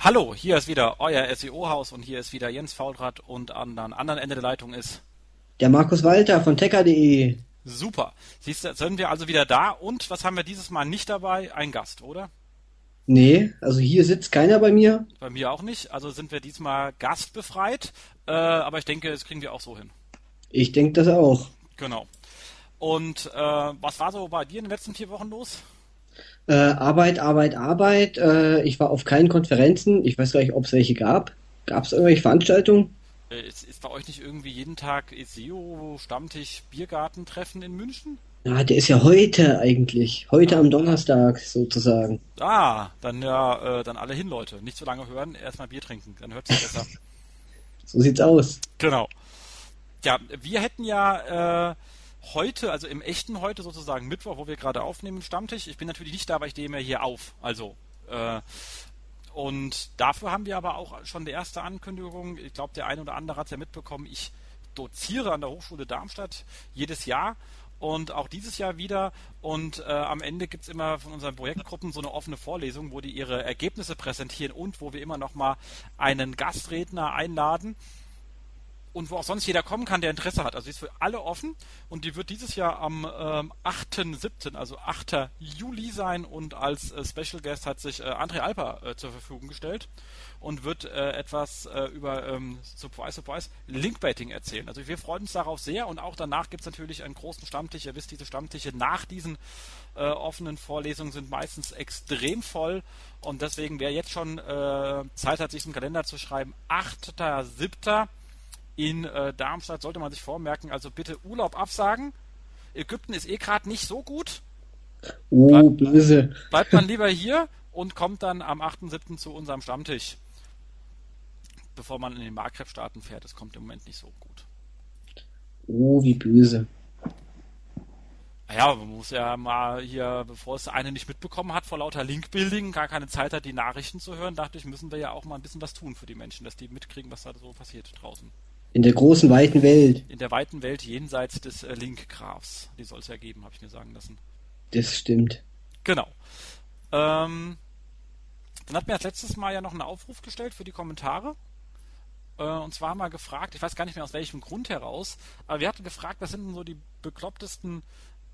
Hallo, hier ist wieder euer SEO-Haus und hier ist wieder Jens Faultrat und an der anderen Ende der Leitung ist Der Markus Walter von tecker.de. super. Siehst du, sind wir also wieder da und was haben wir dieses Mal nicht dabei? Ein Gast, oder? Nee, also hier sitzt keiner bei mir. Bei mir auch nicht, also sind wir diesmal gastbefreit, aber ich denke, das kriegen wir auch so hin. Ich denke das auch. Genau. Und was war so bei dir in den letzten 4 Wochen los? Arbeit, Arbeit, Arbeit. Ich war auf keinen Konferenzen. Ich weiß gar nicht, ob es welche gab. Gab es irgendwelche Veranstaltungen? Ist bei euch nicht irgendwie jeden Tag SEO, Stammtisch, Biergartentreffen in München? Ja, der ist ja heute eigentlich. Heute am Donnerstag sozusagen. Dann ja, dann alle hin, Leute. Nicht zu lange hören, erstmal Bier trinken, dann hört sich besser. So sieht's aus. Genau. Ja, wir hätten ja heute, also im echten heute sozusagen Mittwoch, wo wir gerade aufnehmen, Stammtisch. Ich bin natürlich nicht da, weil ich nehme ja hier auf. Und dafür haben wir aber auch schon die erste Ankündigung. Ich glaube, der eine oder andere hat es ja mitbekommen. Ich doziere an der Hochschule Darmstadt jedes Jahr und auch dieses Jahr wieder. Und am Ende gibt es immer von unseren Projektgruppen so eine offene Vorlesung, wo die ihre Ergebnisse präsentieren und wo wir immer nochmal einen Gastredner einladen. Und wo auch sonst jeder kommen kann, der Interesse hat. Also die ist für alle offen und die wird dieses Jahr am 8.7., also 8. Juli sein und als Special Guest hat sich André Alper zur Verfügung gestellt und wird etwas über Surprise, Linkbaiting erzählen. Also wir freuen uns darauf sehr und auch danach gibt es natürlich einen großen Stammtisch. Ihr wisst, diese Stammtische nach diesen offenen Vorlesungen sind meistens extrem voll und deswegen, wer jetzt schon Zeit hat, sich im Kalender zu schreiben, 8.7. in Darmstadt sollte man sich vormerken, also bitte Urlaub absagen. Ägypten ist gerade nicht so gut. Oh, böse. Bleibt man lieber hier und kommt dann am 8.7. zu unserem Stammtisch. Bevor man in den Maghreb-Staaten fährt, das kommt im Moment nicht so gut. Oh, wie böse. Naja, man muss ja mal hier, bevor es eine nicht mitbekommen hat, vor lauter Link-Building, gar keine Zeit hat, die Nachrichten zu hören, dachte ich, müssen wir ja auch mal ein bisschen was tun für die Menschen, dass die mitkriegen, was da so passiert draußen. In der großen, weiten Welt. In der weiten Welt jenseits des Link-Grafs. Die soll es ja geben, habe ich mir sagen lassen. Das stimmt. Genau. Dann hat mir als letztes Mal ja noch einen Aufruf gestellt für die Kommentare. Und zwar haben wir gefragt, ich weiß gar nicht mehr aus welchem Grund heraus, aber wir hatten gefragt, was sind denn so die beklopptesten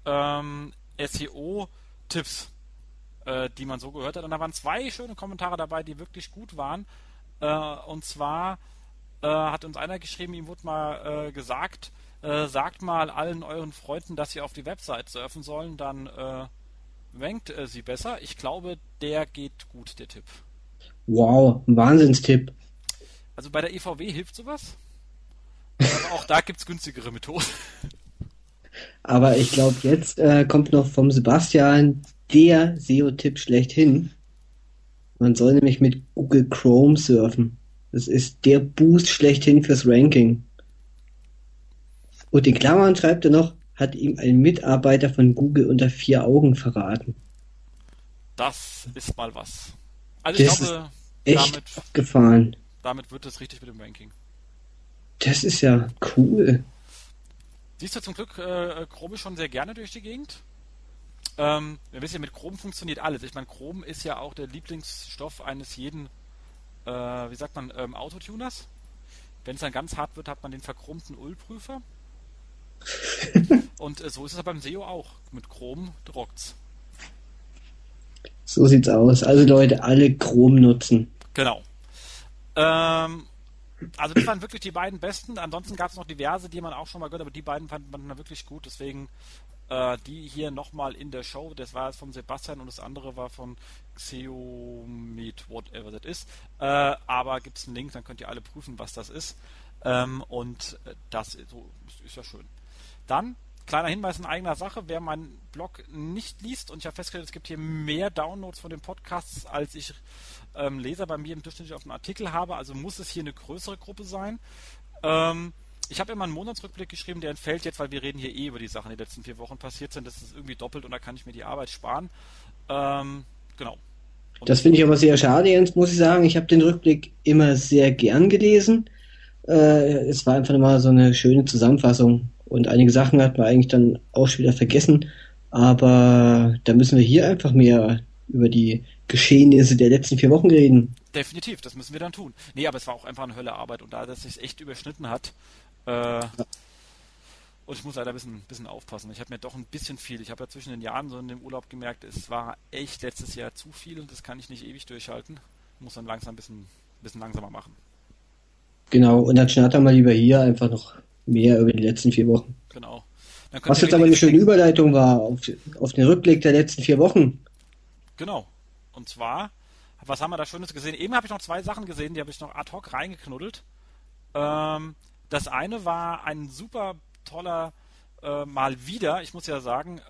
SEO-Tipps, die man so gehört hat. Und da waren 2 schöne Kommentare dabei, die wirklich gut waren. Und zwar hat uns einer geschrieben, ihm wurde mal gesagt, sagt mal allen euren Freunden, dass sie auf die Website surfen sollen, dann rankt sie besser. Ich glaube, der geht gut, der Tipp. Wow, ein Wahnsinnstipp. Also bei der EVW hilft sowas, aber auch da gibt es günstigere Methoden. Aber ich glaube, jetzt kommt noch vom Sebastian der SEO-Tipp schlechthin. Man soll nämlich mit Google Chrome surfen. Das ist der Boost schlechthin fürs Ranking. Und in Klammern schreibt er noch, hat ihm ein Mitarbeiter von Google unter 4 Augen verraten. Das ist mal was. Also Das ich glaube, ist echt abgefahren. damit wird es richtig mit dem Ranking. Das ist ja cool. Siehst du zum Glück Chrome schon sehr gerne durch die Gegend? Wir wissen ja, mit Chrome funktioniert alles. Ich meine, Chrome ist ja auch der Lieblingsstoff eines jeden Autotuners. Wenn es dann ganz hart wird, hat man den verchromten Ölprüfer. Und so ist es beim SEO auch. Mit Chrome rockt's. So sieht's aus. Also Leute, alle Chrome nutzen. Genau. Also das waren wirklich die beiden besten. Ansonsten gab es noch diverse, die man auch schon mal gehört, aber die beiden fand man wirklich gut. Deswegen die hier nochmal in der Show. Das war jetzt von Sebastian und das andere war von Xeomeet, whatever that is. Aber gibt es einen Link, dann könnt ihr alle prüfen, was das ist. Und das ist ja schön. Dann, kleiner Hinweis in eigener Sache, wer meinen Blog nicht liest, und ich habe festgestellt, es gibt hier mehr Downloads von den Podcasts, als ich Leser bei mir im Durchschnitt auf einen Artikel habe, also muss es hier eine größere Gruppe sein. Ich habe immer einen Monatsrückblick geschrieben, der entfällt jetzt, weil wir reden hier über die Sachen, die in den letzten 4 Wochen passiert sind. Das ist irgendwie doppelt und da kann ich mir die Arbeit sparen. Genau. Und das finde ich aber sehr schade, Jens, muss ich sagen. Ich habe den Rückblick immer sehr gern gelesen. Es war einfach mal so eine schöne Zusammenfassung. Und einige Sachen hat man eigentlich dann auch schon wieder vergessen. Aber da müssen wir hier einfach mehr über die Geschehnisse der letzten 4 Wochen reden. Definitiv, das müssen wir dann tun. Nee, aber es war auch einfach eine Höllearbeit und da das sich echt überschnitten hat, äh, und ich muss leider ein bisschen aufpassen. Ich habe mir doch ein bisschen viel. Ich habe ja zwischen den Jahren so in dem Urlaub gemerkt, es war echt letztes Jahr zu viel und das kann ich nicht ewig durchhalten. Muss dann langsam bisschen langsamer machen. Genau, und dann schnattern wir lieber hier einfach noch mehr über die letzten 4 Wochen. Genau. Dann könnt Was ihr jetzt aber eine wenigstens. schöne Überleitung war auf den Rückblick der letzten 4 Wochen. Genau. Und zwar, was haben wir da Schönes gesehen? Eben habe ich noch zwei Sachen gesehen, die habe ich noch ad hoc reingeknuddelt. Das eine war ein super toller, mal wieder, ich muss ja sagen,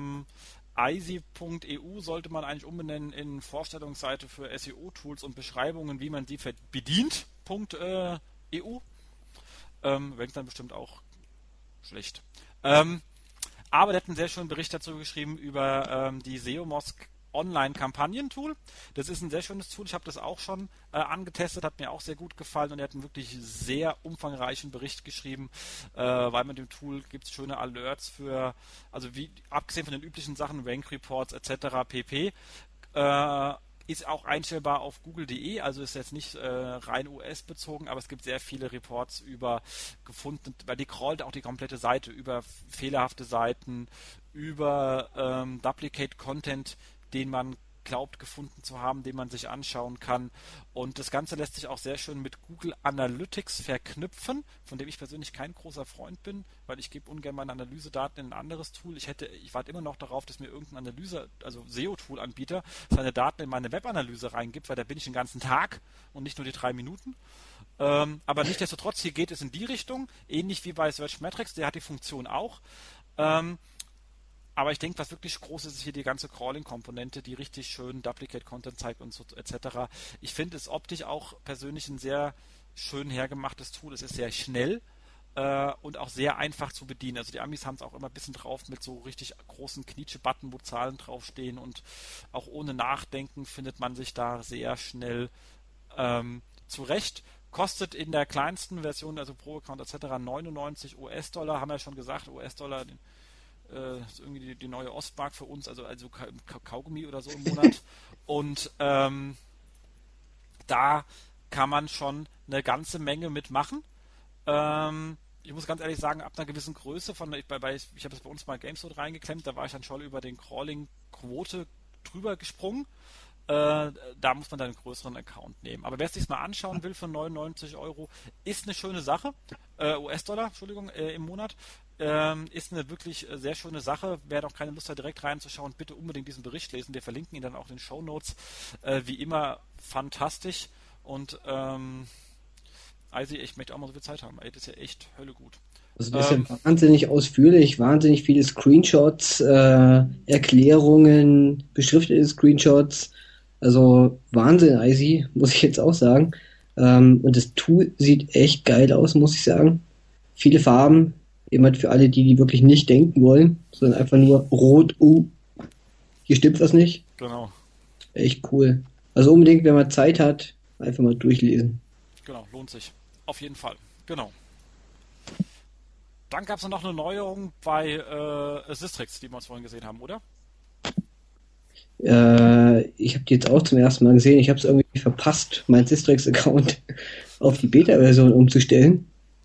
eisi.eu sollte man eigentlich umbenennen in Vorstellungsseite für SEO-Tools und Beschreibungen, wie man sie bedient. .eu. Wäre dann bestimmt auch schlecht. Aber der hat einen sehr schönen Bericht dazu geschrieben über die SEOmosk Online-Kampagnen-Tool. Das ist ein sehr schönes Tool. Ich habe das auch schon angetestet, hat mir auch sehr gut gefallen und er hat einen wirklich sehr umfangreichen Bericht geschrieben, weil mit dem Tool gibt es schöne Alerts für, also wie abgesehen von den üblichen Sachen, Rank Reports etc. pp. Ist auch einstellbar auf google.de, also ist jetzt nicht rein US-bezogen, aber es gibt sehr viele Reports über gefunden, weil die crawlt auch die komplette Seite, über fehlerhafte Seiten, über Duplicate Content, den man glaubt gefunden zu haben, den man sich anschauen kann. Und das Ganze lässt sich auch sehr schön mit Google Analytics verknüpfen, von dem ich persönlich kein großer Freund bin, weil ich gebe ungern meine Analysedaten in ein anderes Tool. Ich warte immer noch darauf, dass mir irgendein also SEO-Tool-Anbieter seine Daten in meine Webanalyse reingibt, weil da bin ich den ganzen Tag und nicht nur die 3 Minuten. Aber nichtsdestotrotz, hier geht es in die Richtung, ähnlich wie bei Searchmetrics, der hat die Funktion auch. Aber ich denke, was wirklich groß ist, ist hier die ganze Crawling-Komponente, die richtig schön Duplicate-Content zeigt und so etc. Ich finde es optisch auch persönlich ein sehr schön hergemachtes Tool. Es ist sehr schnell und auch sehr einfach zu bedienen. Also die Amis haben es auch immer ein bisschen drauf mit so richtig großen Knietsche-Button, wo Zahlen draufstehen und auch ohne Nachdenken findet man sich da sehr schnell zurecht. Kostet in der kleinsten Version, also Pro-Account etc. 99 US-Dollar, haben wir ja schon gesagt, US-Dollar ist irgendwie die neue Ostmark für uns, also Kaugummi oder so im Monat. Und da kann man schon eine ganze Menge mitmachen. Ich muss ganz ehrlich sagen, ab einer gewissen Größe ich habe das bei uns mal GameStop reingeklemmt, da war ich dann schon über den Crawling-Quote drüber gesprungen. Da muss man dann einen größeren Account nehmen. Aber wer es sich mal anschauen will für 99 Euro, ist eine schöne Sache. US-Dollar, Entschuldigung, im Monat. Ist eine wirklich sehr schöne Sache. Wer noch keine Lust hat, direkt reinzuschauen, bitte unbedingt diesen Bericht lesen. Wir verlinken ihn dann auch in den Shownotes. Wie immer fantastisch. Und ich möchte auch mal so viel Zeit haben. Ey, das ist ja echt Hölle gut. Also das ist ja wahnsinnig ausführlich, wahnsinnig viele Screenshots, Erklärungen, beschriftete Screenshots. Also Wahnsinn, Eisi, muss ich jetzt auch sagen. Und das Tool sieht echt geil aus, muss ich sagen. Viele Farben, jemand für alle, die wirklich nicht denken wollen, sondern einfach nur rot, hier stimmt was nicht. Genau. Echt cool. Also unbedingt, wenn man Zeit hat, einfach mal durchlesen. Genau, lohnt sich. Auf jeden Fall. Genau. Dann gab es noch eine Neuerung bei Sistrix, die wir uns vorhin gesehen haben, oder? Ich habe die jetzt auch zum ersten Mal gesehen. Ich habe es irgendwie verpasst, meinen Sistrix-Account auf die Beta-Version umzustellen.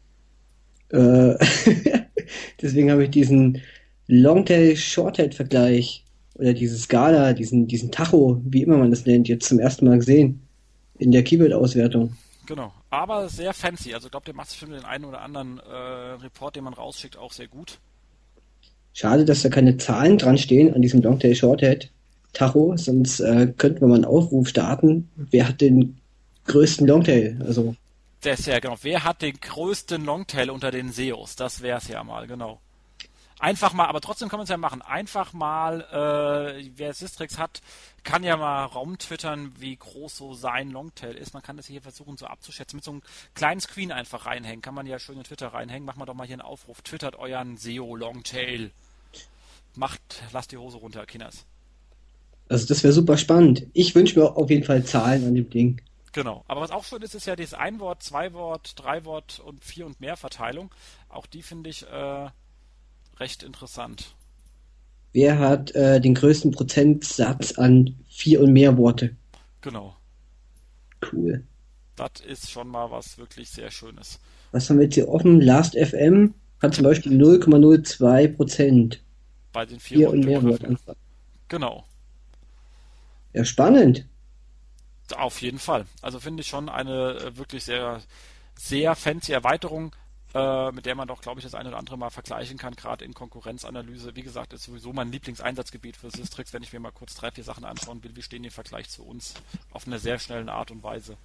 Deswegen habe ich diesen Longtail-Shorthead-Vergleich oder diese Skala, diesen Tacho, wie immer man das nennt, jetzt zum ersten Mal gesehen in der Keyword-Auswertung. Genau, aber sehr fancy. Also ich glaube, der macht sich für den einen oder anderen Report, den man rausschickt, auch sehr gut. Schade, dass da keine Zahlen dran stehen an diesem Longtail-Shorthead Tacho, sonst könnten wir mal einen Aufruf starten. Wer hat den größten Longtail? Also Das ist ja genau. Wer hat den größten Longtail unter den SEOs? Das wäre es ja mal, genau. Einfach mal, aber trotzdem kann man es ja machen. Einfach mal, wer Sistrix hat, kann ja mal rumtwittern, wie groß so sein Longtail ist. Man kann das hier versuchen so abzuschätzen. Mit so einem kleinen Screen einfach reinhängen. Kann man ja schön in Twitter reinhängen. Machen wir doch mal hier einen Aufruf. Twittert euren SEO Longtail. Lasst die Hose runter, Kinders. Also das wäre super spannend. Ich wünsche mir auf jeden Fall Zahlen an dem Ding. Genau. Aber was auch schön ist, ist ja dieses Ein-Wort, Zwei-Wort, Drei-Wort und Vier- und Mehr-Verteilung. Auch die finde ich recht interessant. wer hat den größten Prozentsatz an 4 und mehr Worte. Genau. Cool. Das ist schon mal was wirklich sehr Schönes. Was haben wir jetzt hier offen? Last.fm hat zum Beispiel 0,02% Bei den 4 4 und und mehr Begriffen. Wortanfragen. Genau. Ja, spannend. Auf jeden Fall. Also finde ich schon eine wirklich sehr, sehr fancy Erweiterung, mit der man doch, glaube ich, das eine oder andere mal vergleichen kann, gerade in Konkurrenzanalyse. Wie gesagt, ist sowieso mein Lieblingseinsatzgebiet für Systrix, wenn ich mir mal kurz 3, 4 Sachen anschauen will, wie stehen die im Vergleich zu uns, auf eine sehr schnellen Art und Weise.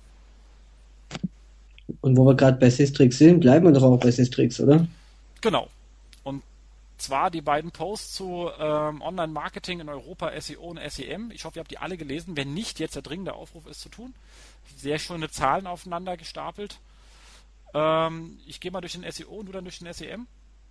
Und wo wir gerade bei Systrix sind, bleiben wir doch auch bei Systrix, oder? Genau. Und zwar die beiden Posts zu Online-Marketing in Europa, SEO und SEM. Ich hoffe, ihr habt die alle gelesen. Wenn nicht, jetzt der dringende Aufruf ist zu tun. Sehr schöne Zahlen aufeinander gestapelt. Ich gehe mal durch den SEO und du dann durch den SEM.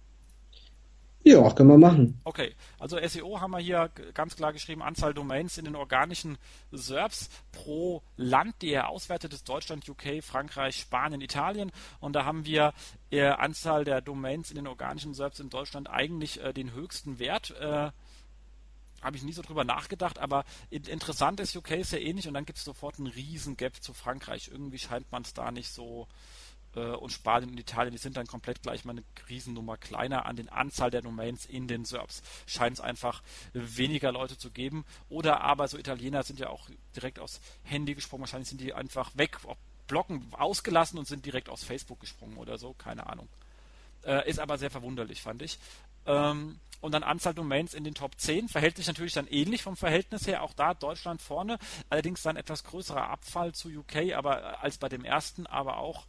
Ja, können wir machen. Okay, also SEO haben wir hier ganz klar geschrieben, Anzahl Domains in den organischen SERPs pro Land, die er auswertet, ist Deutschland, UK, Frankreich, Spanien, Italien. Und da haben wir Anzahl der Domains in den organischen SERPs in Deutschland eigentlich den höchsten Wert. Habe ich nie so drüber nachgedacht, aber interessant ist, UK ist ja ähnlich und dann gibt es sofort einen riesen Gap zu Frankreich. Irgendwie scheint man es da nicht so und Spanien und Italien, die sind dann komplett gleich mal eine Riesennummer kleiner an den Anzahl der Domains in den SERPs. Scheint es einfach weniger Leute zu geben. Oder aber so Italiener sind ja auch direkt aufs Handy gesprungen. Wahrscheinlich sind die einfach weg, blocken ausgelassen und sind direkt aus Facebook gesprungen oder so. Keine Ahnung. Ist aber sehr verwunderlich, fand ich. Und dann Anzahl Domains in den Top 10 verhält sich natürlich dann ähnlich vom Verhältnis her. Auch da Deutschland vorne. Allerdings dann etwas größerer abfall zu UK, aber als bei dem ersten, aber auch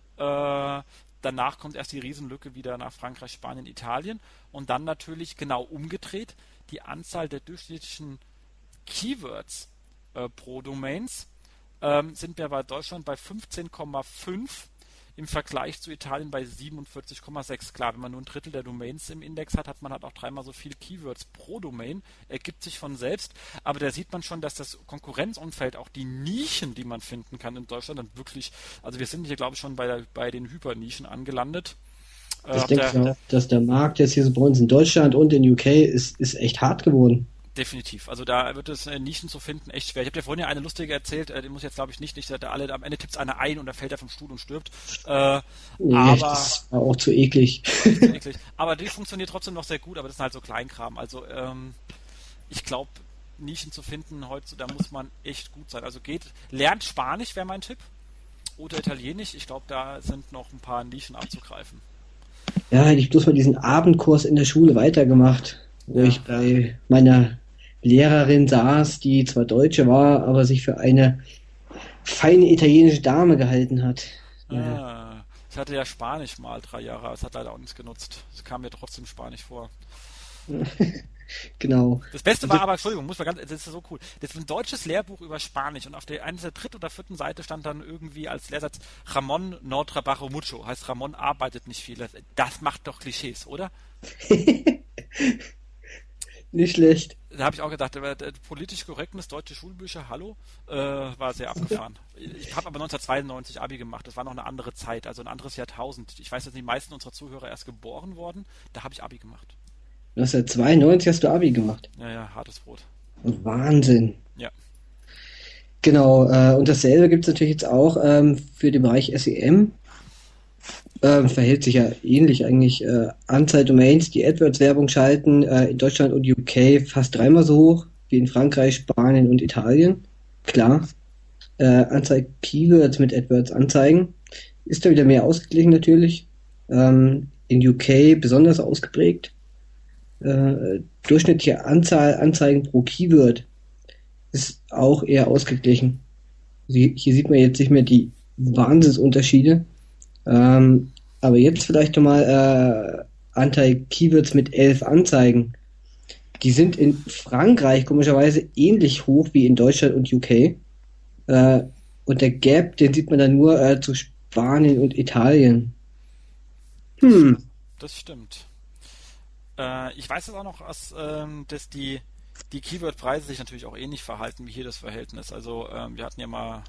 danach kommt erst die Riesenlücke wieder nach Frankreich, Spanien, Italien und dann natürlich genau umgedreht die Anzahl der durchschnittlichen Keywords pro Domains sind wir bei Deutschland bei 15,5 im Vergleich zu Italien bei 47,6. Klar, wenn man nur ein Drittel der Domains im Index hat, hat man halt auch dreimal so viele Keywords pro Domain. Ergibt sich von selbst. Aber da sieht man schon, dass das Konkurrenzumfeld, auch die Nischen, die man finden kann in Deutschland, dann wirklich, also wir sind hier, glaube ich, schon bei den Hypernischen angelandet. Das denke ich auch, dass der Markt jetzt hier so bei uns in Deutschland und in UK ist echt hart geworden. Definitiv. Also da wird es Nischen zu finden echt schwer. Ich habe dir vorhin ja eine lustige erzählt, die muss ich jetzt glaube ich nicht, alle, am Ende tippt einer ein und dann fällt er vom Stuhl und stirbt. Nee, Aber das war auch zu eklig. eklig. Aber die funktioniert trotzdem noch sehr gut, aber das ist halt so Kleinkram. Also ich glaube, Nischen zu finden heute, da muss man echt gut sein. Also lernt Spanisch wäre mein Tipp. Oder Italienisch. Ich glaube, da sind noch ein paar Nischen abzugreifen. Ja, hätte ich bloß mal diesen Abendkurs in der Schule weitergemacht, wo Ja. ich bei meiner Lehrerin saß, die zwar Deutsche war, aber sich für eine feine italienische Dame gehalten hat. Naja. Ich hatte ja Spanisch mal 3 Jahre, aber es hat leider auch nichts genutzt. Es kam mir trotzdem Spanisch vor. Genau. Das Beste Also, war aber, Entschuldigung, das ist so cool. Das ist ein deutsches Lehrbuch über Spanisch und auf der einen der dritten oder vierten Seite stand dann irgendwie als Lehrsatz Ramon no trabajo mucho. Heißt, Ramon arbeitet nicht viel. Das macht doch Klischees, oder? nicht schlecht. Da habe ich auch gedacht, politisch korrektes deutsche Schulbücher, hallo, war sehr abgefahren. Ich habe aber 1992 Abi gemacht, das war noch eine andere Zeit, also ein anderes Jahrtausend. Ich weiß, dass die meisten unserer Zuhörer erst geboren worden, da habe ich Abi gemacht. 1992 hast du Abi gemacht. Ja, ja, hartes Brot. Wahnsinn. Ja. Genau, und dasselbe gibt es natürlich jetzt auch für den Bereich SEM. Verhält sich ja ähnlich eigentlich. Anzahl Domains, die AdWords-Werbung schalten, in Deutschland und UK fast dreimal so hoch wie in Frankreich, Spanien und Italien. Klar. Anzahl Keywords mit AdWords anzeigen ist da wieder mehr ausgeglichen natürlich. In UK besonders ausgeprägt. Durchschnittliche Anzahl Anzeigen pro Keyword ist auch eher ausgeglichen. Hier sieht man jetzt nicht mehr die Wahnsinnsunterschiede. Aber jetzt vielleicht nochmal Anteil Keywords mit 11 Anzeigen. Die sind in Frankreich komischerweise ähnlich hoch wie in Deutschland und UK. Und der Gap, den sieht man dann nur zu Spanien und Italien. Das stimmt. Ich weiß es auch noch, dass die Keyword-Preise sich natürlich auch ähnlich verhalten wie hier das Verhältnis. Also wir hatten ja mal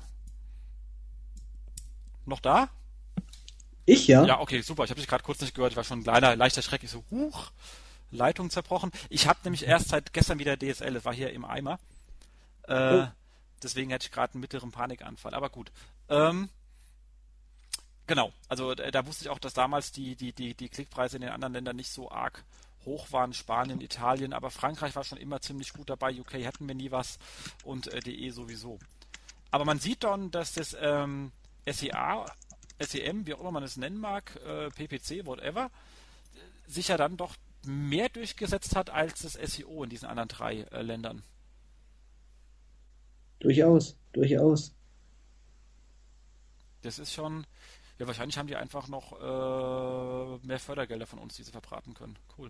noch da? Ich ja. Ja, okay, super. Ich habe dich gerade kurz nicht gehört. Ich war schon ein leichter Schreck. Ich so, huch. Leitung zerbrochen. Ich habe nämlich erst seit gestern wieder DSL, es war hier im Eimer. Oh, Deswegen hätte ich gerade einen mittleren Panikanfall. Aber gut. Genau, also da wusste ich auch, dass damals die Klickpreise in den anderen Ländern nicht so arg hoch waren, Spanien, Italien, aber Frankreich war schon immer ziemlich gut dabei, UK hatten wir nie was und DE sowieso. Aber man sieht dann, dass das SEA, SEM, wie auch immer man es nennen mag, PPC, whatever, sich ja dann doch mehr durchgesetzt hat als das SEO in diesen anderen drei Ländern. durchaus, durchaus. Das ist schon, ja, wahrscheinlich haben die einfach noch mehr Fördergelder von uns, die sie verbraten können. Cool.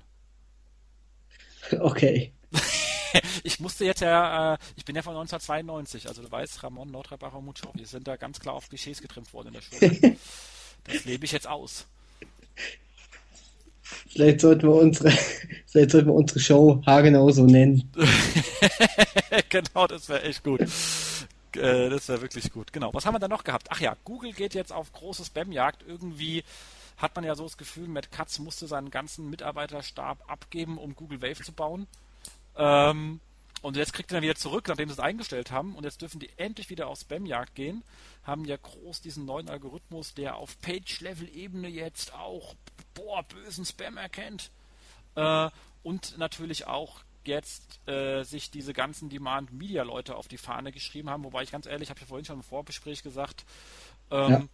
Okay. Ich musste jetzt ja, ich bin ja von 1992, also du weißt, Ramon, Nordreibacher und Mucho, wir sind da ganz klar auf Klischees getrimmt worden in der Schule. Das lebe ich jetzt aus. Vielleicht sollten wir unsere, vielleicht sollten wir unsere Show haargenau so nennen. Genau, das wäre echt gut. Das wäre wirklich gut. Genau. Was haben wir da noch gehabt? Ach ja, Google geht jetzt auf große Spamjagd. Irgendwie hat man ja so das Gefühl, Matt Cutts musste seinen ganzen Mitarbeiterstab abgeben, um Google Wave zu bauen. Und jetzt kriegt er dann wieder zurück, nachdem sie es eingestellt haben. Und jetzt dürfen die endlich wieder auf Spamjagd gehen. Haben ja groß diesen neuen Algorithmus, der auf Page-Level-Ebene jetzt auch, bösen Spam erkennt. Und natürlich auch jetzt sich diese ganzen Demand-Media-Leute auf die Fahne geschrieben haben. Wobei ich ganz ehrlich, habe ja vorhin schon im Vorgespräch gesagt, Ja.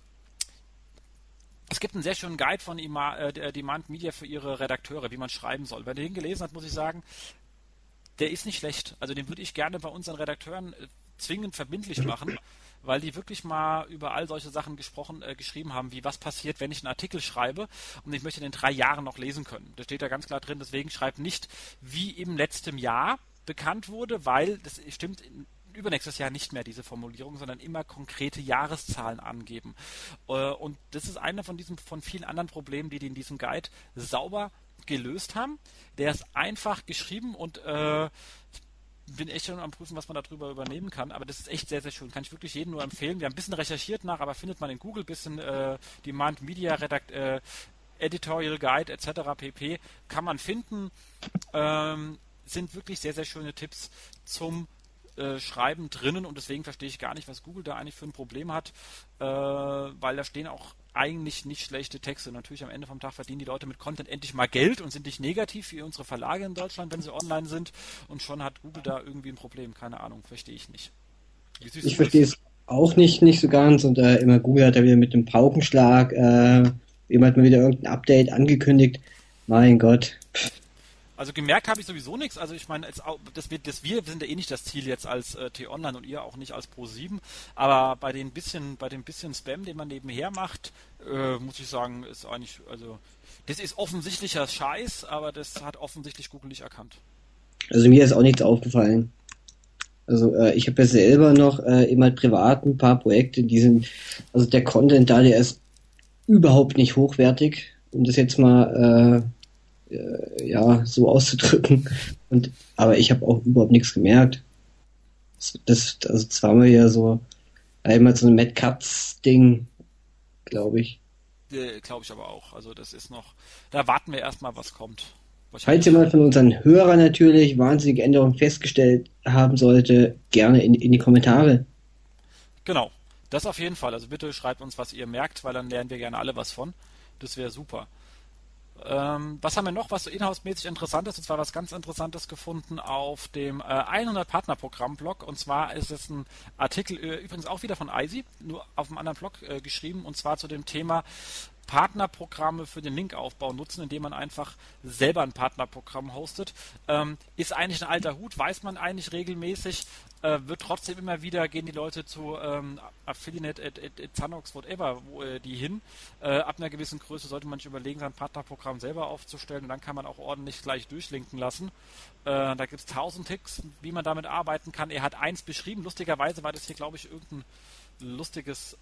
es gibt einen sehr schönen Guide von Demand Media für ihre Redakteure, wie man schreiben soll. Wer den gelesen hat, muss ich sagen, der ist nicht schlecht. Also den würde ich gerne bei unseren Redakteuren zwingend verbindlich machen, weil die wirklich mal über all solche Sachen geschrieben haben, wie was passiert, wenn ich einen Artikel schreibe und ich möchte den in 3 Jahren noch lesen können. Da steht da ganz klar drin, deswegen schreibt nicht, wie im letzten Jahr bekannt wurde, weil das stimmt übernächstes Jahr nicht mehr diese Formulierung, sondern immer konkrete Jahreszahlen angeben. Und das ist einer von vielen anderen Problemen, die in diesem Guide sauber gelöst haben. Der ist einfach geschrieben und ich bin echt schon am Prüfen, was man darüber übernehmen kann, aber das ist echt sehr, sehr schön. Kann ich wirklich jedem nur empfehlen. Wir haben ein bisschen recherchiert nach, aber findet man in Google ein bisschen Demand Media Editorial Guide etc. pp. Kann man finden. Sind wirklich sehr, sehr schöne Tipps zum Schreiben drinnen und deswegen verstehe ich gar nicht, was Google da eigentlich für ein Problem hat, weil da stehen auch eigentlich nicht schlechte Texte. Natürlich am Ende vom Tag verdienen die Leute mit Content endlich mal Geld und sind nicht negativ wie unsere Verlage in Deutschland, wenn sie online sind und schon hat Google da irgendwie ein Problem. Keine Ahnung, verstehe ich nicht. Wie siehst Ich du verstehe das? es auch nicht so ganz und immer Google hat da wieder mit dem Paukenschlag, eben hat mal wieder irgendein Update angekündigt. Mein Gott. Also gemerkt habe ich sowieso nichts. Also ich meine, wir sind ja eh nicht das Ziel jetzt als T-Online und ihr auch nicht als Pro7. Aber bei dem bisschen Spam, den man nebenher macht, muss ich sagen, ist eigentlich, also das ist offensichtlicher Scheiß, aber das hat offensichtlich Google nicht erkannt. Also mir ist auch nichts aufgefallen. Also ich habe ja selber noch eben halt privat ein paar Projekte, die sind, also der Content da, der ist überhaupt nicht hochwertig, um das jetzt mal ja so auszudrücken. Aber ich habe auch überhaupt nichts gemerkt. Also zweimal ja so einmal so ein Mad Cuts Ding, glaube ich. Glaube ich aber auch. Also das ist noch, da warten wir erstmal, was kommt. Falls Wahrscheinlich. jemand von unseren Hörern natürlich wahnsinnige Änderungen festgestellt haben sollte, gerne in die Kommentare. Genau. Das auf jeden Fall. Also bitte schreibt uns, was ihr merkt, weil dann lernen wir gerne alle was von. Das wäre super. Was haben wir noch, was so inhouse-mäßig interessant ist? Und zwar was ganz Interessantes gefunden auf dem 100 Partnerprogramm-Blog. Und zwar ist es ein Artikel, übrigens auch wieder von Eisi, nur auf einem anderen Blog geschrieben. Und zwar zu dem Thema Partnerprogramme für den Linkaufbau nutzen, indem man einfach selber ein Partnerprogramm hostet. Ist eigentlich ein alter Hut, weiß man eigentlich regelmäßig, wird trotzdem immer wieder, gehen die Leute zu Affiliate, Zanox, whatever, die hin. Ab einer gewissen Größe sollte man sich überlegen, sein Partnerprogramm selber aufzustellen und dann kann man auch ordentlich gleich durchlinken lassen. Da gibt es 1000 Ticks, wie man damit arbeiten kann. Er hat eins beschrieben, lustigerweise war das hier, glaube ich, irgendein lustiges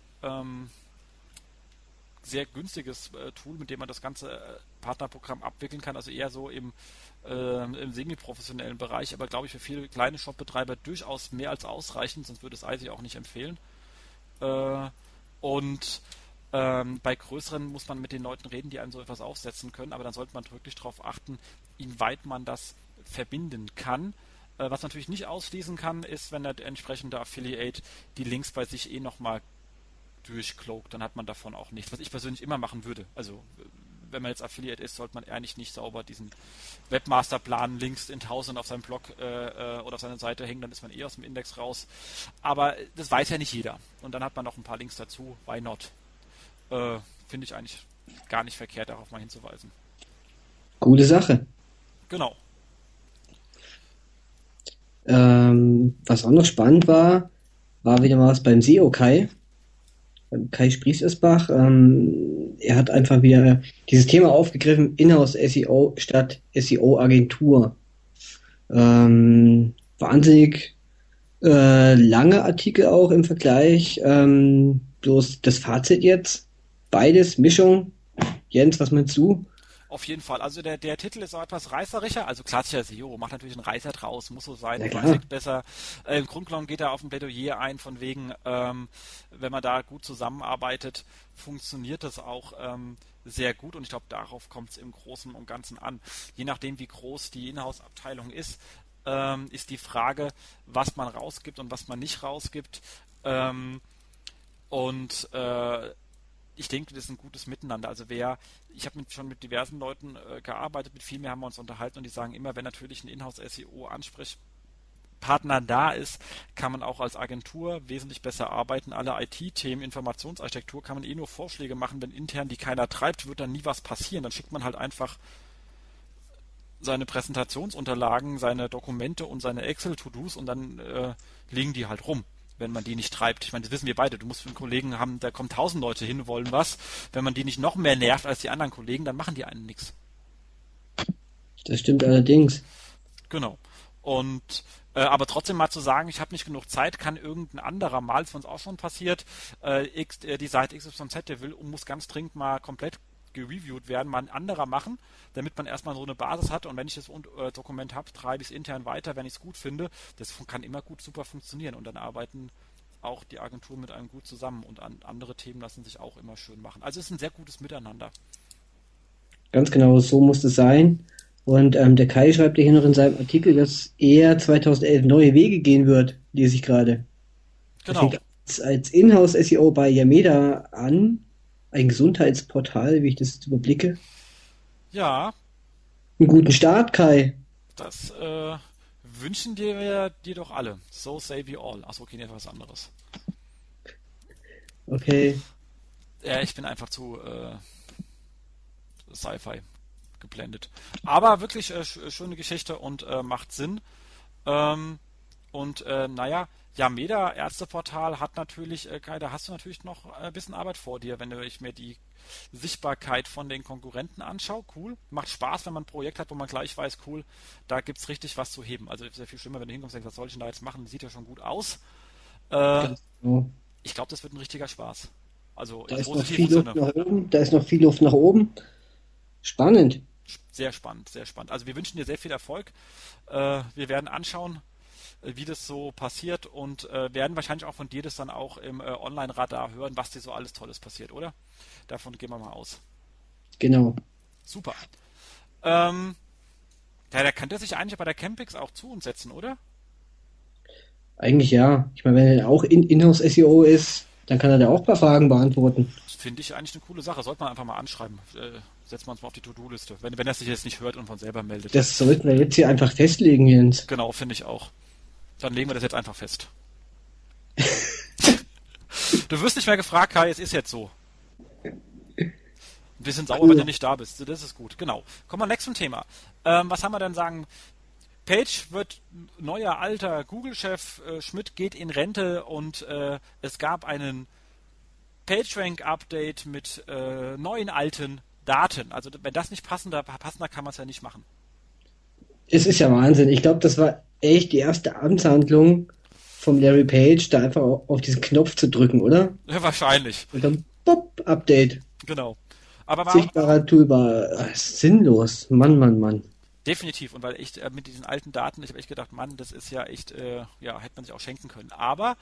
sehr günstiges Tool, mit dem man das ganze Partnerprogramm abwickeln kann, also eher so im semi-professionellen Bereich, aber glaube ich für viele kleine Shop-Betreiber durchaus mehr als ausreichend, sonst würde es IC auch nicht empfehlen. Und Bei größeren muss man mit den Leuten reden, die einem so etwas aufsetzen können, aber dann sollte man wirklich darauf achten, inwieweit man das verbinden kann. Was man natürlich nicht ausschließen kann, ist, wenn der entsprechende Affiliate die Links bei sich nochmal durchcloakt, dann hat man davon auch nichts. Was ich persönlich immer machen würde. Also wenn man jetzt Affiliate ist, sollte man eigentlich nicht sauber diesen Webmasterplan links in 1000 auf seinem Blog oder auf seiner Seite hängen, dann ist man aus dem Index raus. Aber das weiß ja nicht jeder. Und dann hat man noch ein paar Links dazu. Why not? Finde ich eigentlich gar nicht verkehrt, darauf mal hinzuweisen. Gute Sache. Genau. Was auch noch spannend war wieder mal was beim SEO Kai Sprießersbach. Er hat einfach wieder dieses Thema aufgegriffen, Inhouse SEO statt SEO-Agentur. Wahnsinnig lange Artikel auch im Vergleich. Bloß das Fazit jetzt. Beides, Mischung. Jens, was meinst du? Auf jeden Fall. Also der Titel ist auch etwas reißerischer, also klassischer SEO, macht natürlich einen Reißer draus, muss so sein, klingt besser. Im Grunde genommen geht er auf ein Plädoyer ein, von wegen, wenn man da gut zusammenarbeitet, funktioniert das auch sehr gut und ich glaube, darauf kommt es im Großen und Ganzen an. Je nachdem, wie groß die Inhouse-Abteilung ist die Frage, was man rausgibt und was man nicht rausgibt. Ich denke, das ist ein gutes Miteinander. Also ich habe schon mit diversen Leuten gearbeitet, mit vielen mehr haben wir uns unterhalten und die sagen immer, wenn natürlich ein Inhouse-SEO-Ansprechpartner da ist, kann man auch als Agentur wesentlich besser arbeiten. Alle IT-Themen, Informationsarchitektur kann man nur Vorschläge machen, wenn intern die keiner treibt, wird dann nie was passieren. Dann schickt man halt einfach seine Präsentationsunterlagen, seine Dokumente und seine Excel-To-Dos und dann liegen die halt rum, wenn man die nicht treibt. Ich meine, das wissen wir beide. Du musst einen Kollegen haben, da kommen 1000 Leute hin, wollen was. Wenn man die nicht noch mehr nervt als die anderen Kollegen, dann machen die einen nichts. Das stimmt allerdings. Genau. Und aber trotzdem mal zu sagen, ich habe nicht genug Zeit, kann irgendein anderer mal, ist uns auch schon passiert, die Seite XYZ, der muss ganz dringend mal komplett gereviewt werden, mal ein anderer machen, damit man erstmal so eine Basis hat und wenn ich das Dokument habe, treibe ich es intern weiter, wenn ich es gut finde. Das kann immer super funktionieren und dann arbeiten auch die Agenturen mit einem gut zusammen und andere Themen lassen sich auch immer schön machen. Also es ist ein sehr gutes Miteinander. Ganz genau, so muss es sein. Und der Kai schreibt ja hier noch in seinem Artikel, dass er 2011 neue Wege gehen wird, lese ich gerade. Genau. Er fängt als Inhouse-SEO bei Yameda an, ein Gesundheitsportal, wie ich das überblicke. Ja. Einen guten Start, Kai. Das wünschen dir doch alle. So say we all. Achso, okay, etwas anderes. Okay. Ja, ich bin einfach zu Sci-Fi geblendet. Aber wirklich schöne Geschichte und macht Sinn. Yameda Ärzteportal hat natürlich, Kai, da hast du natürlich noch ein bisschen Arbeit vor dir, wenn ich mir die Sichtbarkeit von den Konkurrenten anschaue. Cool. Macht Spaß, wenn man ein Projekt hat, wo man gleich weiß, cool, da gibt es richtig was zu heben. Also sehr viel schlimmer, wenn du hinkommst und denkst, was soll ich denn da jetzt machen? Sieht ja schon gut aus. Ich glaube, das wird ein richtiger Spaß. Also da ist noch viel Luft nach oben. Da ist noch viel Luft nach oben. Spannend. Sehr spannend, sehr spannend. Also wir wünschen dir sehr viel Erfolg. Wir werden anschauen, wie das so passiert und werden wahrscheinlich auch von dir das dann auch im Online-Radar hören, was dir so alles Tolles passiert, oder? Davon gehen wir mal aus. Genau. Super. Da könnte er sich eigentlich bei der Campix auch zu uns setzen, oder? Eigentlich ja. Ich meine, wenn er auch Inhouse-SEO ist, dann kann er da auch ein paar Fragen beantworten. Das finde ich eigentlich eine coole Sache. Sollte man einfach mal anschreiben. Setzen wir uns mal auf die To-Do-Liste, wenn er sich jetzt nicht hört und von selber meldet. Das sollten wir jetzt hier einfach festlegen, Jens. Genau, finde ich auch. Dann legen wir das jetzt einfach fest. Du wirst nicht mehr gefragt, Kai, es ist jetzt so. Wir sind sauer, wenn du nicht da bist. Das ist gut, genau. Kommen wir nächstes Thema. Was haben wir denn sagen? Page wird neuer alter Google-Chef, Schmidt geht in Rente und es gab einen PageRank-Update mit neuen alten Daten. Also wenn das nicht passender kann man es ja nicht machen. Es ist ja Wahnsinn. Ich glaube, das war echt die erste Amtshandlung vom Larry Page, da einfach auf diesen Knopf zu drücken, oder? Ja, wahrscheinlich. Und dann pop, Update. Genau. Aber sichtbarer Toolbar. Sinnlos. Mann. Definitiv. Und weil echt mit diesen alten Daten, ich habe echt gedacht, Mann, das ist ja echt, hätte man sich auch schenken können. Aber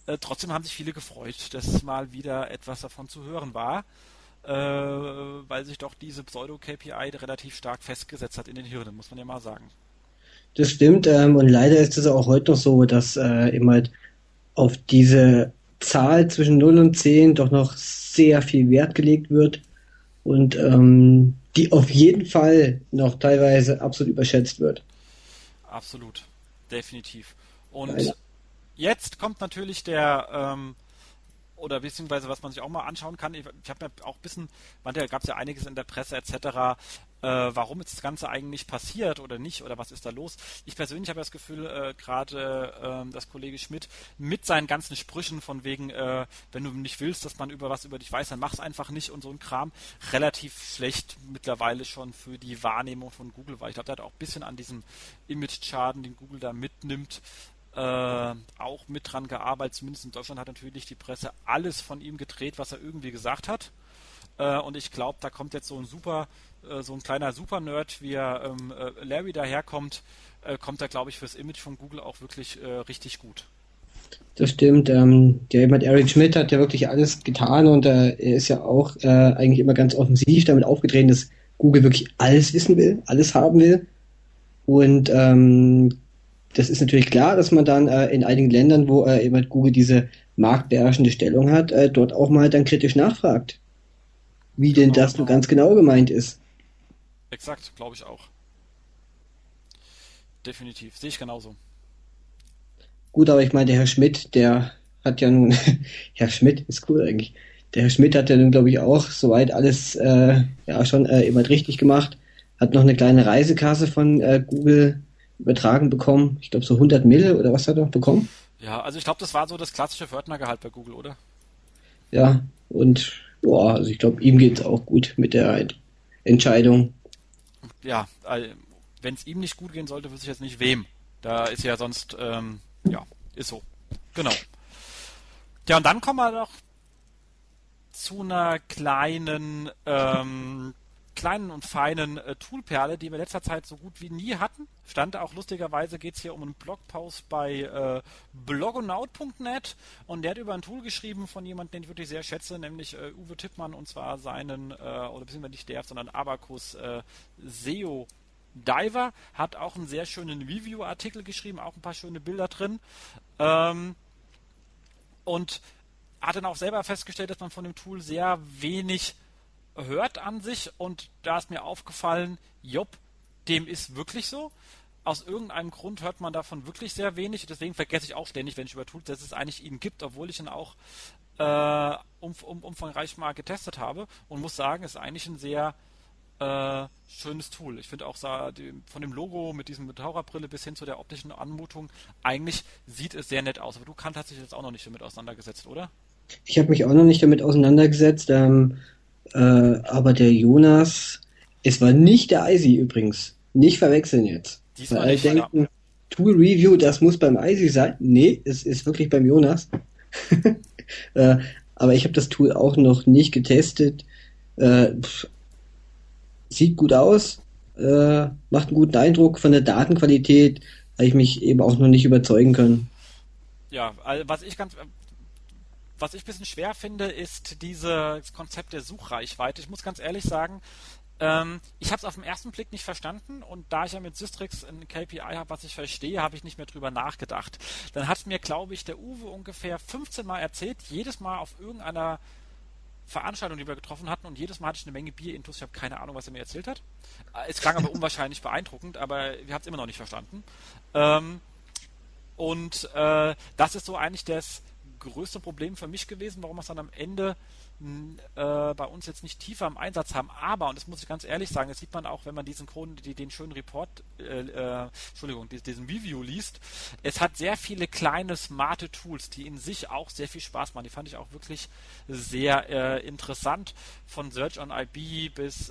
Trotzdem haben sich viele gefreut, dass mal wieder etwas davon zu hören war, weil sich doch diese Pseudo-KPI relativ stark festgesetzt hat in den Hirnen, muss man ja mal sagen. Das stimmt, und leider ist es auch heute noch so, dass eben halt auf diese Zahl zwischen 0 und 10 doch noch sehr viel Wert gelegt wird und die auf jeden Fall noch teilweise absolut überschätzt wird. Absolut, definitiv. Leider. Und jetzt kommt natürlich der, oder beziehungsweise was man sich auch mal anschauen kann, ich habe mir auch ein bisschen, da gab es ja einiges in der Presse etc., warum ist das Ganze eigentlich passiert oder nicht oder was ist da los. Ich persönlich habe das Gefühl, gerade das Kollege Schmidt mit seinen ganzen Sprüchen von wegen, wenn du nicht willst, dass man über was über dich weiß, dann mach's einfach nicht und so ein Kram, relativ schlecht mittlerweile schon für die Wahrnehmung von Google war. Ich glaube, der hat auch ein bisschen an diesem Image-Schaden, den Google da mitnimmt, auch mit dran gearbeitet. Zumindest in Deutschland hat natürlich die Presse alles von ihm gedreht, was er irgendwie gesagt hat. Und ich glaube, da kommt jetzt so ein kleiner Super-Nerd, wie Larry daherkommt, kommt da, glaube ich, fürs Image von Google auch wirklich richtig gut. Das stimmt. Der jemand Eric Schmidt hat ja wirklich alles getan und er ist ja auch eigentlich immer ganz offensiv damit aufgetreten, dass Google wirklich alles wissen will, alles haben will. Und das ist natürlich klar, dass man dann in einigen Ländern, wo eben halt Google diese marktbeherrschende Stellung hat, dort auch mal dann kritisch nachfragt, wie denn Genau, das nur ganz genau gemeint ist. exakt, glaube ich auch. Definitiv, sehe ich genauso. Gut, aber ich meine, der Herr Schmidt, der hat ja nun, Herr Schmidt ist cool eigentlich. Der Herr Schmidt hat ja nun, glaube ich, auch soweit alles ja schon eben halt richtig gemacht. Hat noch eine kleine Reisekasse von Google übertragen bekommen. Ich glaube so 100 Mille oder was hat er noch bekommen? Ja, also ich glaube, das war so das klassische Pförtnergehalt bei Google, oder? Ja, und ja, also ich glaube, ihm geht's auch gut mit der Entscheidung. Ja, wenn es ihm nicht gut gehen sollte, wüsste ich jetzt nicht wem. Da ist ja sonst, ja, ist so. Genau. Ja, und dann kommen wir doch zu einer kleinen und feinen Toolperle, die wir in letzter Zeit so gut wie nie hatten. Stand auch lustigerweise, geht es hier um einen Blogpost bei blogonaut.net und der hat über ein Tool geschrieben von jemandem, den ich wirklich sehr schätze, nämlich Uwe Tippmann, und zwar seinen, oder beziehungsweise nicht der, sondern Abacus SEO Diver, hat auch einen sehr schönen Review-Artikel geschrieben, auch ein paar schöne Bilder drin. Und hat dann auch selber festgestellt, dass man von dem Tool sehr wenig hört an sich, und da ist mir aufgefallen, jopp, dem ist wirklich so. Aus irgendeinem Grund hört man davon wirklich sehr wenig, deswegen vergesse ich auch ständig, wenn ich über Tools, dass es eigentlich ihn gibt, obwohl ich ihn auch umfangreich mal getestet habe, und muss sagen, es ist eigentlich ein sehr schönes Tool. Ich finde auch von dem Logo mit diesem Taucherbrille bis hin zu der optischen Anmutung, eigentlich sieht es sehr nett aus. Aber du hast dich jetzt auch noch nicht damit auseinandergesetzt, oder? Ich habe mich auch noch nicht damit auseinandergesetzt, aber der Jonas, es war nicht der Eisi übrigens. Nicht verwechseln jetzt. Weil Diesmal alle nicht, ja. denken, Tool Review, das muss beim Eisi sein. Nee, es ist wirklich beim Jonas. Äh, aber ich habe das Tool auch noch nicht getestet. Pff, sieht gut aus, macht einen guten Eindruck. Von der Datenqualität habe ich mich eben auch noch nicht überzeugen können. Ja, also was ich ein bisschen schwer finde, ist dieses Konzept der Suchreichweite. Ich muss ganz ehrlich sagen, ich habe es auf den ersten Blick nicht verstanden, und da ich ja mit Systrix ein KPI habe, was ich verstehe, habe ich nicht mehr drüber nachgedacht. Dann hat mir, glaube ich, der Uwe ungefähr 15 Mal erzählt, jedes Mal auf irgendeiner Veranstaltung, die wir getroffen hatten, und jedes Mal hatte ich eine Menge Bierintus. Ich habe keine Ahnung, was er mir erzählt hat. Es klang aber unwahrscheinlich beeindruckend, aber wir haben es immer noch nicht verstanden. Und das ist so eigentlich das größte Problem für mich gewesen, warum wir es dann am Ende bei uns jetzt nicht tiefer im Einsatz haben. Aber, und das muss ich ganz ehrlich sagen, das sieht man auch, wenn man den schönen Report, diesen Review liest, es hat sehr viele kleine, smarte Tools, die in sich auch sehr viel Spaß machen. Die fand ich auch wirklich sehr interessant, von Search on IB bis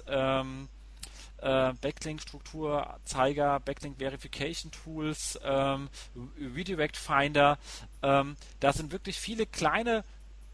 Backlink-Struktur, Zeiger, Backlink-Verification-Tools, Redirect-Finder. Da sind wirklich viele kleine,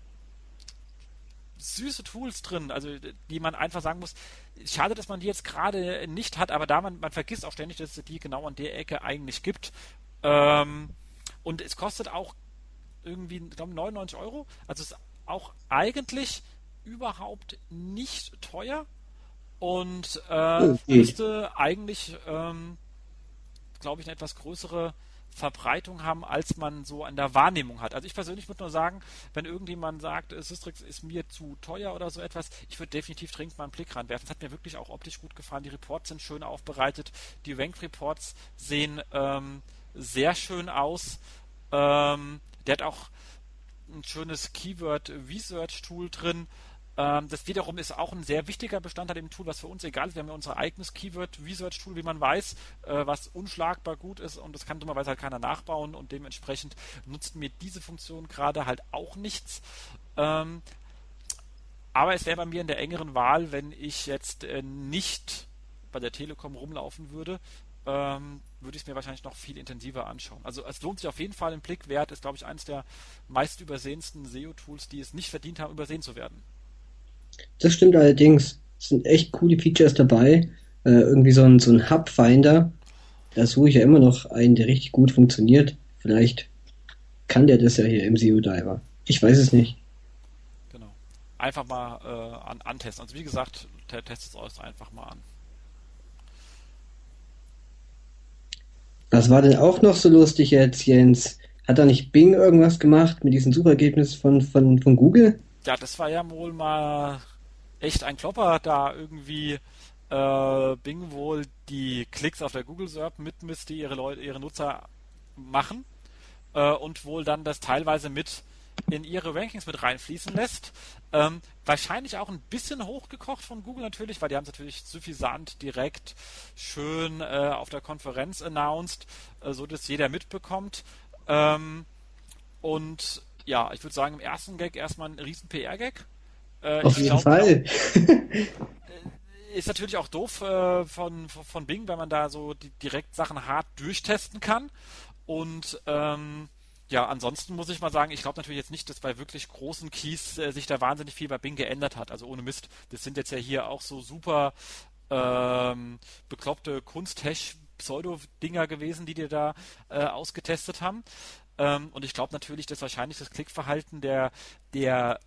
süße Tools drin, also die man einfach sagen muss, schade, dass man die jetzt gerade nicht hat, aber man vergisst auch ständig, dass es die genau an der Ecke eigentlich gibt. Und es kostet auch irgendwie, ich glaube, 99 Euro. Also ist auch eigentlich überhaupt nicht teuer und Oh, geht. müsste eigentlich, glaube ich, eine etwas größere Verbreitung haben, als man so an der Wahrnehmung hat. Also ich persönlich würde nur sagen, wenn irgendjemand sagt, Systrix ist mir zu teuer oder so etwas, ich würde definitiv dringend mal einen Blick reinwerfen. Es hat mir wirklich auch optisch gut gefallen. Die Reports sind schön aufbereitet. Die Rank-Reports sehen sehr schön aus. Der hat auch ein schönes Keyword-Research-Tool drin. Das wiederum ist auch ein sehr wichtiger Bestandteil im Tool, was für uns egal ist. Wir haben ja unser eigenes Keyword-Research-Tool, wie man weiß, was unschlagbar gut ist und das kann dummerweise halt keiner nachbauen und dementsprechend nutzt mir diese Funktion gerade halt auch nichts. Ähm, aber es wäre bei mir in der engeren Wahl, wenn ich jetzt nicht bei der Telekom rumlaufen würde, würde ich es mir wahrscheinlich noch viel intensiver anschauen. Also es lohnt sich auf jeden Fall, ein Blick wert, ist glaube ich eines der meist übersehensten SEO-Tools, die es nicht verdient haben, übersehen zu werden. Das stimmt allerdings. Es sind echt coole Features dabei. Irgendwie so ein Hub-Finder. Da suche ich ja immer noch einen, der richtig gut funktioniert. Vielleicht kann der das ja hier im SEO-Diver. Ich weiß es nicht. Genau. Einfach mal antesten. Also wie gesagt, testet es euch einfach mal an. Was war denn auch noch so lustig jetzt, Jens? Hat da nicht Bing irgendwas gemacht mit diesen Suchergebnissen von Google? Ja, das war ja wohl mal echt ein Klopper, da irgendwie Bing wohl die Klicks auf der Google SERP mitmisst, die ihre Nutzer machen und wohl dann das teilweise mit in ihre Rankings mit reinfließen lässt. Wahrscheinlich auch ein bisschen hochgekocht von Google natürlich, weil die haben es natürlich suffisant direkt schön auf der Konferenz announced, so dass jeder mitbekommt. Und ja, ich würde sagen, im ersten Gag erstmal ein riesen PR-Gag. Auf Ich jeden glaube, Fall. ist natürlich auch doof von Bing, weil man da so direkt Sachen hart durchtesten kann. Und ja, ansonsten muss ich mal sagen, ich glaube natürlich jetzt nicht, dass bei wirklich großen Keys sich da wahnsinnig viel bei Bing geändert hat. Also ohne Mist. Das sind jetzt ja hier auch so super bekloppte Kunst-Hash-Pseudo-Dinger gewesen, die da ausgetestet haben. Und ich glaube natürlich, dass wahrscheinlich das Klickverhalten der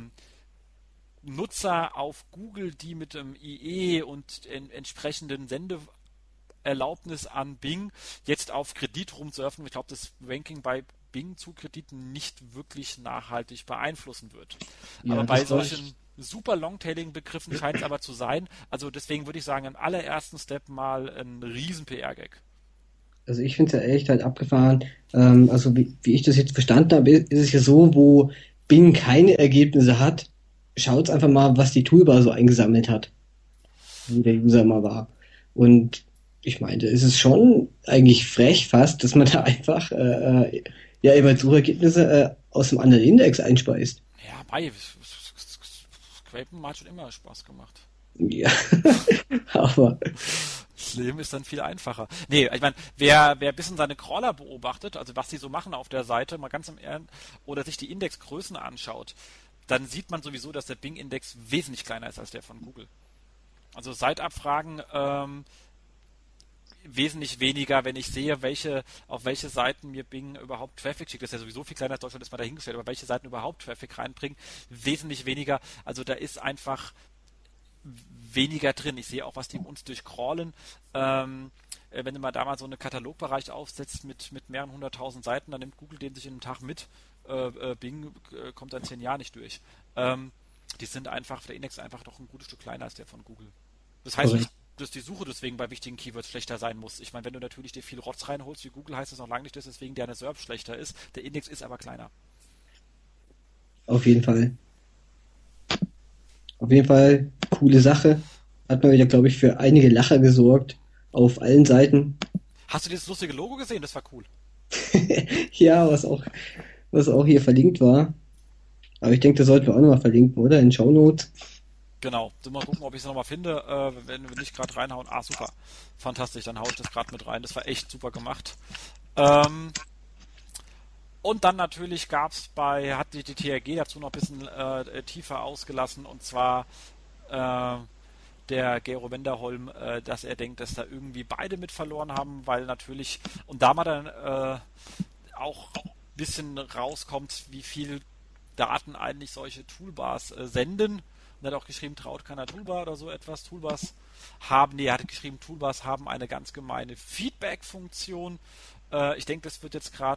Nutzer auf Google, die mit dem IE und entsprechenden Sendeerlaubnis an Bing jetzt auf Kredit rumsurfen. Ich glaube, das Ranking bei Bing zu Krediten nicht wirklich nachhaltig beeinflussen wird. Aber Ja, bei das glaube ich. solchen super longtailing Begriffen scheint es aber zu sein. Also deswegen würde ich sagen, im allerersten Step mal ein riesen PR-Gag. Also ich finde es ja echt halt abgefahren. Also wie ich das jetzt verstanden habe, ist es ja so, wo Bing keine Ergebnisse hat, schaut einfach mal, was die Toolbar so eingesammelt hat, wo der User mal war. Und ich meinte, es ist schon eigentlich frech fast, dass man da einfach ja immer Suchergebnisse aus einem anderen Index einspeist. Ja, Scrapen hat schon immer Spaß gemacht. Ja, aber Das Leben ist dann viel einfacher. Nee, ich meine, wer ein bisschen seine Crawler beobachtet, also was sie so machen auf der Seite, mal ganz im Ernst, oder sich die Indexgrößen anschaut, dann sieht man sowieso, dass der Bing-Index wesentlich kleiner ist als der von Google. Also Site-Abfragen wesentlich weniger, wenn ich sehe, auf welche Seiten mir Bing überhaupt Traffic schickt. Das ist ja sowieso viel kleiner als Deutschland, ist mal dahingestellt, aber welche Seiten überhaupt Traffic reinbringen, wesentlich weniger. Also da ist einfach weniger drin. Ich sehe auch, was die uns durchcrawlen. Wenn du mal da mal so einen Katalogbereich aufsetzt mit mehreren hunderttausend Seiten, dann nimmt Google den sich in einem Tag mit. Bing kommt dann 10 Jahre nicht durch. Die sind einfach, der Index ist einfach doch ein gutes Stück kleiner als der von Google. Das heißt korrekt. nicht, dass die Suche deswegen bei wichtigen Keywords schlechter sein muss. Ich meine, wenn du natürlich dir viel Rotz reinholst wie Google, heißt das noch lange nicht, dass deswegen deine SERP schlechter ist. Der Index ist aber kleiner. Auf jeden Fall. Auf jeden Fall coole Sache. Hat mal wieder, glaube ich, für einige Lacher gesorgt. Auf allen Seiten. Hast du dieses lustige Logo gesehen? Das war cool. Ja, was auch hier verlinkt war. Aber ich denke, das sollten wir auch nochmal verlinken, oder? In Shownotes. Genau. So, mal gucken, ob ich es nochmal finde. Wenn wir nicht gerade reinhauen. Ah, super. Fantastisch. Dann haue ich das gerade mit rein. Das war echt super gemacht. Ähm, und dann natürlich hat die TRG dazu noch ein bisschen tiefer ausgelassen. Und zwar äh, der Gero Wenderholm, dass er denkt, dass da irgendwie beide mit verloren haben, weil natürlich, und da mal dann auch bisschen rauskommt, wie viel Daten eigentlich solche Toolbars senden. Und er hat auch geschrieben, traut keiner Toolbar oder so etwas. Toolbars er hat geschrieben, Toolbars haben eine ganz gemeine Feedback-Funktion. Ich denke, das wird jetzt gerade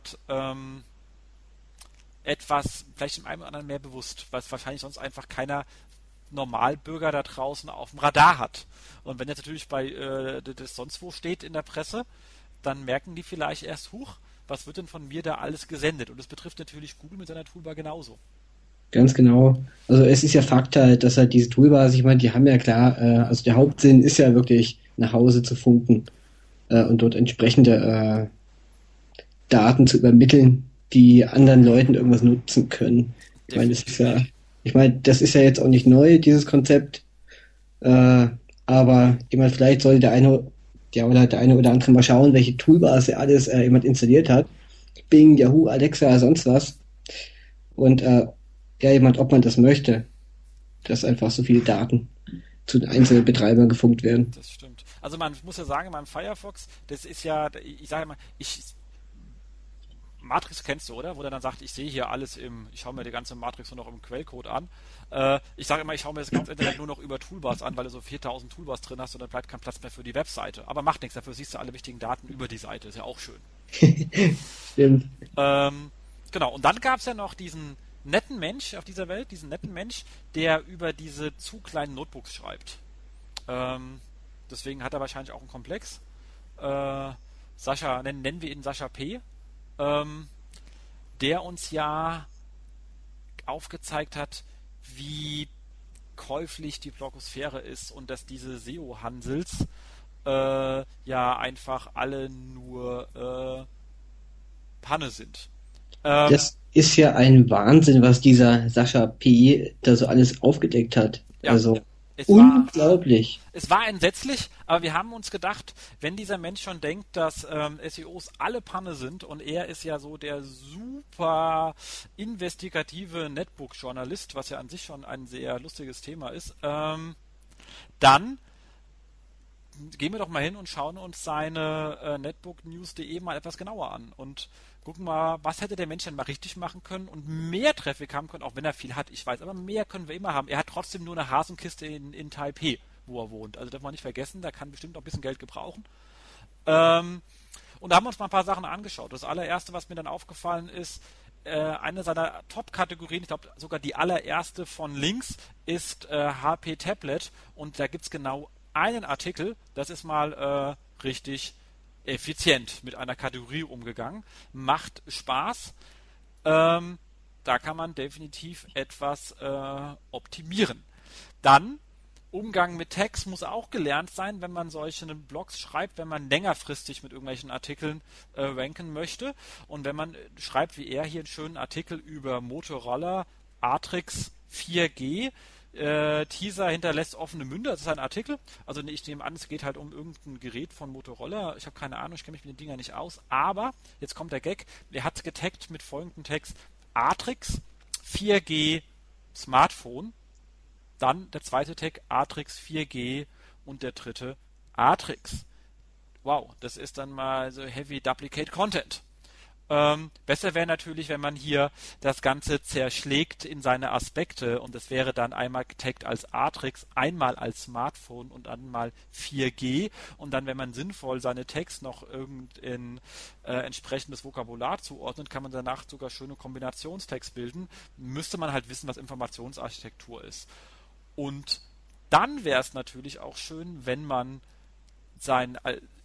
etwas, vielleicht dem einen oder anderen mehr bewusst, weil es wahrscheinlich sonst einfach keiner Normalbürger da draußen auf dem Radar hat. Und wenn jetzt natürlich bei das sonst wo steht in der Presse, dann merken die vielleicht erst, was wird denn von mir da alles gesendet? Und das betrifft natürlich Google mit seiner Toolbar genauso. Ganz genau. Also es ist ja Fakt halt, dass halt diese Toolbars, ich meine, die haben ja klar, also der Hauptsinn ist ja wirklich nach Hause zu funken und dort entsprechende Daten zu übermitteln, die anderen Leuten irgendwas nutzen können. Ich meine, das ist ja jetzt auch nicht neu, dieses Konzept, aber jemand vielleicht sollte der eine oder andere mal schauen, welche Toolbars er alles jemand installiert hat. Bing, Yahoo, Alexa, sonst was. Und jemand, ob man das möchte, dass einfach so viele Daten zu den einzelnen Betreibern gefunkt werden. Das stimmt. Also man muss ja sagen, in meinem Firefox, das ist ja, ich sage mal, Matrix kennst du, oder? Wo der dann sagt, ich sehe hier alles ich schaue mir die ganze Matrix nur noch im Quellcode an. Ich sage immer, ich schaue mir das ganze Internet nur noch über Toolbars an, weil du so 4000 Toolbars drin hast und dann bleibt kein Platz mehr für die Webseite. Aber macht nichts, dafür siehst du alle wichtigen Daten über die Seite, ist ja auch schön. Stimmt. Genau, und dann gab es ja noch diesen netten Mensch auf dieser Welt, der über diese zu kleinen Notebooks schreibt. Deswegen hat er wahrscheinlich auch einen Komplex. Sascha, nennen wir ihn Sascha P., der uns ja aufgezeigt hat, wie käuflich die Blogosphäre ist und dass diese SEO-Hansels ja einfach alle nur Panne sind. Das ist ja ein Wahnsinn, was dieser Sascha P. da so alles aufgedeckt hat. Ja, also unglaublich. Es war entsetzlich, aber wir haben uns gedacht, wenn dieser Mensch schon denkt, dass SEOs alle Panne sind und er ist ja so der super investigative Netbook-Journalist, was ja an sich schon ein sehr lustiges Thema ist, dann gehen wir doch mal hin und schauen uns seine netbooknews.de mal etwas genauer an und gucken mal, was hätte der Mensch denn mal richtig machen können und mehr Traffic haben können, auch wenn er viel hat, ich weiß, aber mehr können wir immer haben. Er hat trotzdem nur eine Hasenkiste in Taipei, wo er wohnt. Also darf man nicht vergessen, da kann bestimmt noch ein bisschen Geld gebrauchen. Und da haben wir uns mal ein paar Sachen angeschaut. Das allererste, was mir dann aufgefallen ist, eine seiner Top-Kategorien, ich glaube sogar die allererste von links, ist HP Tablet und da gibt es genau einen Artikel, das ist mal richtig effizient mit einer Kategorie umgegangen. Macht Spaß. Da kann man definitiv etwas optimieren. Dann, Umgang mit Tags muss auch gelernt sein, wenn man solche Blogs schreibt, wenn man längerfristig mit irgendwelchen Artikeln ranken möchte. Und wenn man schreibt, wie er hier einen schönen Artikel über Motorola Atrix 4G, Teaser hinterlässt offene Münder, das ist ein Artikel, also ich nehme an, es geht halt um irgendein Gerät von Motorola, ich habe keine Ahnung, ich kenne mich mit den Dingern nicht aus, aber, jetzt kommt der Gag, er hat getaggt mit folgendem Text, Atrix 4G Smartphone, dann der zweite Tag Atrix 4G und der dritte Atrix. Wow, das ist dann mal so Heavy Duplicate Content. Besser wäre natürlich, wenn man hier das Ganze zerschlägt in seine Aspekte und es wäre dann einmal getaggt als Atrix, einmal als Smartphone und einmal 4G und dann, wenn man sinnvoll seine Tags noch irgendein entsprechendes Vokabular zuordnet, kann man danach sogar schöne Kombinationstags bilden. Müsste man halt wissen, was Informationsarchitektur ist. Und dann wäre es natürlich auch schön, wenn man sein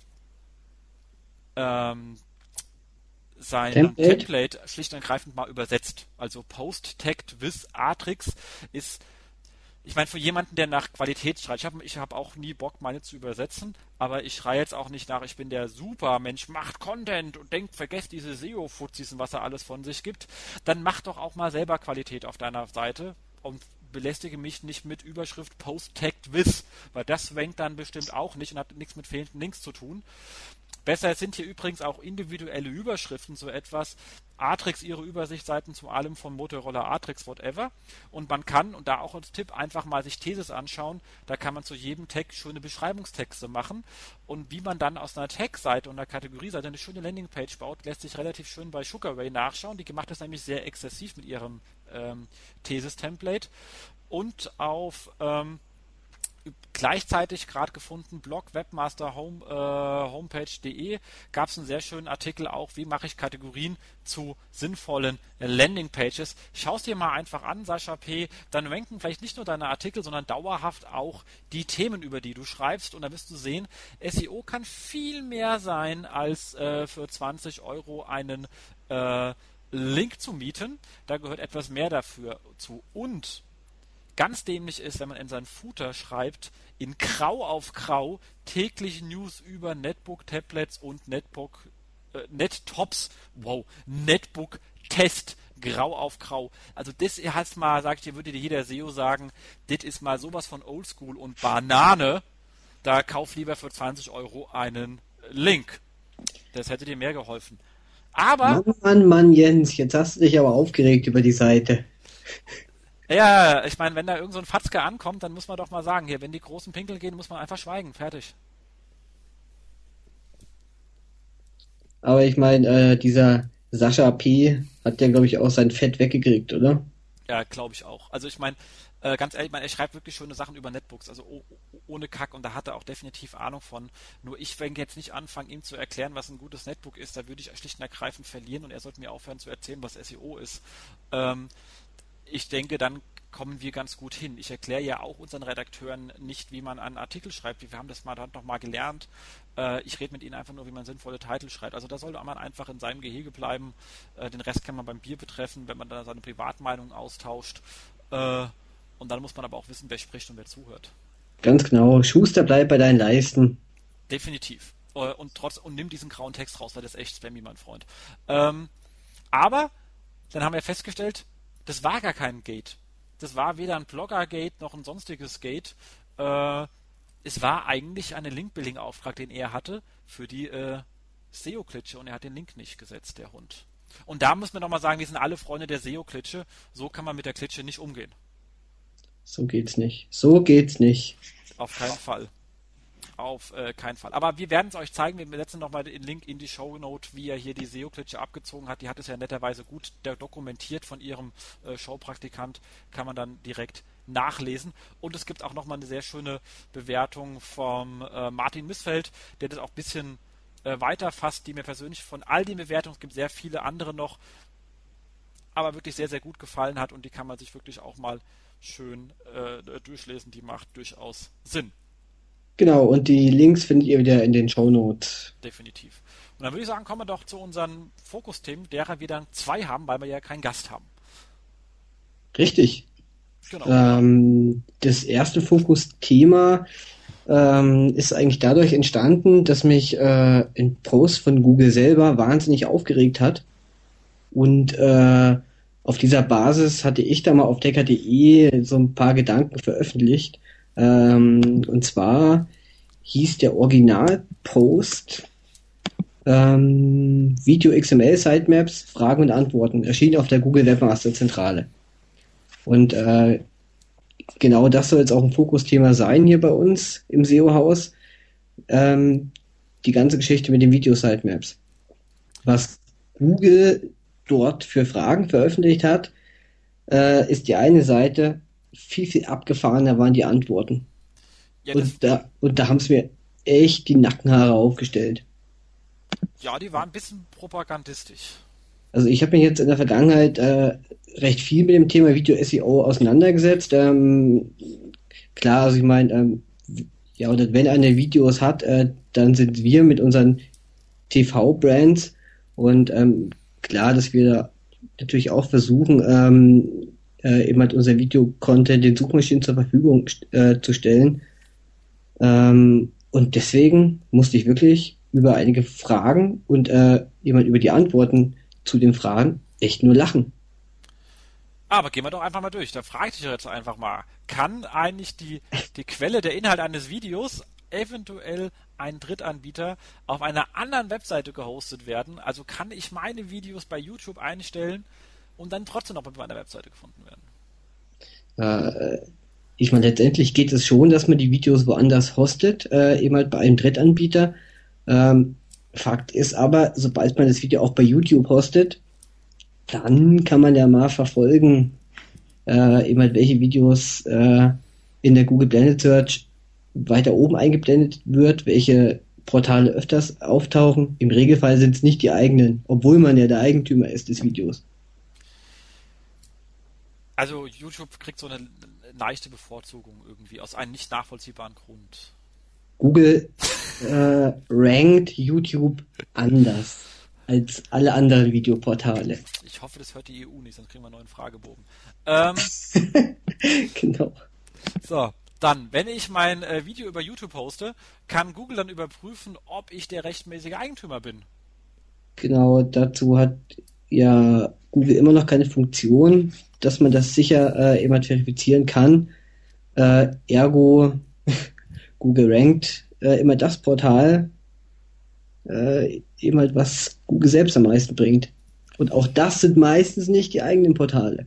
Template schlicht und ergreifend mal übersetzt. Also Post-Tagged with Atrix ist, ich meine, für jemanden, der nach Qualität schreit, ich hab auch nie Bock, meine zu übersetzen, aber ich schreie jetzt auch nicht nach, ich bin der Supermensch, macht Content und vergesst diese SEO-Fuzis und was er alles von sich gibt, dann mach doch auch mal selber Qualität auf deiner Seite und belästige mich nicht mit Überschrift Post tagged with, weil das rankt dann bestimmt auch nicht und hat nichts mit fehlenden Links zu tun. Besser sind hier übrigens auch individuelle Überschriften, so etwas. Atrix ihre Übersichtsseiten zu allem von Motorola, Atrix, whatever. Und man kann, und da auch als Tipp, einfach mal sich Thesis anschauen. Da kann man zu jedem Tag schöne Beschreibungstexte machen. Und wie man dann aus einer Tag-Seite und einer Kategorieseite eine schöne Landingpage baut, lässt sich relativ schön bei Sugarway nachschauen. Die macht das nämlich sehr exzessiv mit ihrem Thesis-Template. Und auf gleichzeitig gerade gefunden Blog webmaster-homepage.de gab es einen sehr schönen Artikel auch, wie mache ich Kategorien zu sinnvollen Landingpages. Schau es dir mal einfach an, Sascha P., dann ranken vielleicht nicht nur deine Artikel, sondern dauerhaft auch die Themen, über die du schreibst, und da wirst du sehen, SEO kann viel mehr sein, als für 20 Euro einen Link zu mieten. Da gehört etwas mehr dafür zu. Und ganz dämlich ist, wenn man in seinen Footer schreibt, in Grau auf Grau, täglich News über Netbook-Tablets und Nettops, Netbook-Test, Grau auf Grau. Also das heißt mal, sag ich dir, würde dir jeder SEO sagen, das ist mal sowas von Oldschool und Banane, da kauf lieber für 20 Euro einen Link. Das hätte dir mehr geholfen. Aber... Mann, Jens, jetzt hast du dich aber aufgeregt über die Seite. Ja, ich meine, wenn da irgend so ein Fatzke ankommt, dann muss man doch mal sagen, hier, wenn die großen Pinkel gehen, muss man einfach schweigen. Fertig. Aber ich meine, dieser Sascha P. hat ja, glaube ich, auch sein Fett weggekriegt, oder? Ja, glaube ich auch. Also ich meine, ganz ehrlich, er schreibt wirklich schöne Sachen über Netbooks, also ohne Kack, und da hat er auch definitiv Ahnung von. Nur ich werde jetzt nicht anfangen, ihm zu erklären, was ein gutes Netbook ist. Da würde ich schlicht und ergreifend verlieren und er sollte mir aufhören zu erzählen, was SEO ist. Ich denke, dann kommen wir ganz gut hin. Ich erkläre ja auch unseren Redakteuren nicht, wie man einen Artikel schreibt. Wir haben das noch mal gelernt. Ich rede mit ihnen einfach nur, wie man sinnvolle Titel schreibt. Also da sollte man einfach in seinem Gehege bleiben. Den Rest kann man beim Bier betreffen, wenn man dann seine Privatmeinung austauscht. Und dann muss man aber auch wissen, wer spricht und wer zuhört. Ganz genau. Schuster, bleib bei deinen Leisten. Definitiv. Und nimm diesen grauen Text raus, weil das ist echt Spammy, mein Freund. Aber dann haben wir festgestellt, das war gar kein Gate. Das war weder ein Blogger-Gate noch ein sonstiges Gate. Es war eigentlich ein Link-Building-Auftrag, den er hatte für die SEO-Klitsche, und er hat den Link nicht gesetzt, der Hund. Und da muss man nochmal sagen, wir sind alle Freunde der SEO-Klitsche. So kann man mit der Klitsche nicht umgehen. So geht's nicht. So geht's nicht. Auf keinen Fall. Auf keinen Fall. Aber wir werden es euch zeigen. Wir setzen nochmal den Link in die Shownote, wie er hier die SEO-Klitsche abgezogen hat. Die hat es ja netterweise gut dokumentiert von ihrem Showpraktikant. Kann man dann direkt nachlesen. Und es gibt auch nochmal eine sehr schöne Bewertung vom Martin Missfeld, der das auch ein bisschen weiter fasst, die mir persönlich von all den Bewertungen, es gibt sehr viele andere noch, aber wirklich sehr, sehr gut gefallen hat, und die kann man sich wirklich auch mal schön durchlesen. Die macht durchaus Sinn. Genau, und die Links findet ihr wieder in den Shownotes. Definitiv. Und dann würde ich sagen, kommen wir doch zu unseren Fokusthemen, derer wir dann 2 haben, weil wir ja keinen Gast haben. Richtig. Genau. Das erste Fokusthema ist eigentlich dadurch entstanden, dass mich ein Post von Google selber wahnsinnig aufgeregt hat. Und auf dieser Basis hatte ich da mal auf decker.de so ein paar Gedanken veröffentlicht. Und zwar hieß der Originalpost Video XML Sitemaps, Fragen und Antworten, erschien auf der Google Webmaster Zentrale. Und genau das soll jetzt auch ein Fokusthema sein hier bei uns im SEO-Haus. Die ganze Geschichte mit den Video-Sitemaps. Was Google dort für Fragen veröffentlicht hat, ist die eine Seite, viel abgefahrener waren die Antworten. Ja, und da haben es mir echt die Nackenhaare aufgestellt. Ja, die waren ein bisschen propagandistisch. Also ich habe mich jetzt in der Vergangenheit recht viel mit dem Thema Video-SEO auseinandergesetzt. Klar, also ich meine, ja, oder wenn einer Videos hat, dann sind wir mit unseren TV-Brands, und klar, dass wir da natürlich auch versuchen, eben halt unser Video-Content den Suchmaschinen zur Verfügung zu stellen. Und deswegen musste ich wirklich über einige Fragen und jemand über die Antworten zu den Fragen echt nur lachen. Aber gehen wir doch einfach mal durch. Da frage ich dich jetzt einfach mal, kann eigentlich die Quelle, der Inhalt eines Videos eventuell ein Drittanbieter auf einer anderen Webseite gehostet werden? Also kann ich meine Videos bei YouTube einstellen und dann trotzdem noch bei meiner Webseite gefunden werden? Ich meine, letztendlich geht es schon, dass man die Videos woanders hostet, eben halt bei einem Drittanbieter. Fakt ist aber, sobald man das Video auch bei YouTube hostet, dann kann man ja mal verfolgen, eben halt welche Videos in der Google Blended Search weiter oben eingeblendet wird, welche Portale öfters auftauchen. Im Regelfall sind es nicht die eigenen, obwohl man ja der Eigentümer ist des Videos. Also YouTube kriegt so eine leichte Bevorzugung irgendwie aus einem nicht nachvollziehbaren Grund. Google rankt YouTube anders als alle anderen Videoportale. Ich hoffe, das hört die EU nicht, sonst kriegen wir einen neuen Fragebogen. Genau. So, dann, wenn ich mein Video über YouTube poste, kann Google dann überprüfen, ob ich der rechtmäßige Eigentümer bin. Genau, dazu hat ja Google immer noch keine Funktion, dass man das sicher eben halt verifizieren kann. Ergo, Google rankt immer das Portal, eben halt, was Google selbst am meisten bringt. Und auch das sind meistens nicht die eigenen Portale.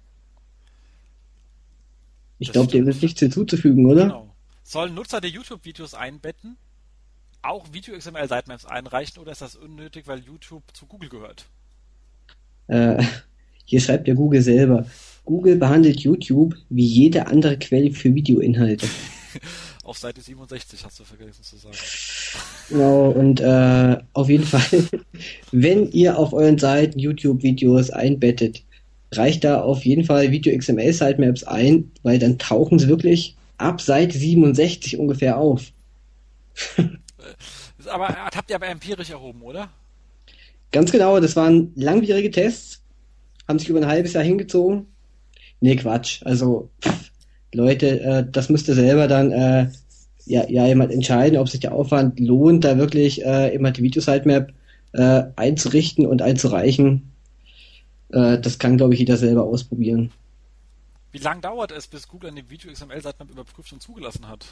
Ich glaube, dem ist nichts hinzuzufügen, oder? Genau. Sollen Nutzer, die YouTube-Videos einbetten, auch Video-XML-Sitemaps einreichen oder ist das unnötig, weil YouTube zu Google gehört? Hier schreibt ja Google selber. Google behandelt YouTube wie jede andere Quelle für Videoinhalte. Auf Seite 67 hast du vergessen zu sagen. Genau, und auf jeden Fall, wenn ihr auf euren Seiten YouTube-Videos einbettet, reicht da auf jeden Fall Video-XML-Sitemaps ein, weil dann tauchen sie wirklich ab Seite 67 ungefähr auf. Aber habt ihr aber empirisch erhoben, oder? Ganz genau, das waren langwierige Tests, haben sich über ein halbes Jahr hingezogen. Nee, Quatsch. Also, Leute, das müsst ihr selber dann jemand entscheiden, ob sich der Aufwand lohnt, da wirklich immer die Video-Sitemap einzurichten und einzureichen. Das kann, glaube ich, jeder selber ausprobieren. Wie lange dauert es, bis Google eine Video-XML-Sitemap überprüft und zugelassen hat?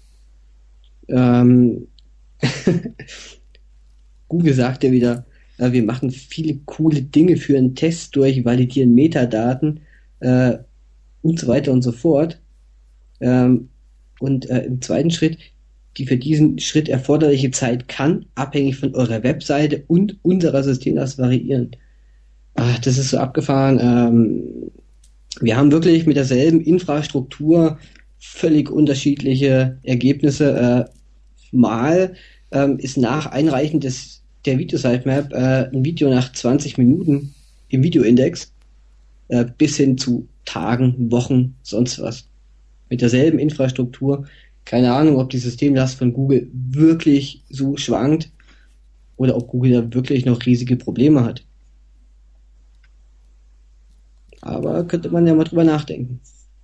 Google sagt ja wieder, wir machen viele coole Dinge für einen Test durch, validieren Metadaten und so weiter und so fort. Und im zweiten Schritt, die für diesen Schritt erforderliche Zeit kann, abhängig von eurer Webseite und unserer Systemlast variieren. Das ist so abgefahren. Wir haben wirklich mit derselben Infrastruktur völlig unterschiedliche Ergebnisse. Mal ist nach Einreichen der Video-Sitemap ein Video nach 20 Minuten im Videoindex bis hin zu Tagen, Wochen, sonst was. Mit derselben Infrastruktur. Keine Ahnung, ob die Systemlast von Google wirklich so schwankt oder ob Google da wirklich noch riesige Probleme hat. Aber könnte man ja mal drüber nachdenken.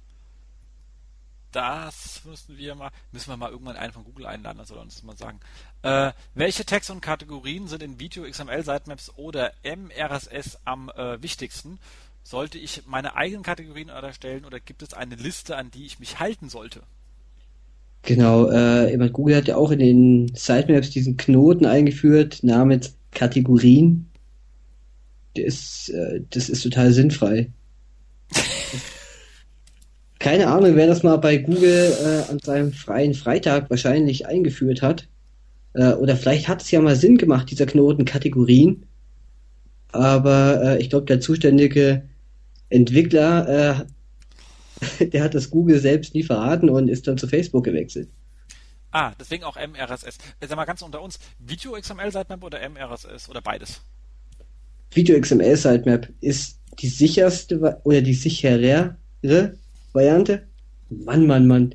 Das müssen wir mal irgendwann einen von Google einladen, das soll uns das mal sagen. Welche Tags und Kategorien sind in Video XML Sitemaps oder MRSS am wichtigsten? Sollte ich meine eigenen Kategorien erstellen oder gibt es eine Liste, an die ich mich halten sollte? Genau, Google hat ja auch in den Sitemaps diesen Knoten eingeführt, namens Kategorien. Das ist total sinnfrei. Keine Ahnung, wer das mal bei Google an seinem freien Freitag wahrscheinlich eingeführt hat. Oder vielleicht hat es ja mal Sinn gemacht, dieser Knoten Kategorien. Aber ich glaube, der zuständige Entwickler, der hat das Google selbst nie verraten und ist dann zu Facebook gewechselt. Deswegen auch MRSS. Sag mal ganz unter uns, Video XML Sitemap oder MRSS oder beides? Video XML Sitemap ist die sicherste oder die sicherere Variante. Mann.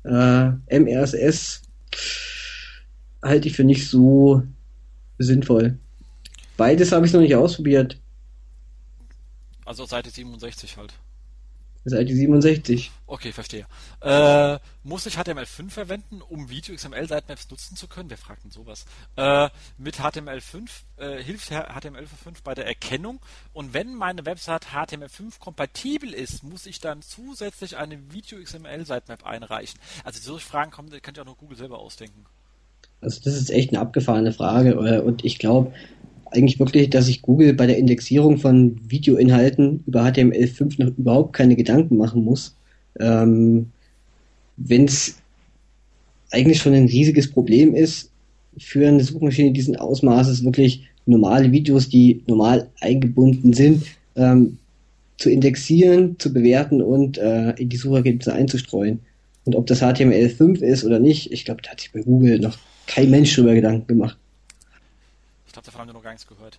MRSS halte ich für nicht so sinnvoll. Beides habe ich noch nicht ausprobiert. Also Seite 67 halt. Seite 67. Okay, verstehe. Muss ich HTML5 verwenden, um Video-XML-Sitemaps nutzen zu können? Wer fragt denn sowas? Mit HTML5 hilft HTML5 bei der Erkennung, und wenn meine Website HTML5 kompatibel ist, muss ich dann zusätzlich eine Video-XML-Sitemap einreichen. Also solche Fragen könnt ihr auch nur Google selber ausdenken. Also das ist echt eine abgefahrene Frage. Und ich glaube eigentlich wirklich, dass sich Google bei der Indexierung von Videoinhalten über HTML5 noch überhaupt keine Gedanken machen muss. Ähm, Wenn es eigentlich schon ein riesiges Problem ist, für eine Suchmaschine diesen Ausmaßes wirklich normale Videos, die normal eingebunden sind, zu indexieren, zu bewerten und in die Suchergebnisse einzustreuen. Und ob das HTML5 ist oder nicht, ich glaube, da hat sich bei Google noch kein Mensch drüber Gedanken gemacht. Ich glaube, davon haben wir noch gar nichts gehört.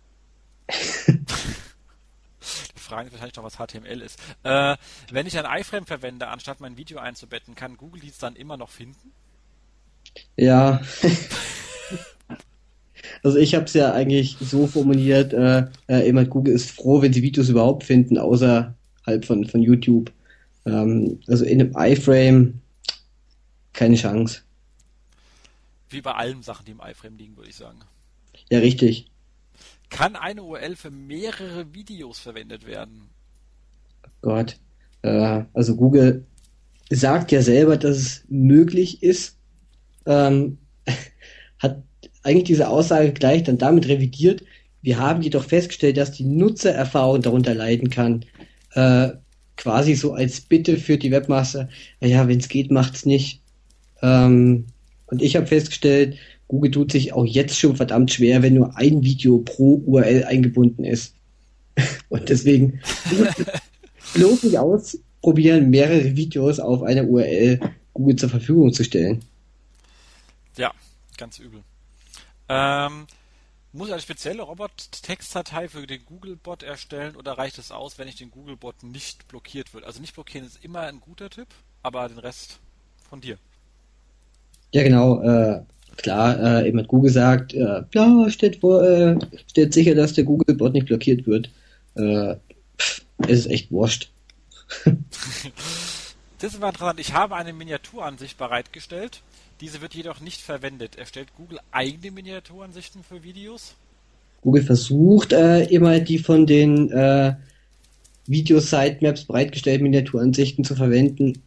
Die fragen wahrscheinlich noch, was HTML ist. Wenn ich ein iFrame verwende, anstatt mein Video einzubetten, kann Google dies dann immer noch finden? Ja, also ich habe es ja eigentlich so formuliert, immer Google ist froh, wenn sie Videos überhaupt finden, außerhalb von YouTube. Also in einem iFrame keine Chance. Wie bei allen Sachen, die im iFrame liegen, würde ich sagen. Ja, richtig. Kann eine URL für mehrere Videos verwendet werden? Gott. Also Google sagt ja selber, dass es möglich ist, ähm, hat eigentlich diese Aussage gleich dann damit revidiert. Wir haben jedoch festgestellt, dass die Nutzererfahrung darunter leiden kann. Äh, Quasi so als Bitte für die Webmaster, naja, wenn es geht, macht's nicht. Und ich habe festgestellt, Google tut sich auch jetzt schon verdammt schwer, wenn nur ein Video pro URL eingebunden ist. Und deswegen bloß nicht ausprobieren, mehrere Videos auf einer URL Google zur Verfügung zu stellen. Ja, ganz übel. Ähm, Muss ich eine spezielle Robot-Textdatei für den Googlebot erstellen, oder reicht es aus, wenn ich den Googlebot nicht blockiert wird? Also nicht blockieren ist immer ein guter Tipp, aber den Rest von dir. Ja, genau. Klar, eben hat Google sagt, bla, steht sicher, dass der Googlebot nicht blockiert wird. Äh, Es ist echt wurscht. Das ist mal interessant. Ich habe eine Miniaturansicht bereitgestellt. Diese wird jedoch nicht verwendet. Erstellt Google eigene Miniaturansichten für Videos? Google versucht immer die von den Video-Sitemaps bereitgestellten Miniaturansichten zu verwenden,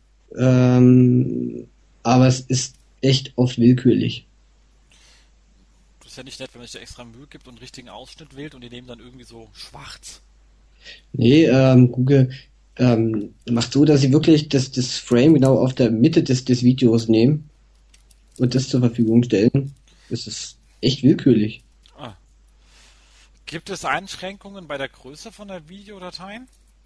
aber es ist echt oft willkürlich. Das ist ja nicht nett, wenn man sich da extra Mühe gibt und einen richtigen Ausschnitt wählt und die nehmen dann irgendwie so schwarz. Nee, Google macht so, dass sie wirklich das Frame genau auf der Mitte des Videos nehmen und das zur Verfügung stellen. Das ist echt willkürlich. Ah. Gibt es Einschränkungen bei der Größe von der Videodateien?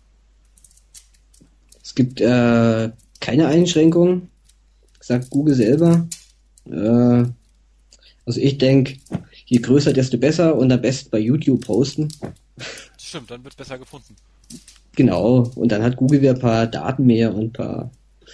Es gibt keine Einschränkungen, sagt Google selber. Äh, also ich denke, je größer, desto besser und am besten bei YouTube posten. Das stimmt, dann wird es besser gefunden. Genau, und dann hat Google wieder ein paar Daten mehr und ein paar.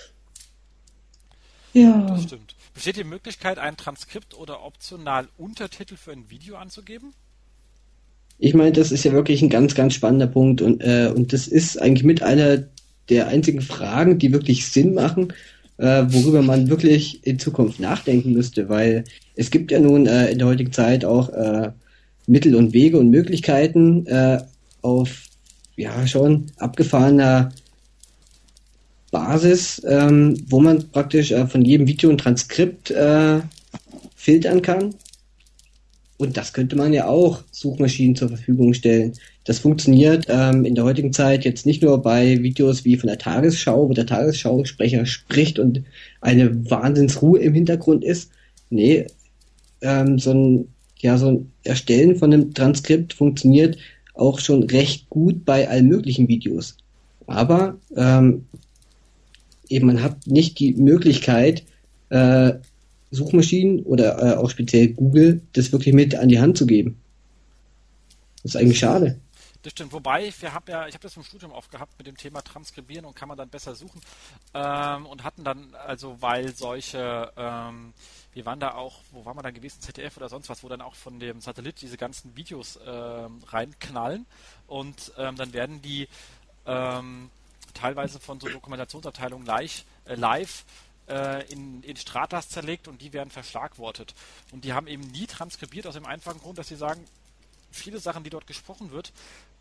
Das Ja. stimmt. Besteht die Möglichkeit, ein Transkript oder optional Untertitel für ein Video anzugeben? Ich meine, das ist ja wirklich ein ganz, ganz spannender Punkt und das ist eigentlich mit einer der einzigen Fragen, die wirklich Sinn machen, worüber man wirklich in Zukunft nachdenken müsste, weil es gibt ja nun in der heutigen Zeit auch Mittel und Wege und Möglichkeiten auf ja schon abgefahrener Basis, wo man praktisch von jedem Video ein Transkript filtern kann. Und das könnte man ja auch Suchmaschinen zur Verfügung stellen. Das funktioniert in der heutigen Zeit jetzt nicht nur bei Videos wie von der Tagesschau, wo der Tagesschausprecher spricht und eine Wahnsinnsruhe im Hintergrund ist. Nee, so ein Erstellen von einem Transkript funktioniert auch schon recht gut bei allen möglichen Videos. Aber eben man hat nicht die Möglichkeit, Suchmaschinen oder auch speziell Google das wirklich mit an die Hand zu geben. Das ist eigentlich schade. Das stimmt. Wobei, ich habe das im Studium aufgehabt mit dem Thema Transkribieren und kann man dann besser suchen. Und hatten dann, also weil solche, wir waren da auch, wo waren wir dann gewesen, ZDF oder sonst was, wo dann auch von dem Satellit diese ganzen Videos reinknallen und dann werden die teilweise von so Dokumentationsabteilungen live in Stratas zerlegt und die werden verschlagwortet. Und die haben eben nie transkribiert aus dem einfachen Grund, dass sie sagen, viele Sachen, die dort gesprochen wird,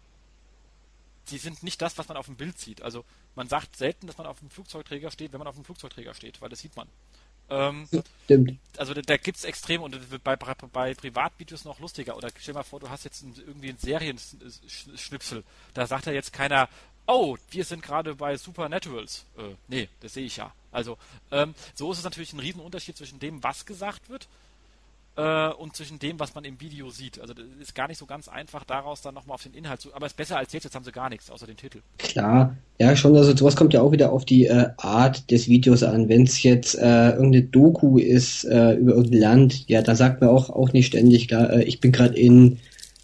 die sind nicht das, was man auf dem Bild sieht. Also man sagt selten, dass man auf dem Flugzeugträger steht, wenn man auf dem Flugzeugträger steht, weil das sieht man. Stimmt. Also da gibt es extrem und das wird bei Privatvideos noch lustiger. Oder stell dir mal vor, du hast jetzt irgendwie einen Serienschnipsel. Da sagt ja jetzt keiner, oh, wir sind gerade bei Supernaturals. Nee, das sehe ich ja. Also so ist es natürlich ein Riesenunterschied zwischen dem, was gesagt wird und zwischen dem, was man im Video sieht. Also das ist gar nicht so ganz einfach, daraus dann nochmal auf den Inhalt zu... Aber es ist besser als jetzt haben sie gar nichts, außer den Titel. Klar, ja schon, also sowas kommt ja auch wieder auf die Art des Videos an. Wenn es jetzt irgendeine Doku ist über irgendein Land, ja, da sagt man auch nicht ständig, klar, ich bin gerade in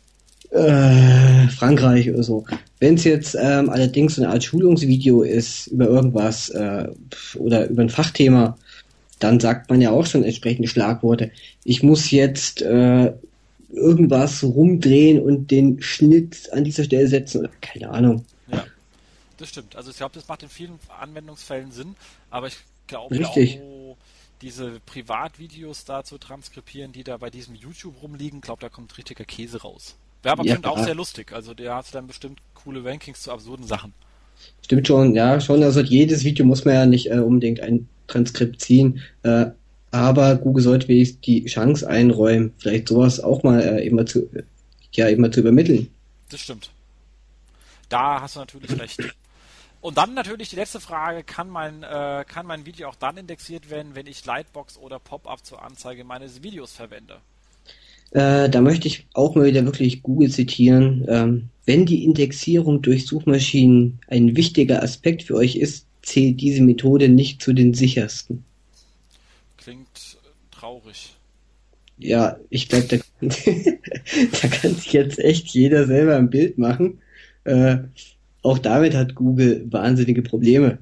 Frankreich oder so. Wenn es jetzt allerdings so eine Art Schulungsvideo ist über irgendwas oder über ein Fachthema, dann sagt man ja auch schon entsprechende Schlagworte. Ich muss jetzt irgendwas rumdrehen und den Schnitt an dieser Stelle setzen oder keine Ahnung. Ja, das stimmt. Also ich glaube, das macht in vielen Anwendungsfällen Sinn, aber ich glaube Richtig. auch, diese Privatvideos da zu transkribieren, die da bei diesem YouTube rumliegen, glaube da kommt richtiger Käse raus. Wäre aber bestimmt auch sehr lustig. Also der hat dann bestimmt coole Rankings zu absurden Sachen. Stimmt schon, ja, schon. Also jedes Video muss man ja nicht unbedingt ein Transkript ziehen, aber Google sollte wenigstens die Chance einräumen, vielleicht sowas auch mal immer zu übermitteln. Das stimmt. Da hast du natürlich recht. Und dann natürlich die letzte Frage, kann mein Video auch dann indexiert werden, wenn ich Lightbox oder Pop-up zur Anzeige meines Videos verwende? Da möchte ich auch mal wieder wirklich Google zitieren. Wenn die Indexierung durch Suchmaschinen ein wichtiger Aspekt für euch ist, zählt diese Methode nicht zu den sichersten. Klingt traurig. Ja, ich glaube, da kann sich jetzt echt jeder selber ein Bild machen. Auch damit hat Google wahnsinnige Probleme.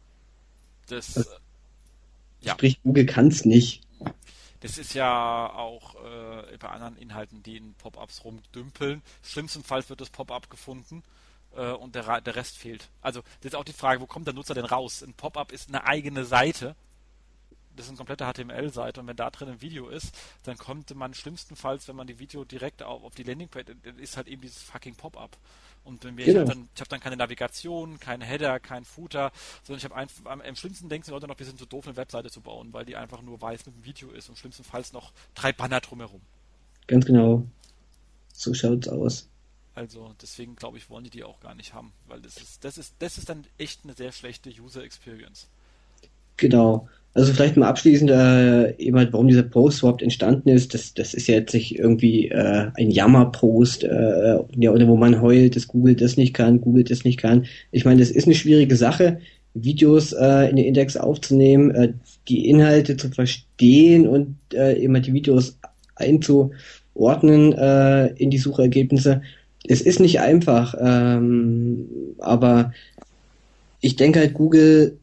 Das, ja. Sprich, Google kann es nicht. Das ist ja auch bei anderen Inhalten, die in Pop-ups rumdümpeln. Schlimmstenfalls wird das Pop-up gefunden und der Rest fehlt. Also das ist auch die Frage, wo kommt der Nutzer denn raus? Ein Pop-up ist eine eigene Seite. Das ist eine komplette HTML-Seite und wenn da drin ein Video ist, dann kommt man schlimmstenfalls, wenn man die Video direkt auf die Landingpage, dann ist halt eben dieses fucking Pop-up. Und wenn ich habe dann keine Navigation, keinen Header, keinen Footer, sondern ich habe einfach, am schlimmsten denken die Leute noch, wir sind zu doof, eine Webseite zu bauen, weil die einfach nur weiß mit dem Video ist und schlimmstenfalls noch 3 Banner drumherum. Ganz genau. So schaut's aus. Also deswegen glaube ich, wollen die auch gar nicht haben, weil das ist dann echt eine sehr schlechte User Experience. Genau. Also vielleicht mal abschließend eben halt, warum dieser Post überhaupt entstanden ist. Das ist ja jetzt nicht irgendwie ein Jammerpost oder wo man heult, dass Google das nicht kann, Google das nicht kann. Ich meine, das ist eine schwierige Sache, Videos in den Index aufzunehmen, die Inhalte zu verstehen und eben die Videos einzuordnen in die Suchergebnisse. Es ist nicht einfach, aber ich denke halt, Google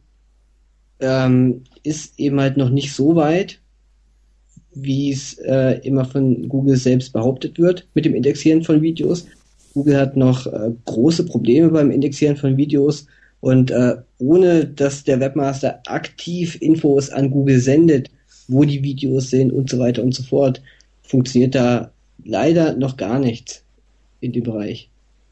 ist eben halt noch nicht so weit, wie es immer von Google selbst behauptet wird mit dem Indexieren von Videos. Google hat noch große Probleme beim Indexieren von Videos und ohne dass der Webmaster aktiv Infos an Google sendet, wo die Videos sind und so weiter und so fort, funktioniert da leider noch gar nichts in dem Bereich.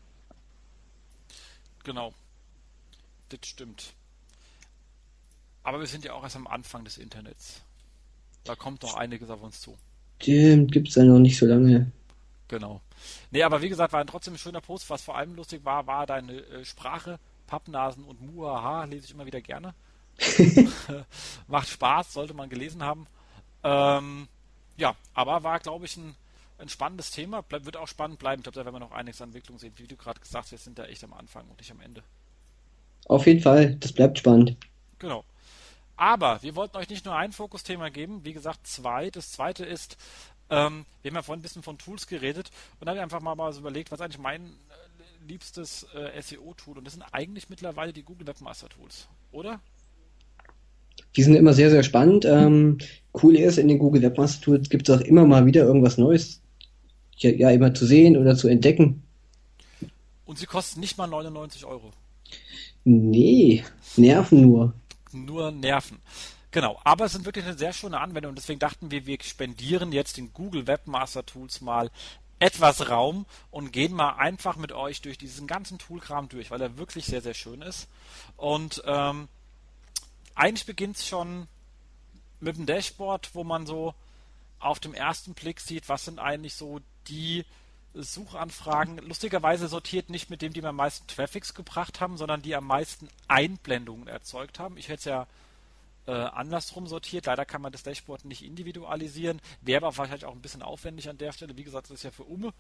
Genau. Das stimmt. Aber wir sind ja auch erst am Anfang des Internets. Da kommt noch einiges auf uns zu. Stimmt, gibt's ja noch nicht so lange. Genau. Nee, aber wie gesagt, war trotzdem ein schöner Post. Was vor allem lustig war deine Sprache. Pappnasen und Muaha lese ich immer wieder gerne. Macht Spaß, sollte man gelesen haben. Ja, aber war, glaube ich, ein spannendes Thema. Wird auch spannend bleiben. Ich glaube, da werden wir noch einiges an Entwicklung sehen. Wie du gerade gesagt hast, wir sind da echt am Anfang und nicht am Ende. Auf jeden Fall, das bleibt spannend. Genau. Aber wir wollten euch nicht nur ein Fokusthema geben, wie gesagt 2. Das zweite ist, wir haben ja vorhin ein bisschen von Tools geredet und dann habe ich einfach mal so überlegt, was ist eigentlich mein liebstes SEO-Tool und das sind eigentlich mittlerweile die Google Webmaster Tools, oder? Die sind immer sehr, sehr spannend. Cool ist, in den Google Webmaster Tools gibt es auch immer mal wieder irgendwas Neues, ja immer zu sehen oder zu entdecken. Und sie kosten nicht mal 99 Euro. Nee, Nerven nur. Nur nerven. Genau, aber es sind wirklich eine sehr schöne Anwendung und deswegen dachten wir, wir spendieren jetzt den Google Webmaster Tools mal etwas Raum und gehen mal einfach mit euch durch diesen ganzen Toolkram durch, weil er wirklich sehr, sehr schön ist. Und eigentlich beginnt es schon mit dem Dashboard, wo man so auf dem ersten Blick sieht, was sind eigentlich so die Suchanfragen. Lustigerweise sortiert nicht mit dem, die am meisten Traffics gebracht haben, sondern die am meisten Einblendungen erzeugt haben. Ich hätte es ja andersrum sortiert. Leider kann man das Dashboard nicht individualisieren. Wäre aber wahrscheinlich auch ein bisschen aufwendig an der Stelle. Wie gesagt, das ist ja für Umme.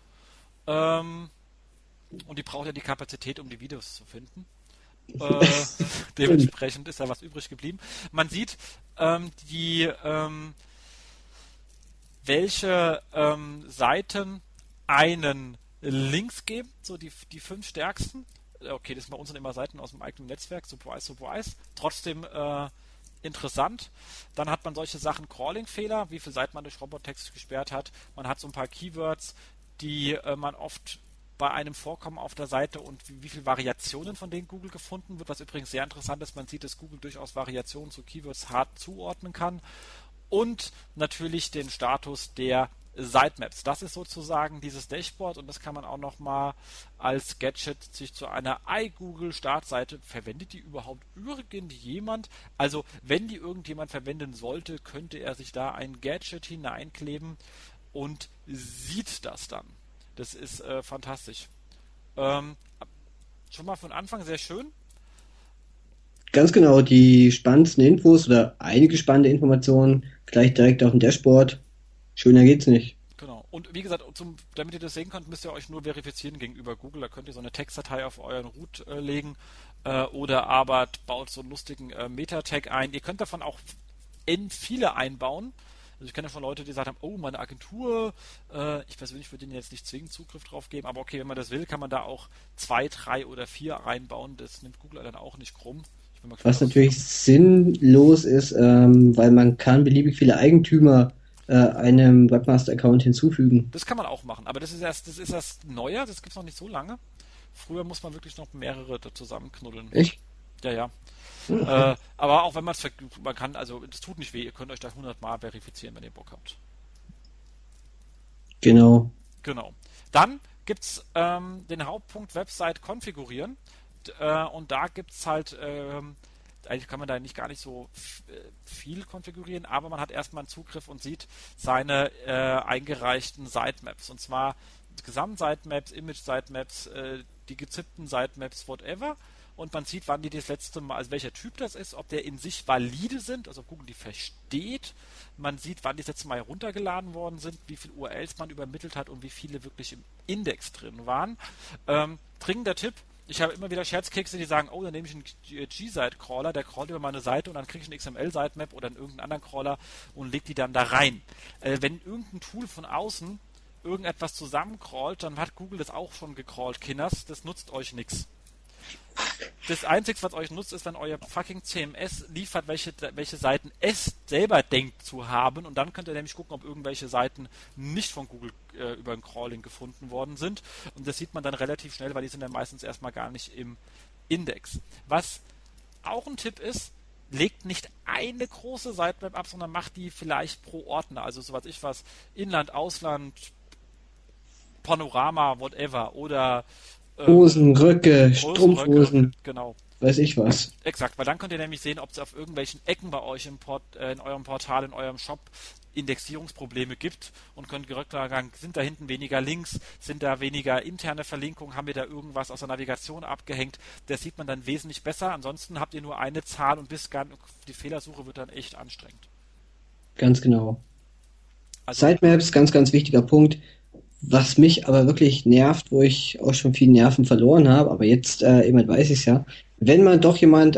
Und die braucht ja die Kapazität, um die Videos zu finden. Dementsprechend ist da was übrig geblieben. Man sieht welche Seiten einen Links geben, so die 5 stärksten. Okay, das sind bei uns dann immer Seiten aus dem eigenen Netzwerk, super Ice. Trotzdem interessant. Dann hat man solche Sachen, Crawling-Fehler, wie viele Seiten man durch Robottext gesperrt hat. Man hat so ein paar Keywords, die man oft bei einem vorkommen auf der Seite und wie viele Variationen von denen Google gefunden wird, was übrigens sehr interessant ist. Man sieht, dass Google durchaus Variationen zu Keywords hart zuordnen kann. Und natürlich den Status der Sitemaps. Das ist sozusagen dieses Dashboard und das kann man auch nochmal als Gadget sich zu einer iGoogle-Startseite. Verwendet die überhaupt irgendjemand? Also wenn die irgendjemand verwenden sollte, könnte er sich da ein Gadget hineinkleben und sieht das dann. Das ist fantastisch. Schon mal von Anfang sehr schön. Ganz genau, die spannendsten Infos oder einige spannende Informationen gleich direkt auf dem Dashboard. Schöner geht's nicht. Genau. Und wie gesagt, damit ihr das sehen könnt, müsst ihr euch nur verifizieren gegenüber Google. Da könnt ihr so eine Textdatei auf euren Root legen oder aber baut so einen lustigen Meta-Tag ein. Ihr könnt davon auch viele einbauen. Also ich kenne ja schon Leute, die gesagt haben, oh, meine Agentur, ich persönlich würde denen jetzt nicht zwingend Zugriff drauf geben, aber okay, wenn man das will, kann man da auch 2, 3 oder 4 reinbauen. Das nimmt Google dann auch nicht krumm. Ich bin mal gespannt, Was natürlich sinnlos ist, weil man kann beliebig viele Eigentümer einem Webmaster-Account hinzufügen. das kann man auch machen, aber das ist erst neuer, das gibt es noch nicht so lange. Früher muss man wirklich noch mehrere da zusammenknuddeln. Echt? Ja, ja. Aber auch wenn man kann, also das tut nicht weh, ihr könnt euch da 100 Mal verifizieren, wenn ihr Bock habt. Genau. Genau. Dann gibt's den Hauptpunkt Website konfigurieren und da gibt's halt eigentlich kann man da gar nicht so viel konfigurieren, aber man hat erstmal einen Zugriff und sieht seine eingereichten Sitemaps. Und zwar Gesamt-Sitemaps, Image-Sitemaps, die gezippten Sitemaps, whatever. Und man sieht, wann die das letzte Mal, also welcher Typ das ist, ob der in sich valide sind, also ob Google die versteht. Man sieht, wann die das letzte Mal heruntergeladen worden sind, wie viele URLs man übermittelt hat und wie viele wirklich im Index drin waren. Dringender Tipp. Ich habe immer wieder Scherzkekse, die sagen, oh, dann nehme ich einen G-Site-Crawler, der crawlt über meine Seite und dann kriege ich einen XML-Sitemap oder einen irgendeinen anderen Crawler und lege die dann da rein. Wenn irgendein Tool von außen irgendetwas zusammencrawlt, dann hat Google das auch schon gecrawlt, Kinders. Das nutzt euch nichts. Das Einzige, was euch nutzt, ist, wenn euer fucking CMS liefert, welche Seiten es selber denkt zu haben. Und dann könnt ihr nämlich gucken, ob irgendwelche Seiten nicht von Google über ein Crawling gefunden worden sind. Und das sieht man dann relativ schnell, weil die sind dann meistens erstmal gar nicht im Index. Was auch ein Tipp ist, legt nicht eine große Sitemap ab, sondern macht die vielleicht pro Ordner. Also so was ich was, Inland, Ausland, Panorama, whatever. Oder Hosen, Röcke, Strumpfhosen, genau. weiß ich was. Exakt, weil dann könnt ihr nämlich sehen, ob es auf irgendwelchen Ecken bei euch in eurem Portal, in eurem Shop Indexierungsprobleme gibt und könnt direkt sagen, sind da hinten weniger Links, sind da weniger interne Verlinkungen, haben wir da irgendwas aus der Navigation abgehängt. Das sieht man dann wesentlich besser. Ansonsten habt ihr nur eine Zahl und die Fehlersuche wird dann echt anstrengend. Ganz genau. Also, Sitemaps, ganz, ganz wichtiger Punkt. Was mich aber wirklich nervt, wo ich auch schon viel Nerven verloren habe, aber jetzt jemand weiß ich es ja, wenn man doch jemand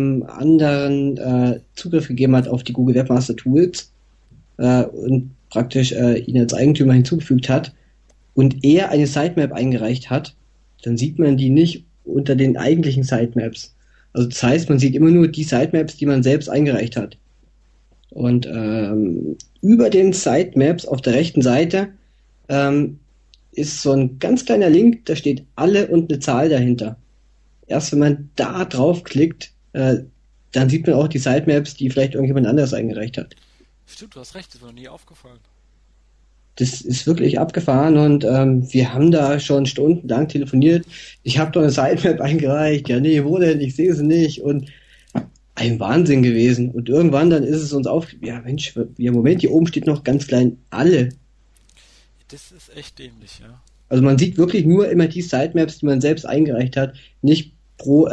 anderen Zugriff gegeben hat auf die Google Webmaster Tools und praktisch ihn als Eigentümer hinzugefügt hat und er eine Sitemap eingereicht hat, dann sieht man die nicht unter den eigentlichen Sitemaps. Also das heißt, man sieht immer nur die Sitemaps, die man selbst eingereicht hat. Und über den Sitemaps auf der rechten Seite ist so ein ganz kleiner Link, da steht alle und eine Zahl dahinter. erst wenn man da draufklickt, dann sieht man auch die Sitemaps, die vielleicht irgendjemand anders eingereicht hat. Stimmt, du hast recht, das ist mir noch nie aufgefallen. Das ist wirklich abgefahren und wir haben da schon stundenlang telefoniert. Ich habe doch eine Sitemap eingereicht. Ja, nee, wo denn? Ich sehe sie nicht. Und ein Wahnsinn gewesen. Und irgendwann dann ist es uns auf. Ja, Mensch, ja, Moment, hier oben steht noch ganz klein alle. Das ist echt dämlich, ja. Also man sieht wirklich nur immer die Sitemaps, die man selbst eingereicht hat. Nicht pro,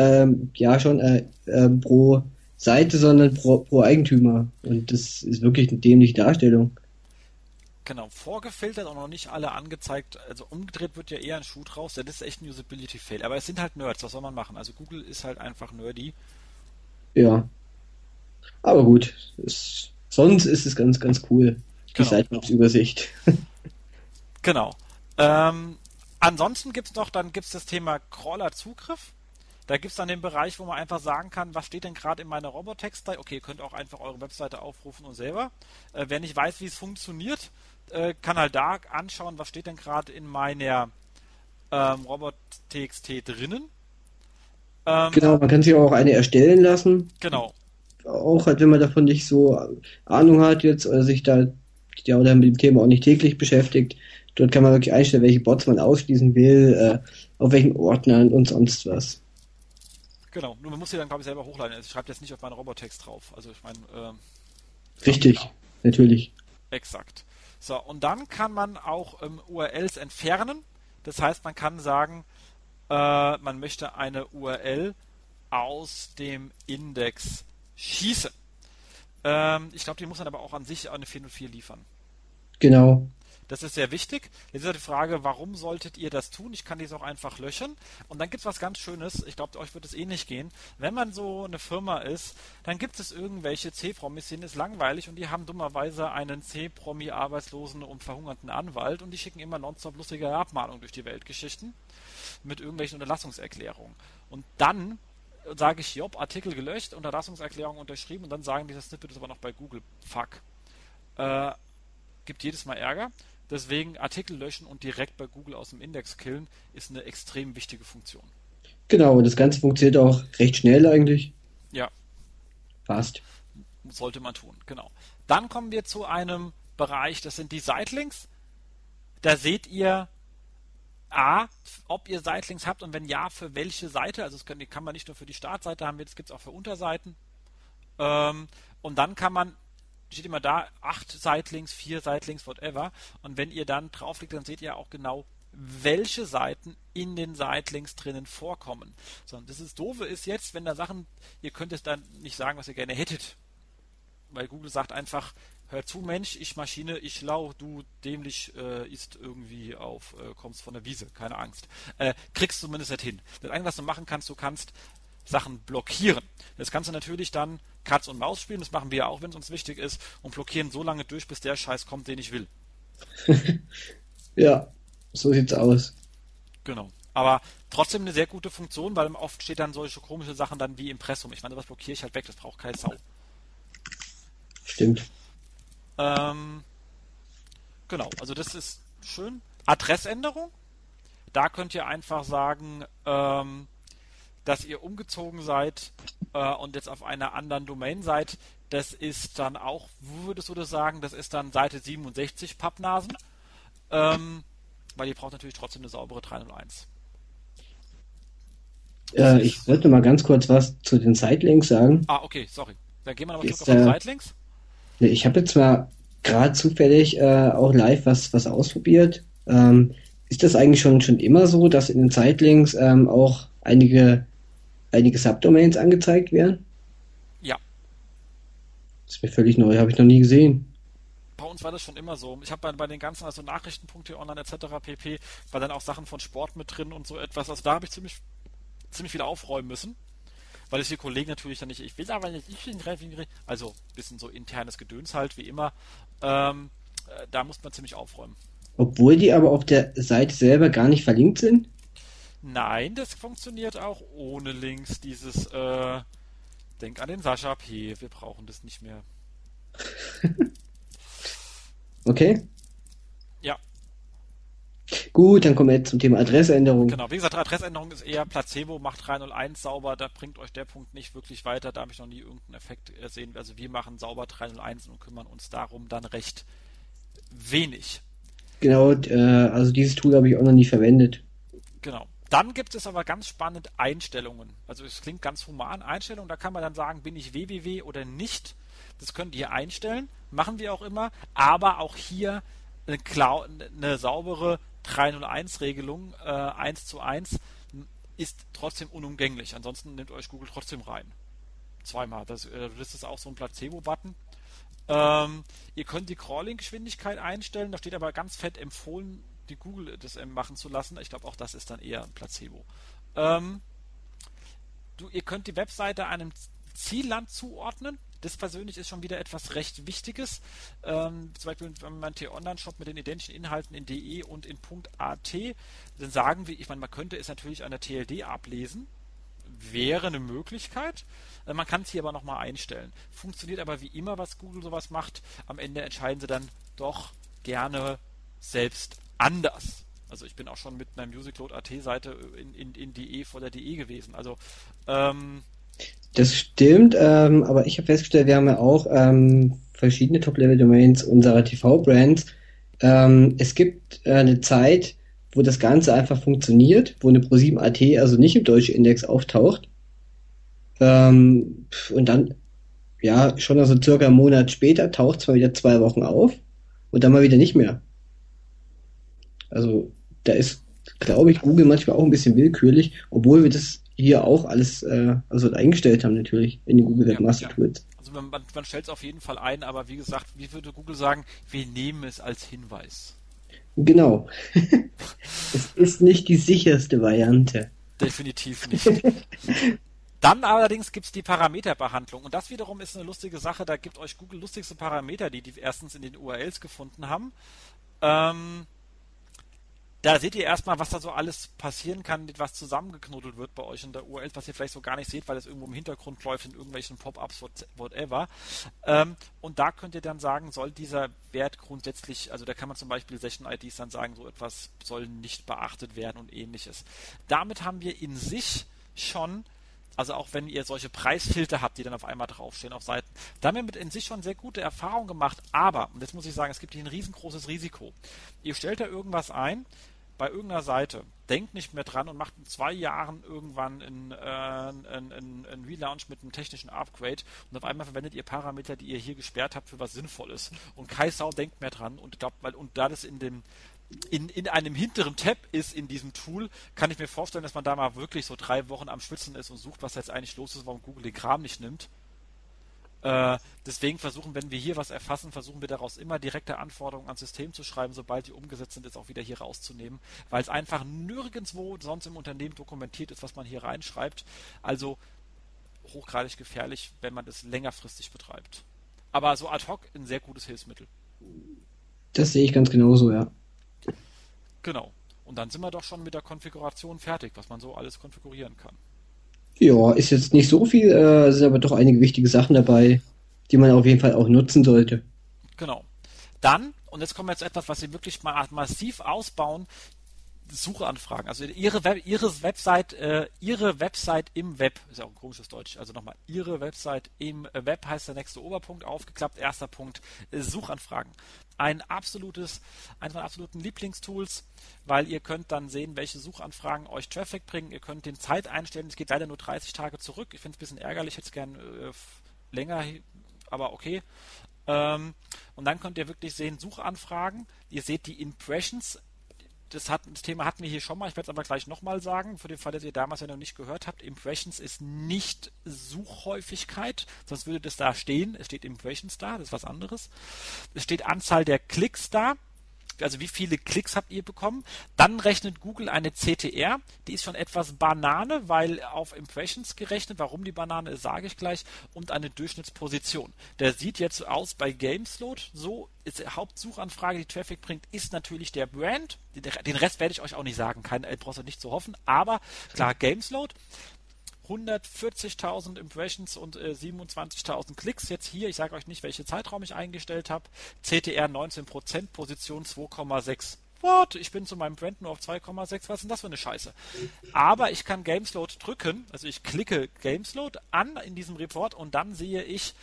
pro Seite, sondern pro Eigentümer. Und das ist wirklich eine dämliche Darstellung. Genau, vorgefiltert und noch nicht alle angezeigt. Also umgedreht wird ja eher ein Schuh draus. Das ist echt ein Usability-Fail. Aber es sind halt Nerds, was soll man machen? Also Google ist halt einfach nerdy. Ja, aber gut. Sonst ist es ganz, ganz cool. Die Genau, Sitemaps-Übersicht. genau. Ansonsten gibt's das Thema Crawler-Zugriff. Da gibt es dann den Bereich, wo man einfach sagen kann, was steht denn gerade in meiner Robotext-Datei. Okay, ihr könnt auch einfach eure Webseite aufrufen und selber. Wer nicht weiß, wie es funktioniert, kann halt da anschauen, was steht denn gerade in meiner Robot.txt drinnen. Genau, man kann sich auch eine erstellen lassen. Genau, Auch halt, wenn man davon nicht so Ahnung hat jetzt oder sich da ja, oder mit dem Thema auch nicht täglich beschäftigt. Dort kann man wirklich einstellen, welche Bots man ausschließen will, auf welchen Ordnern und sonst was. genau. Nur man muss sie dann, glaube ich, selber hochladen. Also ich schreibe jetzt nicht auf meinen Robotext drauf. Also ich meine, ja, Richtig, genau. natürlich. Exakt. So, und dann kann man auch URLs entfernen. Das heißt, man kann sagen, man möchte eine URL aus dem Index schießen. Ich glaube, die muss man aber auch an sich eine 404 liefern. Genau. Das ist sehr wichtig. Jetzt ist ja die Frage, warum solltet ihr das tun? Ich kann dies auch einfach löschen. Und dann gibt es was ganz Schönes. Ich glaube, euch wird es ähnlich gehen. Wenn man so eine Firma ist, dann gibt es irgendwelche C-Promis, denen ist langweilig und die haben dummerweise einen C-Promi, arbeitslosen und verhungerten Anwalt und die schicken immer nonstop lustige Abmahnungen durch die Weltgeschichten mit irgendwelchen Unterlassungserklärungen. Und dann sage ich, jopp, Artikel gelöscht, Unterlassungserklärung unterschrieben und dann sagen die, das Snippet ist aber noch bei Google. Fuck. Gibt jedes Mal Ärger. Deswegen Artikel löschen und direkt bei Google aus dem Index killen ist eine extrem wichtige Funktion. Genau, und das Ganze funktioniert auch recht schnell eigentlich. Ja, Fast. sollte man tun, genau. Dann kommen wir zu einem Bereich, das sind die Sitelinks. Da seht ihr A, ob ihr Sitelinks habt und wenn ja, für welche Seite. Also das kann man nicht nur für die Startseite haben, jetzt gibt es auch für Unterseiten. Und dann kann man, steht immer da, 8 Sitelinks, 4 Sitelinks, whatever. Und wenn ihr dann draufklickt, dann seht ihr auch genau, welche Seiten in den Sitelinks drinnen vorkommen. So, und das Doofe ist jetzt, wenn da Sachen, ihr könnt es dann nicht sagen, was ihr gerne hättet. Weil Google sagt einfach, hör zu, Mensch, ich Maschine, ich lau, du dämlich ist irgendwie kommst von der Wiese, keine Angst. Kriegst du zumindest nicht hin. Das Einzige, was du machen kannst, du kannst Sachen blockieren. Das kannst du natürlich dann Katz und Maus spielen, das machen wir ja auch, wenn es uns wichtig ist, und blockieren so lange durch, bis der Scheiß kommt, den ich will. Ja, so sieht's aus. Genau. Aber trotzdem eine sehr gute Funktion, weil oft steht dann solche komische Sachen dann wie Impressum. Ich meine, das blockiere ich halt weg, das braucht keine Sau. Stimmt. Genau, also das ist schön. Adressänderung. Da könnt ihr einfach sagen, dass ihr umgezogen seid und jetzt auf einer anderen Domain seid. Das ist dann auch, wo würdest du das sagen, das ist dann Seite 67 Pappnasen. Weil ihr braucht natürlich trotzdem eine saubere 301. Ich wollte mal ganz kurz was zu den Sitelinks sagen. Okay, sorry. Dann gehen wir nochmal Ist, zurück auf die Sitelinks. Ich habe jetzt mal gerade zufällig auch live was ausprobiert. Ist das eigentlich schon immer so, dass in den Sitelinks auch einige Subdomains angezeigt werden? Ja. Das ist mir völlig neu, habe ich noch nie gesehen. Bei uns war das schon immer so. Ich habe bei den ganzen, also Nachrichten.de online etc. pp. war dann auch Sachen von Sport mit drin und so etwas. Also da habe ich ziemlich viel aufräumen müssen. Weil es die Kollegen natürlich dann nicht, ich will aber nicht, also ein bisschen so internes Gedöns halt, wie immer. Da muss man ziemlich aufräumen. Obwohl die aber auf der Seite selber gar nicht verlinkt sind? Nein, das funktioniert auch ohne Links. Dieses, denk an den Sascha P., wir brauchen das nicht mehr. Okay. Ja. Gut, dann kommen wir jetzt zum Thema Adressänderung. Genau, wie gesagt, Adressänderung ist eher Placebo, macht 301 sauber, da bringt euch der Punkt nicht wirklich weiter, da habe ich noch nie irgendeinen Effekt gesehen. Also wir machen sauber 301 und kümmern uns darum dann recht wenig. Genau, also dieses Tool habe ich auch noch nie verwendet. Genau. Dann gibt es aber ganz spannend Einstellungen. Also es klingt ganz human, Einstellungen, da kann man dann sagen, bin ich www oder nicht. Das könnt ihr einstellen, machen wir auch immer, aber auch hier eine saubere 301-Regelung, 1:1, ist trotzdem unumgänglich. Ansonsten nimmt euch Google trotzdem rein. Zweimal. Das ist auch so ein Placebo-Button. Ihr könnt die Crawling-Geschwindigkeit einstellen, da steht aber ganz fett empfohlen, die Google das machen zu lassen. Ich glaube, auch das ist dann eher ein Placebo. Ihr könnt die Webseite einem Zielland zuordnen. Das persönlich ist schon wieder etwas recht Wichtiges. Zum Beispiel, wenn man T-Online-Shop mit den identischen Inhalten in .de und in .at, dann sagen wir, ich meine, man könnte es natürlich an der TLD ablesen. Wäre eine Möglichkeit. Man kann es hier aber nochmal einstellen. Funktioniert aber wie immer, was Google sowas macht. Am Ende entscheiden sie dann doch gerne selbst anders. Also ich bin auch schon mit einer Musicload.at-Seite in DE vor der DE gewesen. Also das stimmt, aber ich habe festgestellt, wir haben ja auch verschiedene Top-Level-Domains unserer TV-Brands. Es gibt eine Zeit, wo das Ganze einfach funktioniert, wo eine Pro7.at also nicht im deutschen Index auftaucht. Und dann, ja, schon also circa einen Monat später taucht es mal wieder 2 Wochen auf und dann mal wieder nicht mehr. Also da ist, glaube ich, Google manchmal auch ein bisschen willkürlich, obwohl wir das hier auch alles also eingestellt haben natürlich in den Google Webmaster Tools. Also man stellt es auf jeden Fall ein, aber wie gesagt, wie würde Google sagen, wir nehmen es als Hinweis. Genau. Es ist nicht die sicherste Variante. Definitiv nicht. Dann allerdings gibt es die Parameterbehandlung und das wiederum ist eine lustige Sache, da gibt euch Google lustigste Parameter, die erstens in den URLs gefunden haben. Da seht ihr erstmal, was da so alles passieren kann, was zusammengeknotet wird bei euch in der URL, was ihr vielleicht so gar nicht seht, weil es irgendwo im Hintergrund läuft in irgendwelchen Pop-ups, whatever. Und da könnt ihr dann sagen, soll dieser Wert grundsätzlich, also da kann man zum Beispiel Session-IDs dann sagen, so etwas soll nicht beachtet werden und ähnliches. Damit haben wir in sich schon, also auch wenn ihr solche Preisfilter habt, die dann auf einmal draufstehen auf Seiten, da haben wir mit in sich schon sehr gute Erfahrungen gemacht, aber, und jetzt muss ich sagen, es gibt hier ein riesengroßes Risiko. Ihr stellt da irgendwas ein, bei irgendeiner Seite, denkt nicht mehr dran und macht in 2 Jahren irgendwann einen Relaunch mit einem technischen Upgrade und auf einmal verwendet ihr Parameter, die ihr hier gesperrt habt, für was Sinnvolles. Und keine Sau denkt mehr dran und glaubt, da das in einem hinteren Tab ist in diesem Tool, kann ich mir vorstellen, dass man da mal wirklich so 3 Wochen am Schwitzen ist und sucht, was jetzt eigentlich los ist, warum Google den Kram nicht nimmt. Deswegen wenn wir hier was erfassen, versuchen wir daraus immer direkte Anforderungen ans System zu schreiben, sobald die umgesetzt sind, ist auch wieder hier rauszunehmen, weil es einfach nirgendwo sonst im Unternehmen dokumentiert ist, was man hier reinschreibt. Also hochgradig gefährlich, wenn man es längerfristig betreibt. Aber so ad hoc ein sehr gutes Hilfsmittel. Das sehe ich ganz genauso, ja. Genau. Und dann sind wir doch schon mit der Konfiguration fertig, was man so alles konfigurieren kann. Ja, ist jetzt nicht so viel, sind aber doch einige wichtige Sachen dabei, die man auf jeden Fall auch nutzen sollte. Genau. Dann, und jetzt kommen wir zu etwas, was Sie wirklich mal massiv ausbauen, Suchanfragen. Also Ihre Website im Web, ist ja auch ein komisches Deutsch, also nochmal, Ihre Website im Web heißt der nächste Oberpunkt, aufgeklappt, erster Punkt, Suchanfragen. Eines meiner absoluten Lieblingstools, weil ihr könnt dann sehen, welche Suchanfragen euch Traffic bringen. Ihr könnt den Zeit einstellen, es geht leider nur 30 Tage zurück. Ich finde es ein bisschen ärgerlich, hätte es gern länger, aber okay. Und dann könnt ihr wirklich sehen, Suchanfragen. Ihr seht die Impressions. Das Thema hatten wir hier schon mal, ich werde es aber gleich nochmal sagen, für den Fall, dass ihr damals ja noch nicht gehört habt. Impressions ist nicht Suchhäufigkeit, sonst würde das da stehen. Es steht Impressions da, das ist was anderes. Es steht Anzahl der Klicks da, also wie viele Klicks habt ihr bekommen. Dann rechnet Google eine CTR, die ist schon etwas Banane, weil auf Impressions gerechnet, warum die Banane ist, sage ich gleich, und eine Durchschnittsposition. Der sieht jetzt aus bei Gameslot, so ist die Hauptsuchanfrage, die Traffic bringt, ist natürlich der Brand. Den Rest werde ich euch auch nicht sagen, brauchst du nicht zu hoffen, aber klar, Gameslot. 140.000 Impressions und 27.000 Klicks jetzt hier. Ich sage euch nicht, welchen Zeitraum ich eingestellt habe. CTR 19%, Position 2,6. what? Ich bin zu meinem Brand nur auf 2,6, was ist denn das für eine Scheiße? Aber ich kann Gamesload drücken, also ich klicke Gamesload an in diesem Report und dann sehe ich,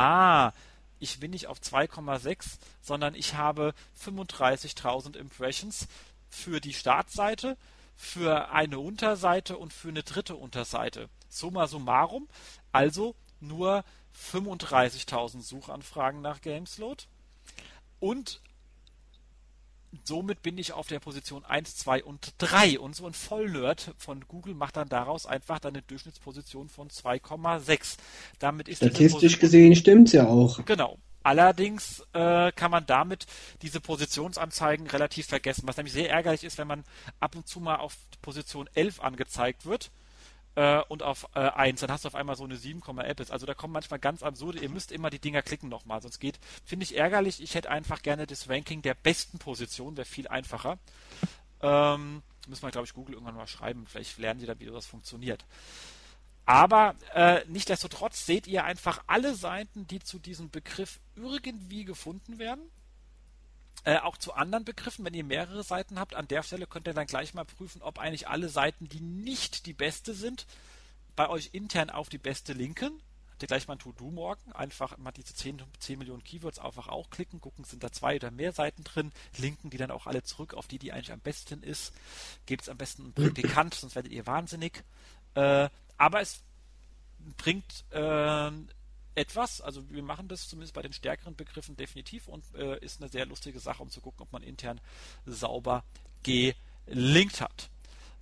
ich bin nicht auf 2,6, sondern ich habe 35.000 Impressions für die Startseite, für eine Unterseite und für eine dritte Unterseite. Summa summarum, also nur 35.000 Suchanfragen nach Gamesload und somit bin ich auf der Position 1, 2 und 3 und so ein Vollnerd von Google macht dann daraus einfach eine Durchschnittsposition von 2,6. Damit ist Statistisch gesehen stimmt's ja auch. Genau. Allerdings kann man damit diese Positionsanzeigen relativ vergessen, was nämlich sehr ärgerlich ist, wenn man ab und zu mal auf Position 11 angezeigt wird und auf 1, dann hast du auf einmal so eine 7, etwas. Also da kommen manchmal ganz absurde, ihr müsst immer die Dinger klicken nochmal, sonst finde ich ärgerlich, ich hätte einfach gerne das Ranking der besten Position, wäre viel einfacher. Müssen wir, glaube ich, Google irgendwann mal schreiben, vielleicht lernen sie dann, wie das funktioniert. Aber nichtsdestotrotz seht ihr einfach alle Seiten, die zu diesem Begriff irgendwie gefunden werden. Auch zu anderen Begriffen, wenn ihr mehrere Seiten habt. An der Stelle könnt ihr dann gleich mal prüfen, ob eigentlich alle Seiten, die nicht die beste sind, bei euch intern auf die beste linken. Habt ihr gleich mal ein To-Do morgen. Einfach mal diese 10 Millionen Keywords einfach auch klicken, gucken, sind da 2 oder mehr Seiten drin, linken die dann auch alle zurück auf die eigentlich am besten ist. Gebt es am besten einen Praktikant, sonst werdet ihr wahnsinnig. Aber es bringt etwas, also wir machen das zumindest bei den stärkeren Begriffen definitiv und ist eine sehr lustige Sache, um zu gucken, ob man intern sauber gelinkt hat.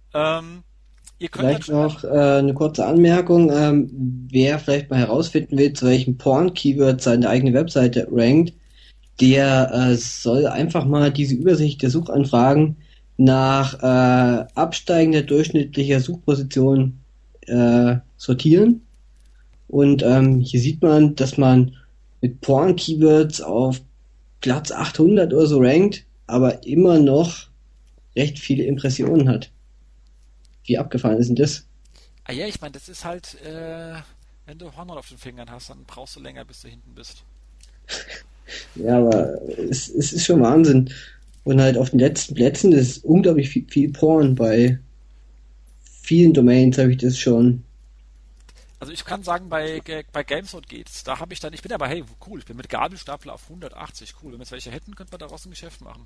Ihr könnt vielleicht noch eine kurze Anmerkung, wer vielleicht mal herausfinden will, zu welchem Porn-Keyword seine eigene Webseite rankt, der soll einfach mal diese Übersicht der Suchanfragen nach absteigender durchschnittlicher Suchposition sortieren. Und hier sieht man, dass man mit Porn-Keywords auf Platz 800 oder so rankt, aber immer noch recht viele Impressionen hat. Wie abgefahren ist denn das? Ja, ich meine, das ist halt, wenn du Hornhaut auf den Fingern hast, dann brauchst du länger, bis du hinten bist. Ja, aber es ist schon Wahnsinn. Und halt auf den letzten Plätzen ist unglaublich viel Porn. Bei vielen Domains habe ich das schon. Also ich kann sagen, bei Gamesload geht's. Da habe ich dann, ich bin aber, hey, cool, ich bin mit Gabelstapler auf 180, cool. Wenn wir jetzt welche hätten, könnte man daraus ein Geschäft machen.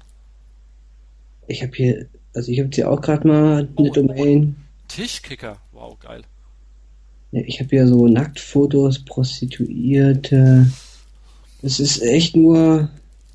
Ich habe jetzt hier auch gerade mal eine Domain. Tischkicker, wow, geil. Ja, ich habe hier so Nacktfotos, Prostituierte. Es ist echt nur.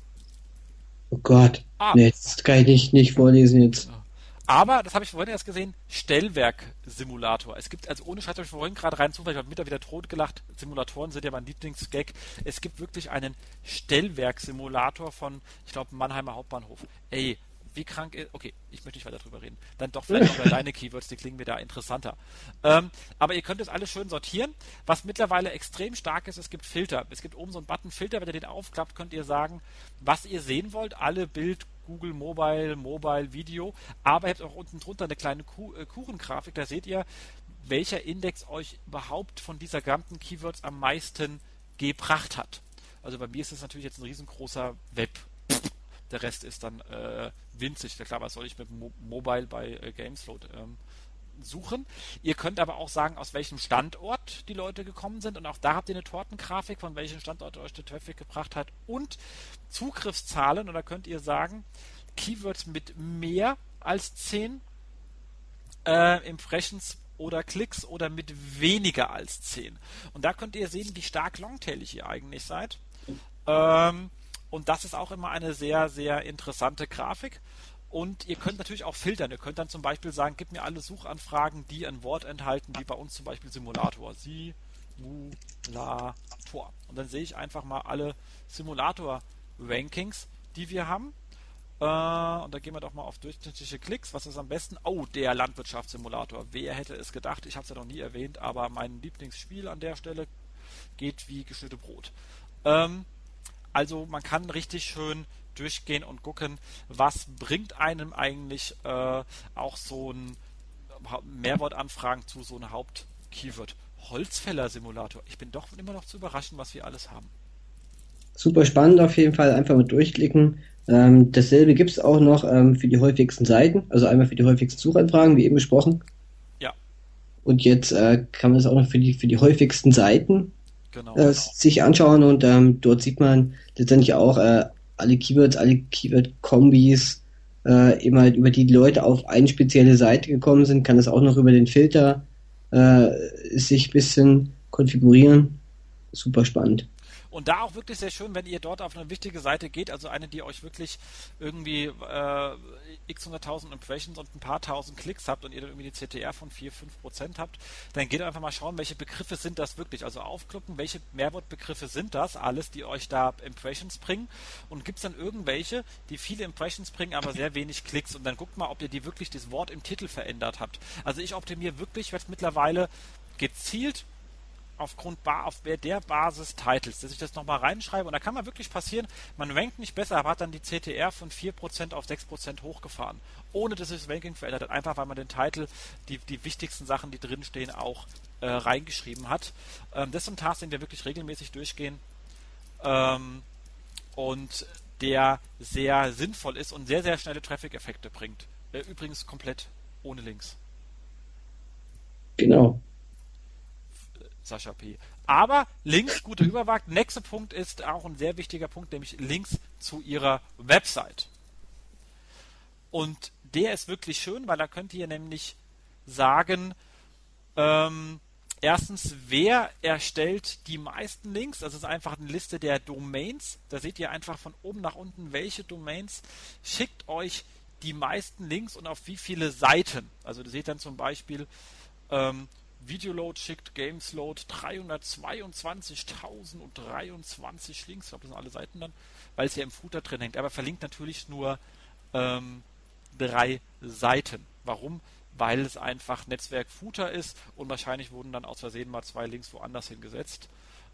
Oh Gott. Nee, das kann ich nicht vorlesen jetzt. Aber, das habe ich vorhin erst gesehen, Stellwerk-Simulator. Es gibt, also ohne Scheiß habe ich vorhin gerade rein zufällig, ich habe wieder tot gelacht, Simulatoren sind ja mein Lieblingsgag. Es gibt wirklich einen Stellwerk-Simulator von, ich glaube, Mannheimer Hauptbahnhof. Ey, wie krank ist, okay, ich möchte nicht weiter drüber reden. Dann doch vielleicht auch über deine Keywords, die klingen mir da interessanter. Aber ihr könnt es alles schön sortieren. Was mittlerweile extrem stark ist, es gibt Filter. Es gibt oben so einen Button Filter, wenn ihr den aufklappt, könnt ihr sagen, was ihr sehen wollt. Alle Bild, Google Mobile, Video, aber ihr habt auch unten drunter eine kleine Kuchengrafik, da seht ihr, welcher Index euch überhaupt von dieser gesamten Keywords am meisten gebracht hat. Also bei mir ist es natürlich jetzt ein riesengroßer Web. Der Rest ist dann winzig. Klar, was soll ich mit Mobile bei Gamesload suchen? Ihr könnt aber auch sagen, aus welchem Standort die Leute gekommen sind und auch da habt ihr eine Tortengrafik, von welchem Standort euch der Traffic gebracht hat und Zugriffszahlen und da könnt ihr sagen, Keywords mit mehr als 10 Impressions oder Klicks oder mit weniger als 10. Und da könnt ihr sehen, wie stark longtailig ihr eigentlich seid. Und das ist auch immer eine sehr, sehr interessante Grafik. Und ihr könnt natürlich auch filtern. Ihr könnt dann zum Beispiel sagen, gib mir alle Suchanfragen, die ein Wort enthalten, wie bei uns zum Beispiel Simulator. Simulator. Und dann sehe ich einfach mal alle Simulator-Rankings, die wir haben. Und da gehen wir doch mal auf durchschnittliche Klicks. Was ist am besten? Oh, der Landwirtschaftssimulator. Wer hätte es gedacht? Ich habe es ja noch nie erwähnt, aber mein Lieblingsspiel an der Stelle geht wie geschnitte Brot. Also man kann richtig schön durchgehen und gucken, was bringt einem eigentlich auch so ein Mehrwortanfragen zu so einem Hauptkeyword. Holzfäller-Simulator. Ich bin doch immer noch zu überraschen, was wir alles haben. Super spannend auf jeden Fall. Einfach mal durchklicken Dasselbe gibt es auch noch für die häufigsten Seiten, also einmal für die häufigsten Suchanfragen, wie eben besprochen. Ja, Und jetzt kann man das auch noch für die häufigsten Seiten genau. sich anschauen und dort sieht man letztendlich auch alle Keywords, alle Keyword-Kombis, eben halt über die Leute auf eine spezielle Seite gekommen sind, kann das auch noch über den Filter äh, sich ein bisschen konfigurieren. Super spannend. Und da auch wirklich sehr schön, wenn ihr dort auf eine wichtige Seite geht, also eine, die euch wirklich irgendwie x 100.000 Impressions und ein paar tausend Klicks habt und ihr dann irgendwie eine CTR von 4-5% habt, dann geht einfach mal schauen, welche Begriffe sind das wirklich. Also aufklicken, welche Mehrwortbegriffe sind das alles, die euch da Impressions bringen, und gibt es dann irgendwelche, die viele Impressions bringen, aber sehr wenig Klicks, und dann guckt mal, ob ihr die wirklich das Wort im Titel verändert habt. Also ich optimiere wirklich jetzt mittlerweile gezielt auf der Basis Titles, dass ich das nochmal reinschreibe, und da kann man wirklich passieren, man rankt nicht besser, aber hat dann die CTR von 4% auf 6% hochgefahren, ohne dass sich das Ranking verändert hat, einfach weil man den Titel, die wichtigsten Sachen, die drin stehen, auch reingeschrieben hat. Das ist ein Task, den wir wirklich regelmäßig durchgehen, und der sehr sinnvoll ist und sehr, sehr schnelle Traffic-Effekte bringt. Übrigens komplett ohne Links. Genau. Sascha P. Aber Links, guter Überwagt. Nächster Punkt ist auch ein sehr wichtiger Punkt, nämlich Links zu ihrer Website. Und der ist wirklich schön, weil da könnt ihr nämlich sagen, erstens, wer erstellt die meisten Links? Das ist einfach eine Liste der Domains. Da seht ihr einfach von oben nach unten, welche Domains schickt euch die meisten Links und auf wie viele Seiten. Also ihr seht dann zum Beispiel, Videoload schickt Gamesload 322.023 Links. Ich glaube, das sind alle Seiten dann, weil es ja im Footer drin hängt. Aber verlinkt natürlich nur 3 Seiten. Warum? Weil es einfach Netzwerk Footer ist, und wahrscheinlich wurden dann aus Versehen mal 2 Links woanders hingesetzt.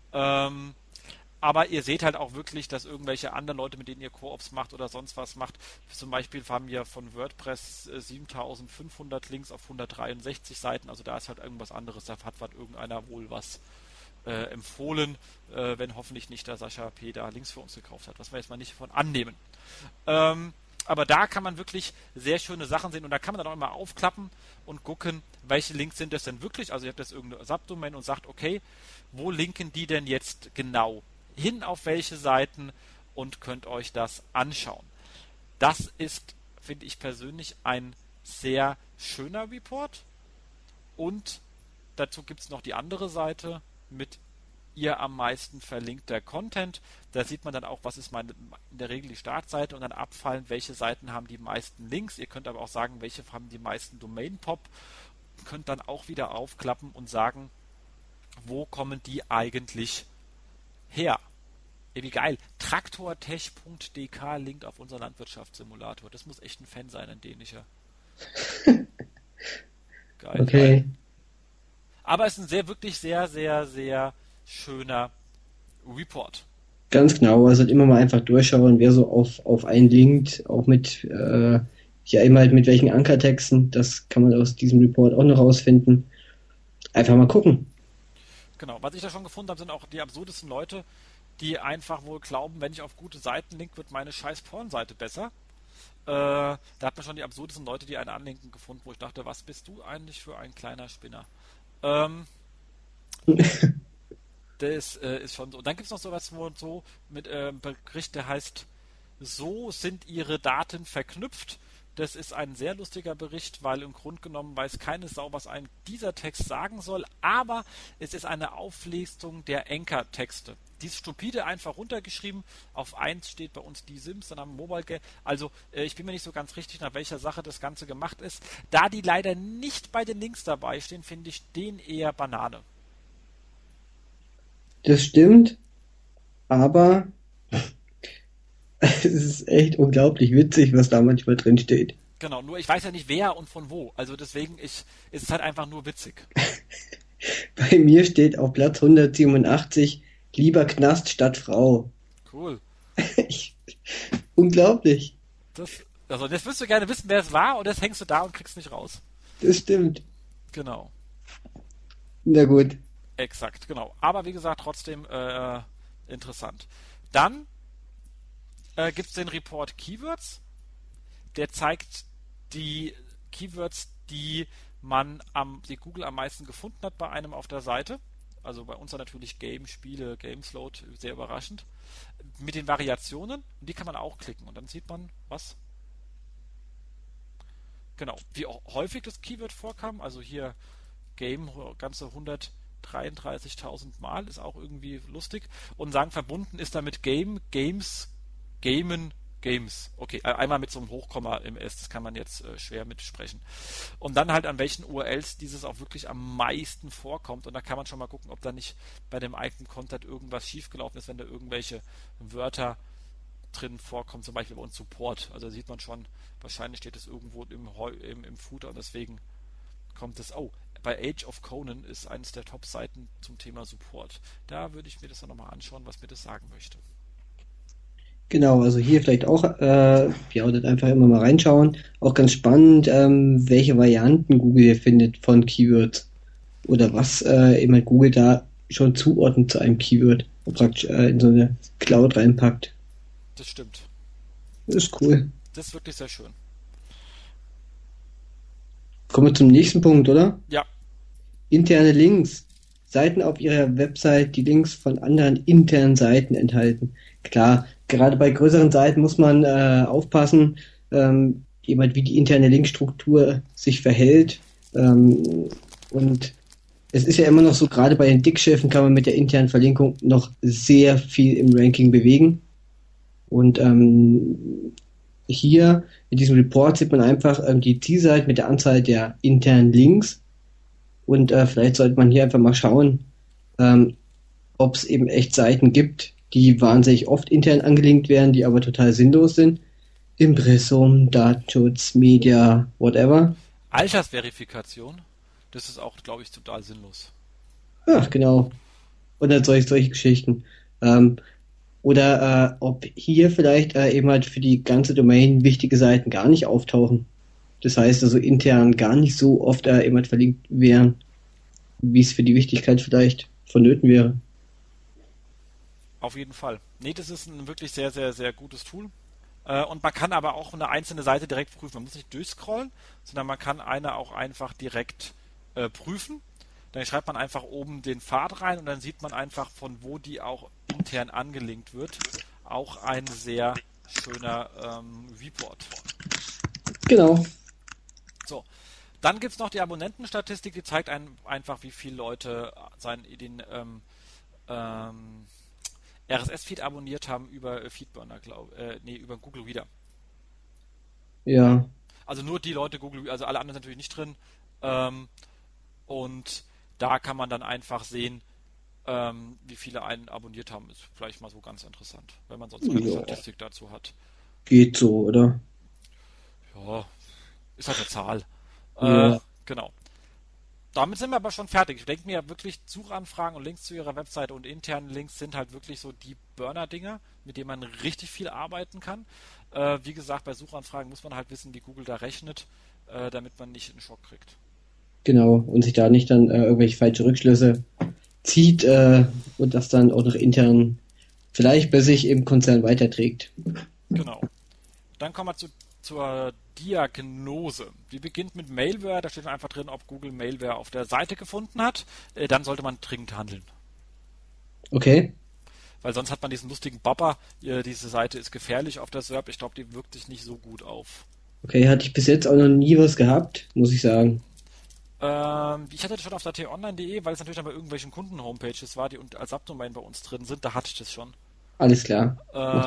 Aber ihr seht halt auch wirklich, dass irgendwelche anderen Leute, mit denen ihr Koops macht oder sonst was macht, zum Beispiel haben wir von WordPress 7500 Links auf 163 Seiten, also da ist halt irgendwas anderes, da hat irgendeiner wohl was empfohlen, wenn hoffentlich nicht der Sascha P. da Links für uns gekauft hat, was wir jetzt mal nicht davon annehmen. Aber da kann man wirklich sehr schöne Sachen sehen, und da kann man dann auch immer aufklappen und gucken, welche Links sind das denn wirklich. Also ihr habt jetzt irgendeine Subdomain und sagt, okay, wo linken die denn jetzt genau hin, auf welche Seiten, und könnt euch das anschauen. Das ist, finde ich persönlich, ein sehr schöner Report, und dazu gibt es noch die andere Seite mit ihr am meisten verlinkter Content. Da sieht man dann auch, was ist in der Regel die Startseite, und dann abfallen, welche Seiten haben die meisten Links. Ihr könnt aber auch sagen, welche haben die meisten Domain-Pop, könnt dann auch wieder aufklappen und sagen, wo kommen die eigentlich her. Wie geil. Traktortech.dk linkt auf unser Landwirtschaftssimulator. Das muss echt ein Fan sein, ein dänischer. Geil. Okay. Geil. Aber es ist ein wirklich sehr, sehr, sehr schöner Report. Ganz genau, also immer mal einfach durchschauen, wer so auf einen linkt, auch mit, ja, immer halt mit welchen Ankertexten, das kann man aus diesem Report auch noch rausfinden. Einfach mal gucken. Genau. Was ich da schon gefunden habe, sind auch die absurdesten Leute, die einfach wohl glauben, wenn ich auf gute Seiten link, wird meine scheiß Pornseite besser. Da hat man schon die absurdesten Leute, die einen anlinken, gefunden, wo ich dachte, was bist du eigentlich für ein kleiner Spinner? Das ist schon so. Und dann gibt es noch sowas, wo so mit Bericht, der heißt, so sind ihre Daten verknüpft. Das ist ein sehr lustiger Bericht, weil im Grunde genommen weiß keine Sau, was ein dieser Text sagen soll, aber es ist eine Auflistung der Anchor-Texte. Die ist stupide einfach runtergeschrieben. Auf 1 steht bei uns die Sims, dann am Mobile Game. Also ich bin mir nicht so ganz richtig, nach welcher Sache das Ganze gemacht ist. Da die leider nicht bei den Links dabei stehen, finde ich den eher Banane. Das stimmt, aber es ist echt unglaublich witzig, was da manchmal drin steht. Genau, nur ich weiß ja nicht wer und von wo. Also deswegen ist es halt einfach nur witzig. Bei mir steht auf Platz 187 lieber Knast statt Frau. Cool. Ich, unglaublich. Also jetzt willst du gerne wissen, wer es war, und jetzt hängst du da und kriegst nicht raus. Das stimmt. Genau. Na gut. Exakt, genau. Aber wie gesagt, trotzdem interessant. Dann gibt es den Report Keywords. Der zeigt die Keywords, die die Google am meisten gefunden hat bei einem auf der Seite. Also bei uns dann natürlich Game, Spiele, Gameslot, sehr überraschend. Mit den Variationen, und die kann man auch klicken. Und dann sieht man, was? Genau, wie häufig das Keyword vorkam. Also hier Game, ganze 133.000 Mal, ist auch irgendwie lustig. Und sagen, verbunden ist damit Game, Games, Gamen, Games. Okay, einmal mit so einem Hochkomma im S, das kann man jetzt schwer mitsprechen. Und dann halt an welchen URLs dieses auch wirklich am meisten vorkommt. Und da kann man schon mal gucken, ob da nicht bei dem Item Content irgendwas schiefgelaufen ist, wenn da irgendwelche Wörter drin vorkommen, zum Beispiel bei uns Support. Also da sieht man schon, wahrscheinlich steht es irgendwo im Footer und deswegen kommt es. Oh, bei Age of Conan ist eines der Top-Seiten zum Thema Support. Da würde ich mir das dann nochmal anschauen, was mir das sagen möchte. Genau, also hier vielleicht auch, ja, oder einfach immer mal reinschauen. Auch ganz spannend, welche Varianten Google hier findet von Keywords. Oder was eben halt Google da schon zuordnet zu einem Keyword und praktisch in so eine Cloud reinpackt. Das stimmt. Das ist cool. Das ist wirklich sehr schön. Kommen wir zum nächsten Punkt, oder? Ja. Interne Links. Seiten auf ihrer Website, die Links von anderen internen Seiten enthalten. Klar, gerade bei größeren Seiten muss man aufpassen, jemand wie die interne Linkstruktur sich verhält. Und es ist ja immer noch so, gerade bei den Dickschiffen kann man mit der internen Verlinkung noch sehr viel im Ranking bewegen. Und hier in diesem Report sieht man einfach die Zielseite mit der Anzahl der internen Links. Und vielleicht sollte man hier einfach mal schauen, ob es eben echt Seiten gibt, die wahnsinnig oft intern angelinkt werden, die aber total sinnlos sind. Impressum, Datenschutz, Media, whatever. Altersverifikation, das ist auch, glaube ich, total sinnlos. Ach, genau. Und dann solche Geschichten. Oder ob hier vielleicht eben halt für die ganze Domain wichtige Seiten gar nicht auftauchen. Das heißt also intern gar nicht so oft eben halt verlinkt wären, wie es für die Wichtigkeit vielleicht vonnöten wäre. Auf jeden Fall. Nee, das ist ein wirklich sehr, sehr, sehr gutes Tool. Und man kann aber auch eine einzelne Seite direkt prüfen. Man muss nicht durchscrollen, sondern man kann eine auch einfach direkt prüfen. Dann schreibt man einfach oben den Pfad rein und dann sieht man einfach, von wo die auch intern angelinkt wird. Auch ein sehr schöner Report. Genau. So, dann gibt es noch die Abonnentenstatistik, die zeigt einem einfach, wie viele Leute den RSS-Feed abonniert haben über Feedburner, über Google Reader. Ja. Also nur die Leute also alle anderen sind natürlich nicht drin. Und da kann man dann einfach sehen, wie viele einen abonniert haben. Ist vielleicht mal so ganz interessant, wenn man sonst keine Statistik dazu hat. Geht so, oder? Ja, ist halt eine Zahl. Ja. Genau. Damit sind wir aber schon fertig. Ich denke mir wirklich, Suchanfragen und Links zu Ihrer Webseite und internen Links sind halt wirklich so die Burner-Dinger, mit denen man richtig viel arbeiten kann. Wie gesagt, bei Suchanfragen muss man halt wissen, wie Google da rechnet, damit man nicht einen Schock kriegt. Genau, und sich da nicht dann irgendwelche falsche Rückschlüsse zieht und das dann auch noch intern vielleicht bei sich im Konzern weiterträgt. Genau. Dann kommen wir zur Diagnose. Die beginnt mit Malware, da steht dann einfach drin, ob Google Malware auf der Seite gefunden hat. Dann sollte man dringend handeln. Okay. Weil sonst hat man diesen lustigen Bopper, diese Seite ist gefährlich auf der SERP. Ich glaube, die wirkt sich nicht so gut auf. Okay, hatte ich bis jetzt auch noch nie was gehabt, muss ich sagen. Ich hatte das schon auf der t-online.de, weil es natürlich dann bei irgendwelchen Kunden-Homepages war, die als Subdomain bei uns drin sind. Da hatte ich das schon. Alles klar.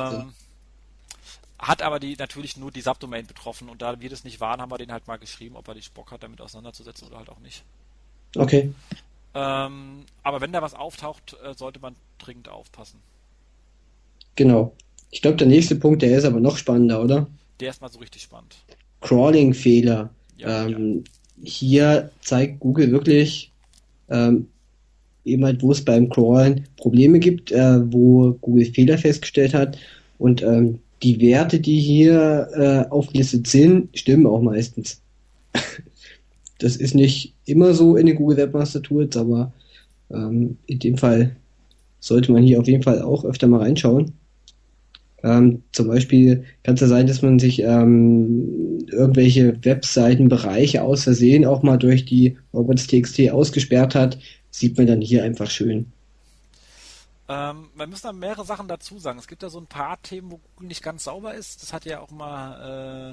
Hat aber natürlich nur die Subdomain betroffen und da wir das nicht waren, haben wir den halt mal geschrieben, ob er nicht Bock hat, damit auseinanderzusetzen oder halt auch nicht. Okay. Aber wenn da was auftaucht, sollte man dringend aufpassen. Genau. Ich glaube, der nächste Punkt, der ist aber noch spannender, oder? Der ist mal so richtig spannend. Crawling-Fehler. Ja. Hier zeigt Google wirklich eben halt, wo es beim Crawlen Probleme gibt, wo Google Fehler festgestellt hat und die Werte, die hier aufgelistet sind, stimmen auch meistens. Das ist nicht immer so in den Google Webmaster Tools, aber in dem Fall sollte man hier auf jeden Fall auch öfter mal reinschauen. Zum Beispiel kann es ja sein, dass man sich irgendwelche Webseitenbereiche aus Versehen auch mal durch die robots.txt ausgesperrt hat. Sieht man dann hier einfach schön. Wir müssen da mehrere Sachen dazu sagen. Es gibt da so ein paar Themen, wo Google nicht ganz sauber ist. Das hat ja auch mal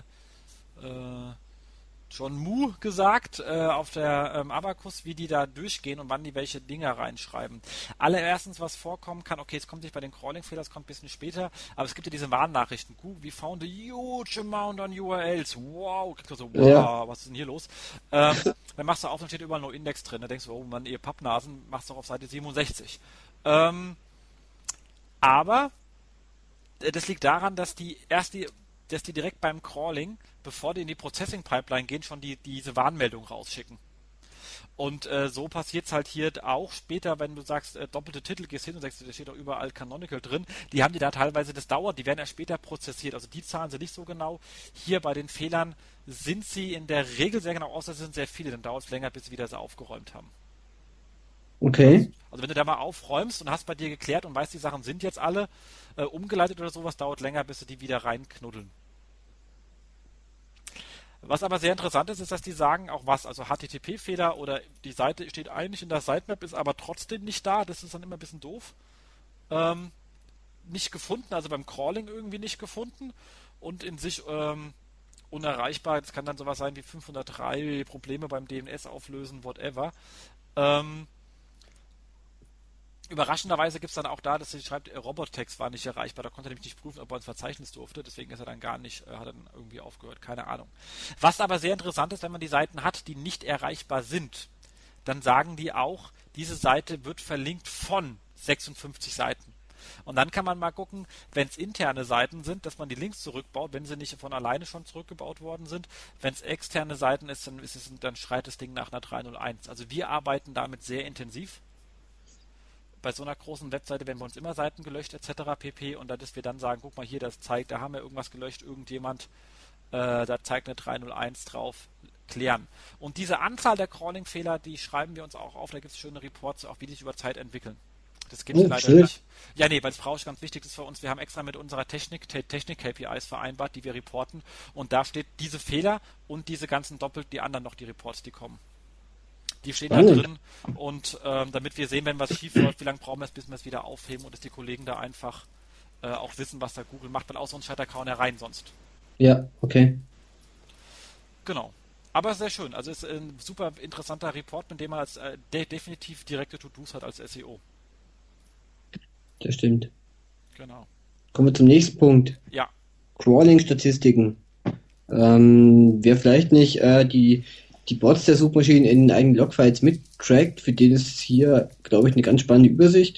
John Moo gesagt auf der Abacus, wie die da durchgehen und wann die welche Dinge reinschreiben. Allererstens, was vorkommen kann, okay, es kommt nicht bei den Crawling-Fehlern, es kommt ein bisschen später, aber es gibt ja diese Warnnachrichten. Google, we found a huge amount on URLs. Wow, kriegst du so, wow, ja. Was ist denn hier los? Dann machst du auf, dann steht überall nur Index drin. Da denkst du, oh Mann, ihr Pappnasen, machst du auf Seite 67. Aber das liegt daran, dass die direkt beim Crawling, bevor die in die Processing-Pipeline gehen, schon diese Warnmeldung rausschicken. Und so passiert es halt hier auch später, wenn du sagst, doppelte Titel, gehst hin und sagst, da steht doch überall Canonical drin. Die haben die da teilweise, das dauert, die werden erst später prozessiert. Also die Zahlen sind nicht so genau. Hier bei den Fehlern sind sie in der Regel sehr genau, außer es sind sehr viele, dann dauert es länger, bis sie wieder sie aufgeräumt haben. Okay. Also wenn du da mal aufräumst und hast bei dir geklärt und weißt, die Sachen sind jetzt alle umgeleitet oder sowas, dauert länger, bis sie die wieder reinknuddeln. Was aber sehr interessant ist, ist, dass die sagen auch was, also HTTP-Fehler oder die Seite steht eigentlich in der Sitemap, ist aber trotzdem nicht da, das ist dann immer ein bisschen doof. Nicht gefunden, also beim Crawling irgendwie nicht gefunden und in sich unerreichbar, das kann dann sowas sein wie 503 Probleme beim DNS auflösen, whatever. Überraschenderweise gibt es dann auch da, dass sie schreibt, Robot-Text war nicht erreichbar. Da konnte er nämlich nicht prüfen, ob er ins Verzeichnis durfte. Deswegen ist er dann gar nicht, hat er dann irgendwie aufgehört. Keine Ahnung. Was aber sehr interessant ist, wenn man die Seiten hat, die nicht erreichbar sind, dann sagen die auch, diese Seite wird verlinkt von 56 Seiten. Und dann kann man mal gucken, wenn es interne Seiten sind, dass man die Links zurückbaut, wenn sie nicht von alleine schon zurückgebaut worden sind. Wenn es externe Seiten ist, dann schreit das Ding nach einer 301. Also wir arbeiten damit sehr intensiv. Bei so einer großen Webseite werden bei uns immer Seiten gelöscht etc. pp. Und dass wir dann sagen, guck mal hier, das zeigt, da haben wir irgendwas gelöscht, irgendjemand, da zeigt eine 301 drauf, klären. Und diese Anzahl der Crawling-Fehler, die schreiben wir uns auch auf, da gibt es schöne Reports, auch wie die sich über Zeit entwickeln. Das gibt es leider nicht. Ja, nee, weil es braucht ganz wichtig ist für uns, wir haben extra mit unserer Technik-KPIs vereinbart, die wir reporten. Und da steht diese Fehler und diese ganzen doppelt, die anderen noch, die Reports, die kommen. Die stehen da drin und damit wir sehen, wenn was schief läuft, wie lange brauchen wir es, bis wir es wieder aufheben und dass die Kollegen da einfach auch wissen, was da Google macht, weil außer uns scheint da kaum herein sonst. Ja, okay. Genau. Aber sehr schön. Also ist ein super interessanter Report, mit dem man als definitiv direkte To-Dos hat als SEO. Das stimmt. Genau. Kommen wir zum nächsten Punkt. Ja. Crawling-Statistiken. Wer vielleicht nicht die Bots der Suchmaschinen in eigenen Logfiles mittrackt, für den ist hier, glaube ich, eine ganz spannende Übersicht.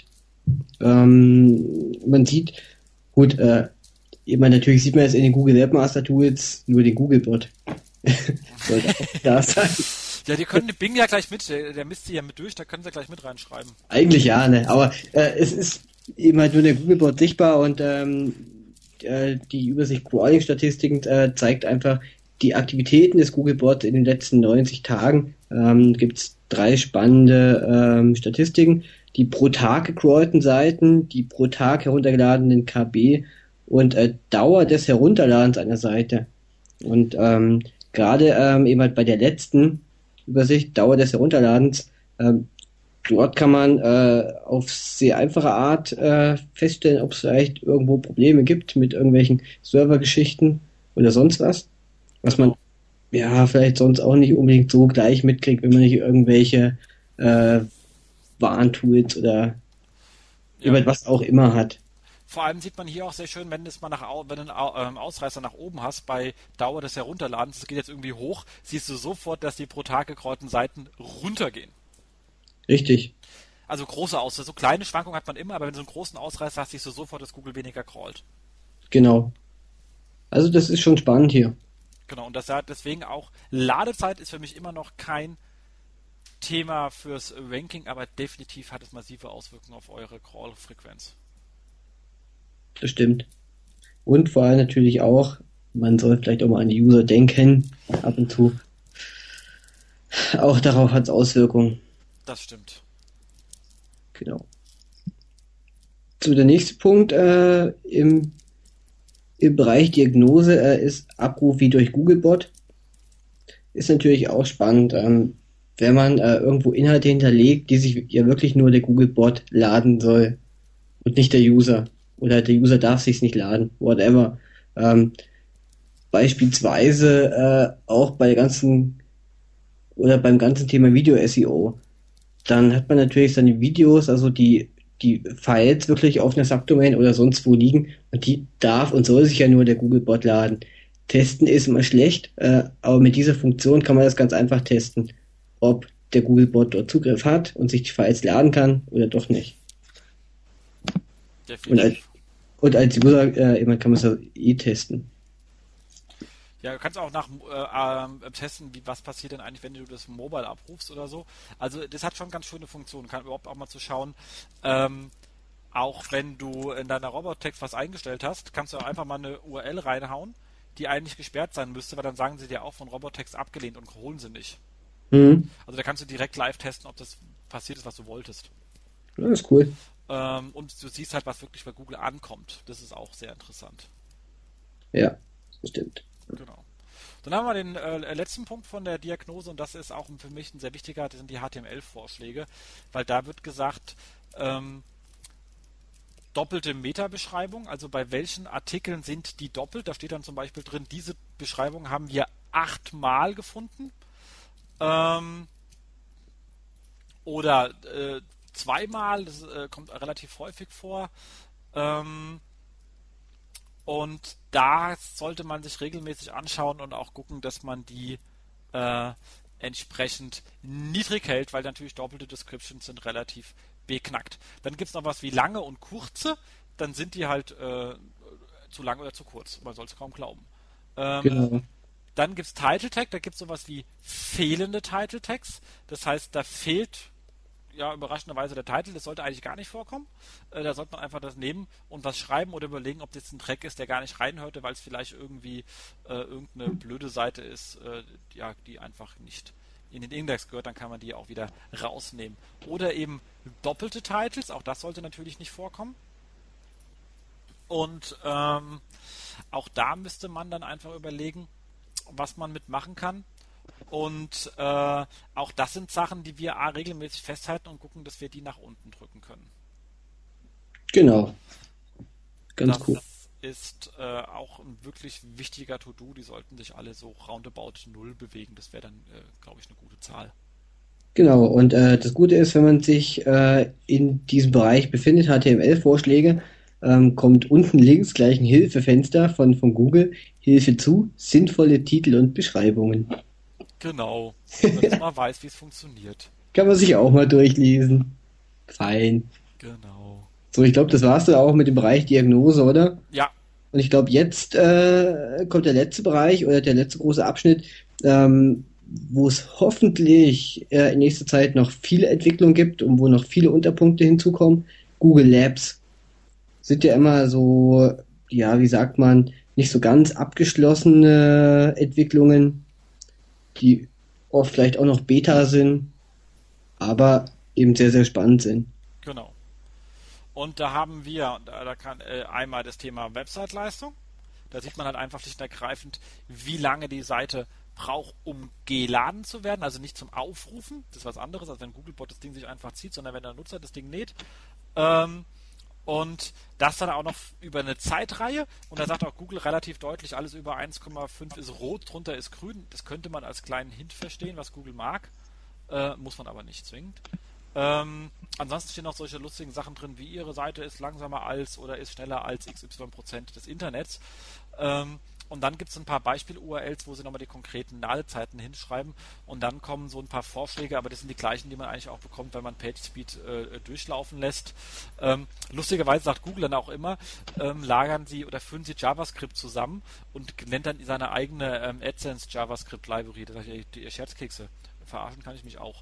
Man sieht, gut, natürlich sieht man jetzt in den Google Webmaster Tools nur den Google-Bot. Sollte auch da sein. Ja, die können den Bing ja gleich mit, der misst sie ja mit durch, da können sie gleich mit reinschreiben. Eigentlich ja, ne, aber es ist eben halt nur der Google-Bot sichtbar und die Übersicht Crawling-Statistiken zeigt einfach die Aktivitäten des Googlebots in den letzten 90 Tagen. Gibt es 3 spannende Statistiken. Die pro Tag gecrawlten Seiten, die pro Tag heruntergeladenen KB und Dauer des Herunterladens einer Seite. Und gerade eben halt bei der letzten Übersicht, Dauer des Herunterladens, dort kann man auf sehr einfache Art feststellen, ob es vielleicht irgendwo Probleme gibt mit irgendwelchen Servergeschichten oder sonst was. Was man ja vielleicht sonst auch nicht unbedingt so gleich mitkriegt, wenn man nicht irgendwelche Warntools oder was auch immer hat. Vor allem sieht man hier auch sehr schön, wenn du einen Ausreißer nach oben hast, bei Dauer des Herunterladens, das geht jetzt irgendwie hoch, siehst du sofort, dass die pro Tag gecrawlten Seiten runtergehen. Richtig. Also große Ausreißer, so kleine Schwankungen hat man immer, aber wenn du so einen großen Ausreißer hast, siehst du sofort, dass Google weniger crawlt. Genau. Also das ist schon spannend hier. Genau, und deswegen auch Ladezeit ist für mich immer noch kein Thema fürs Ranking, aber definitiv hat es massive Auswirkungen auf eure Crawl-Frequenz. Das stimmt. Und vor allem natürlich auch, man soll vielleicht auch mal an die User denken, ab und zu. Auch darauf hat es Auswirkungen. Das stimmt. Genau. So, der nächste Punkt im Im Bereich Diagnose ist Abruf wie durch Googlebot. Ist natürlich auch spannend, wenn man irgendwo Inhalte hinterlegt, die sich ja wirklich nur der Googlebot laden soll und nicht der User. Oder der User darf sich's nicht laden, whatever. Ähm, Beispielsweise auch bei der ganzen oder beim ganzen Thema Video-SEO. Dann hat man natürlich seine Videos, also die Files wirklich auf einer Subdomain oder sonst wo liegen und die darf und soll sich ja nur der Googlebot laden. Testen ist immer schlecht, aber mit dieser Funktion kann man das ganz einfach testen, ob der Googlebot dort Zugriff hat und sich die Files laden kann oder doch nicht. Und als, Definitiv. und als User immer kann man es ja testen. Ja, du kannst auch testen, was passiert denn eigentlich, wenn du das Mobile abrufst oder so. Also das hat schon ganz schöne Funktionen. Kann überhaupt auch mal zu schauen, auch wenn du in deiner Robotext was eingestellt hast, kannst du auch einfach mal eine URL reinhauen, die eigentlich gesperrt sein müsste, weil dann sagen sie dir auch von Robotext abgelehnt und holen sie nicht. Mhm. Also da kannst du direkt live testen, ob das passiert ist, was du wolltest. Ja, das ist cool. Und du siehst halt, was wirklich bei Google ankommt. Das ist auch sehr interessant. Ja, das stimmt. Genau. Dann haben wir den letzten Punkt von der Diagnose und das ist auch für mich ein sehr wichtiger, das sind die HTML-Vorschläge, weil da wird gesagt, doppelte Meta-Beschreibung, also bei welchen Artikeln sind die doppelt, da steht dann zum Beispiel drin, diese Beschreibung haben wir 8-mal gefunden oder 2-mal, das kommt relativ häufig vor. Und da sollte man sich regelmäßig anschauen und auch gucken, dass man die entsprechend niedrig hält, weil natürlich doppelte Descriptions sind relativ beknackt. Dann gibt es noch was wie lange und kurze, dann sind die halt zu lang oder zu kurz. Man soll es kaum glauben. Genau. Dann gibt es Title Tag, da gibt es sowas wie fehlende Title Tags. Das heißt, da fehlt ja überraschenderweise der Titel, das sollte eigentlich gar nicht vorkommen. Da sollte man einfach das nehmen und was schreiben oder überlegen, ob das ein Track ist, der gar nicht reinhörte, weil es vielleicht irgendwie irgendeine blöde Seite ist, ja, die einfach nicht in den Index gehört, dann kann man die auch wieder rausnehmen. Oder eben doppelte Titles, auch das sollte natürlich nicht vorkommen. Und auch da müsste man dann einfach überlegen, was man mitmachen kann. Und auch das sind Sachen, die wir regelmäßig festhalten und gucken, dass wir die nach unten drücken können. Genau. Ganz Das cool. ist auch ein wirklich wichtiger To-Do. Die sollten sich alle so roundabout 0 bewegen. Das wäre dann, glaube ich, eine gute Zahl. Genau. Und das Gute ist, wenn man sich in diesem Bereich befindet, HTML-Vorschläge, kommt unten links gleich ein Hilfefenster von Google. Hilfe zu, sinnvolle Titel und Beschreibungen. Genau. Damit man mal weiß, wie es funktioniert. Kann man sich auch mal durchlesen. Fein. Genau. So, ich glaube, das war's dann auch mit dem Bereich Diagnose, oder? Ja, Und ich glaube, jetzt kommt der letzte Bereich oder der letzte große Abschnitt, wo es hoffentlich in nächster Zeit noch viele Entwicklungen gibt und wo noch viele Unterpunkte hinzukommen. Google Labs sind ja immer so, ja, wie sagt man, nicht so ganz abgeschlossene Entwicklungen, die oft vielleicht auch noch Beta sind, aber eben sehr, sehr spannend sind. genau. Und da haben wir, da kann einmal das Thema Website-Leistung. Da sieht man halt einfach schlicht und ergreifend, wie lange die Seite braucht, um geladen zu werden. Also nicht zum Aufrufen, das ist was anderes, als wenn Googlebot das Ding sich einfach zieht, sondern wenn der Nutzer das Ding lädt. Und das dann auch noch über eine Zeitreihe. Und da sagt auch Google relativ deutlich, alles über 1,5 ist rot, drunter ist grün. Das könnte man als kleinen Hint verstehen, was Google mag. Muss man aber nicht zwingend. Ansonsten stehen noch solche lustigen Sachen drin, wie Ihre Seite ist langsamer als oder ist schneller als XY% des Internets. Und dann gibt es ein paar Beispiel-URLs, wo Sie nochmal die konkreten Ladezeiten hinschreiben und dann kommen so ein paar Vorschläge, aber das sind die gleichen, die man eigentlich auch bekommt, wenn man PageSpeed durchlaufen lässt. Lustigerweise sagt Google dann auch immer, lagern Sie oder führen Sie JavaScript zusammen und nennt dann seine eigene AdSense JavaScript Library. Da sage ich, ihr Scherzkekse, verarschen kann ich mich auch.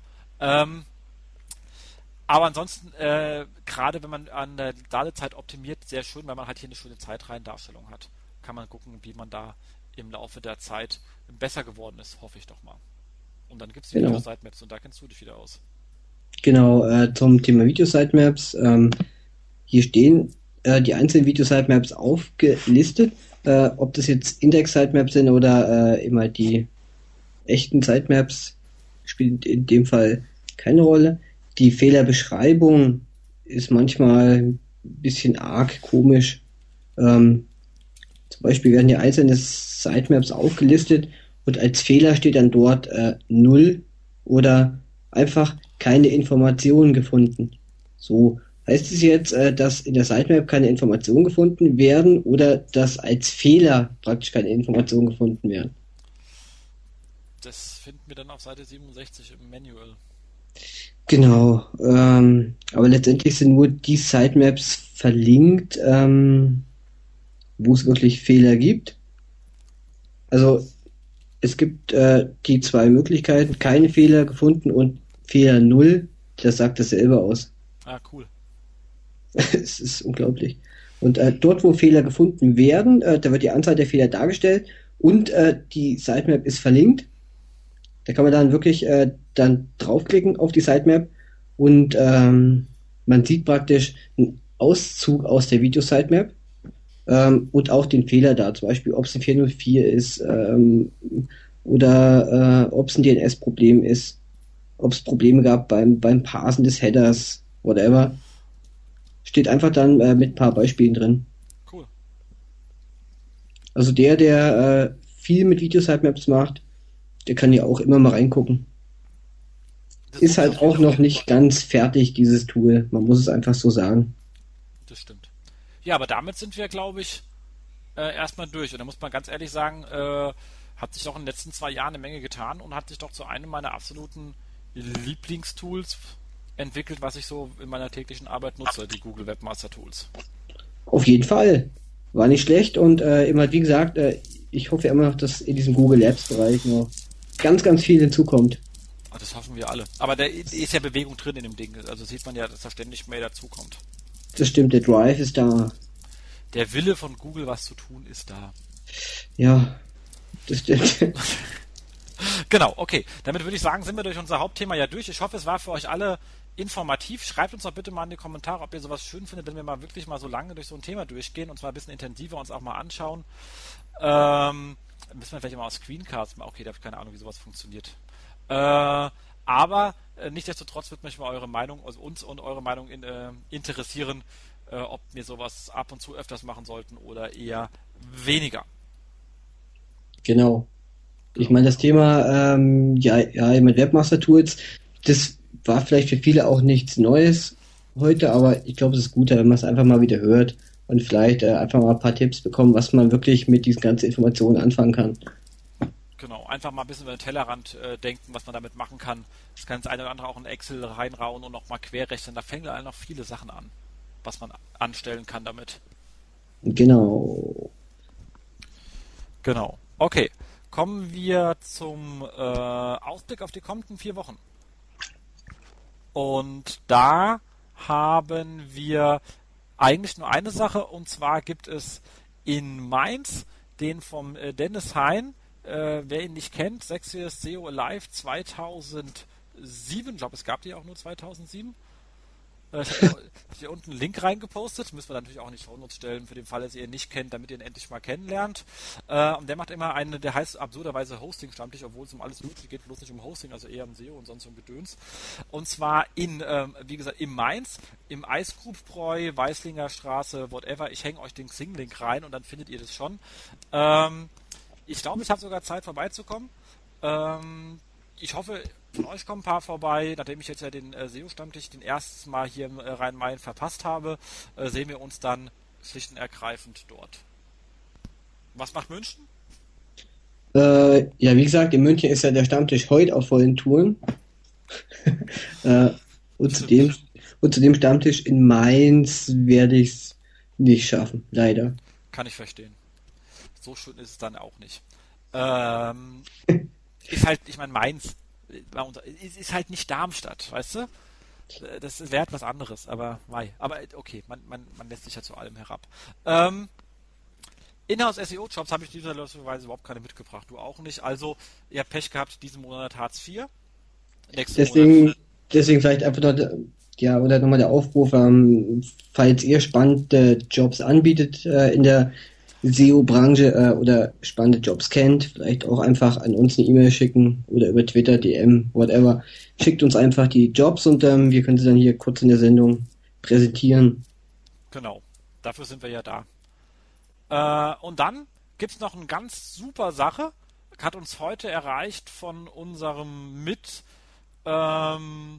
Aber ansonsten, gerade wenn man an der Ladezeit optimiert, sehr schön, weil man halt hier eine schöne Zeitreihendarstellung hat. Kann man gucken, wie man da im Laufe der Zeit besser geworden ist, hoffe ich doch mal. Und dann gibt es die Genau. Video-Sitemaps und da kennst du dich wieder aus. Genau, zum Thema Video-Sitemaps. Hier stehen die einzelnen Video-Sitemaps aufgelistet. ob das jetzt Index-Sitemaps sind oder immer die echten Sitemaps, spielt in dem Fall keine Rolle. Die Fehlerbeschreibung ist manchmal ein bisschen arg komisch. Zum Beispiel werden hier einzelne Sitemaps aufgelistet und als Fehler steht dann dort 0 oder einfach keine Informationen gefunden. So, heißt es jetzt, dass in der Sitemap keine Informationen gefunden werden oder dass als Fehler praktisch keine Informationen gefunden werden? Das finden wir dann auf Seite 67 im Manual. Genau, aber letztendlich sind nur die Sitemaps verlinkt, wo es wirklich Fehler gibt. Also es gibt die zwei Möglichkeiten, keine Fehler gefunden und Fehler 0, das sagt dasselbe aus. Ah, cool. Es ist unglaublich. Und dort, wo Fehler gefunden werden, da wird die Anzahl der Fehler dargestellt und die Sitemap ist verlinkt. Da kann man dann wirklich dann draufklicken auf die Sitemap und man sieht praktisch einen Auszug aus der Video-Sitemap und auch den Fehler da, zum Beispiel ob es ein 404 ist oder ob es ein DNS-Problem ist, ob es Probleme gab beim Parsen des Headers, whatever. Steht einfach dann mit ein paar Beispielen drin. Cool. Also der viel mit Video-Sitemaps macht, der kann ja auch immer mal reingucken. Ist halt auch noch nicht ganz fertig, dieses Tool. Man muss es einfach so sagen. Das stimmt. Ja, aber damit sind wir, glaube ich, erstmal durch. Und da muss man ganz ehrlich sagen, hat sich doch in den letzten 2 Jahren eine Menge getan und hat sich doch zu einem meiner absoluten Lieblingstools entwickelt, was ich so in meiner täglichen Arbeit nutze, die Google Webmaster Tools. Auf jeden Fall. War nicht schlecht und immer, wie gesagt, ich hoffe immer noch, dass in diesem Google Labs Bereich noch ganz, ganz viel hinzukommt. Das hoffen wir alle. Aber da ist ja Bewegung drin in dem Ding. Also sieht man ja, dass da ständig mehr dazukommt. Das stimmt, der Drive ist da. Der Wille von Google, was zu tun, ist da. Ja, das stimmt. Genau, okay. Damit würde ich sagen, sind wir durch unser Hauptthema ja durch. Ich hoffe, es war für euch alle informativ. Schreibt uns doch bitte mal in die Kommentare, ob ihr sowas schön findet, wenn wir mal wirklich mal so lange durch so ein Thema durchgehen und zwar ein bisschen intensiver uns auch mal anschauen. Müssen wir vielleicht mal aus Screencasts machen. Okay, da habe ich keine Ahnung, wie sowas funktioniert. Aber nichtsdestotrotz wird mich mal eure Meinung, also uns und eure Meinung interessieren, ob wir sowas ab und zu öfters machen sollten oder eher weniger. Genau. Ich meine, das Thema mit Webmaster Tools, das war vielleicht für viele auch nichts Neues heute, aber ich glaube, es ist gut, wenn man es einfach mal wieder hört und vielleicht einfach mal ein paar Tipps bekommen, was man wirklich mit diesen ganzen Informationen anfangen kann. Genau, einfach mal ein bisschen über den Tellerrand denken, was man damit machen kann. Das kann das eine oder andere auch in Excel reinrauen und nochmal querrechnen. Da fängen dann noch viele Sachen an, was man anstellen kann damit. Genau. Genau. Okay, kommen wir zum Ausblick auf die kommenden 4 Wochen. Und da haben wir eigentlich nur eine Sache, und zwar gibt es in Mainz den vom Dennis Hein, wer ihn nicht kennt, 6 Years SEO Alive 2007, ich glaube, es gab die auch nur 2007. Ich habe hier unten einen Link reingepostet, müssen wir natürlich auch in die Shownotes stellen, für den Fall, dass ihr ihn nicht kennt, damit ihr ihn endlich mal kennenlernt. Und der macht immer der heißt absurderweise Hosting-Stammtisch, obwohl es um alles Mögliche geht, bloß nicht um Hosting, also eher um SEO und sonst um Gedöns. Und zwar wie gesagt, in Mainz, im Eisgrubbräu, Weißlinger Straße, whatever. Ich hänge euch den Xing-Link rein und dann findet ihr das schon. Ich glaube, ich habe sogar Zeit vorbeizukommen. Ich hoffe, von euch kommen ein paar vorbei. Nachdem ich jetzt ja den SEO-Stammtisch den erstes Mal hier im Rhein-Main verpasst habe, sehen wir uns dann schlicht und ergreifend dort. Was macht München? Ja, wie gesagt, in München ist ja der Stammtisch heute auf vollen Touren. Und zu dem Stammtisch in Mainz werde ich es nicht schaffen, leider. Kann ich verstehen. So schön ist es dann auch nicht. Ist halt, ich meine, Mainz ist halt nicht Darmstadt, weißt du? Das wäre etwas anderes, aber okay, man lässt sich ja zu allem herab. Inhouse-SEO-Jobs habe ich dieserweise überhaupt keine mitgebracht, du auch nicht. Also, ihr habt Pech gehabt, diesen Monat Hartz IV. Deswegen vielleicht einfach oder nochmal der Aufruf, falls ihr spannende Jobs anbietet in der SEO-Branche oder spannende Jobs kennt, vielleicht auch einfach an uns eine E-Mail schicken oder über Twitter, DM, whatever. Schickt uns einfach die Jobs und wir können sie dann hier kurz in der Sendung präsentieren. Genau, dafür sind wir ja da. Und dann gibt's noch eine ganz super Sache, hat uns heute erreicht von unserem ähm,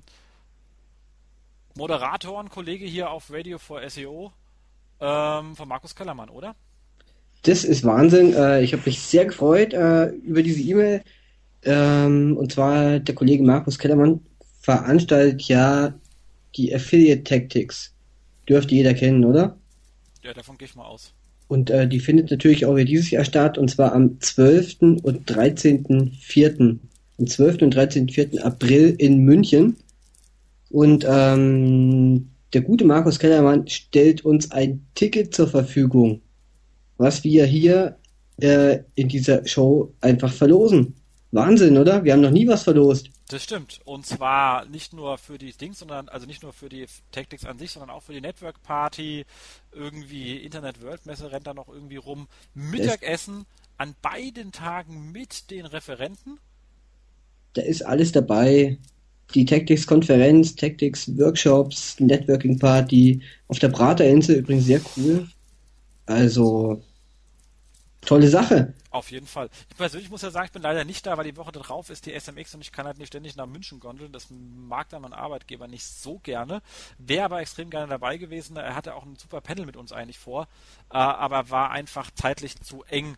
Moderatoren, Kollege hier auf Radio for SEO, von Markus Kellermann, oder? Das ist Wahnsinn. Ich habe mich sehr gefreut über diese E-Mail. Und zwar der Kollege Markus Kellermann veranstaltet ja die Affiliate Tactics. Dürfte jeder kennen, oder? Ja, davon gehe ich mal aus. Und die findet natürlich auch wieder dieses Jahr statt, und zwar am 12. und 13.04. Am 12. und 13.04. April in München. Und der gute Markus Kellermann stellt uns ein Ticket zur Verfügung, was wir hier in dieser Show einfach verlosen. Wahnsinn, oder? Wir haben noch nie was verlost. Das stimmt. Und zwar nicht nur für die Dings, sondern also nicht nur für die Tactics an sich, sondern auch für die Network Party. Irgendwie Internet World Messe rennt da noch irgendwie rum. Es, Mittagessen an beiden Tagen mit den Referenten. Da ist alles dabei. Die Tactics-Konferenz, Tactics-Workshops, Networking-Party auf der Praterinsel, übrigens sehr cool. Also, tolle Sache. Auf jeden Fall. Ich persönlich muss ja sagen, ich bin leider nicht da, weil die Woche darauf ist die SMX und ich kann halt nicht ständig nach München gondeln. Das mag dann mein Arbeitgeber nicht so gerne. Wäre aber extrem gerne dabei gewesen. Er hatte auch ein super Panel mit uns eigentlich vor, aber war einfach zeitlich zu eng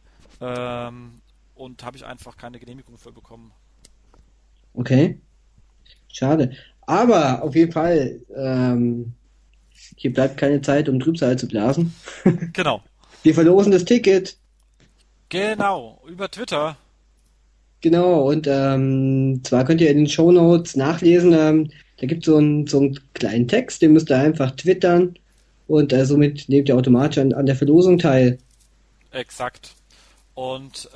und habe ich einfach keine Genehmigung für bekommen. Okay, schade. Aber auf jeden Fall, hier bleibt keine Zeit, um Trübsal zu blasen. Genau. Wir verlosen das Ticket. Genau. Über Twitter. Genau, und zwar könnt ihr in den Shownotes nachlesen, da gibt es so einen kleinen Text, den müsst ihr einfach twittern und somit nehmt ihr automatisch an der Verlosung teil. Exakt. Und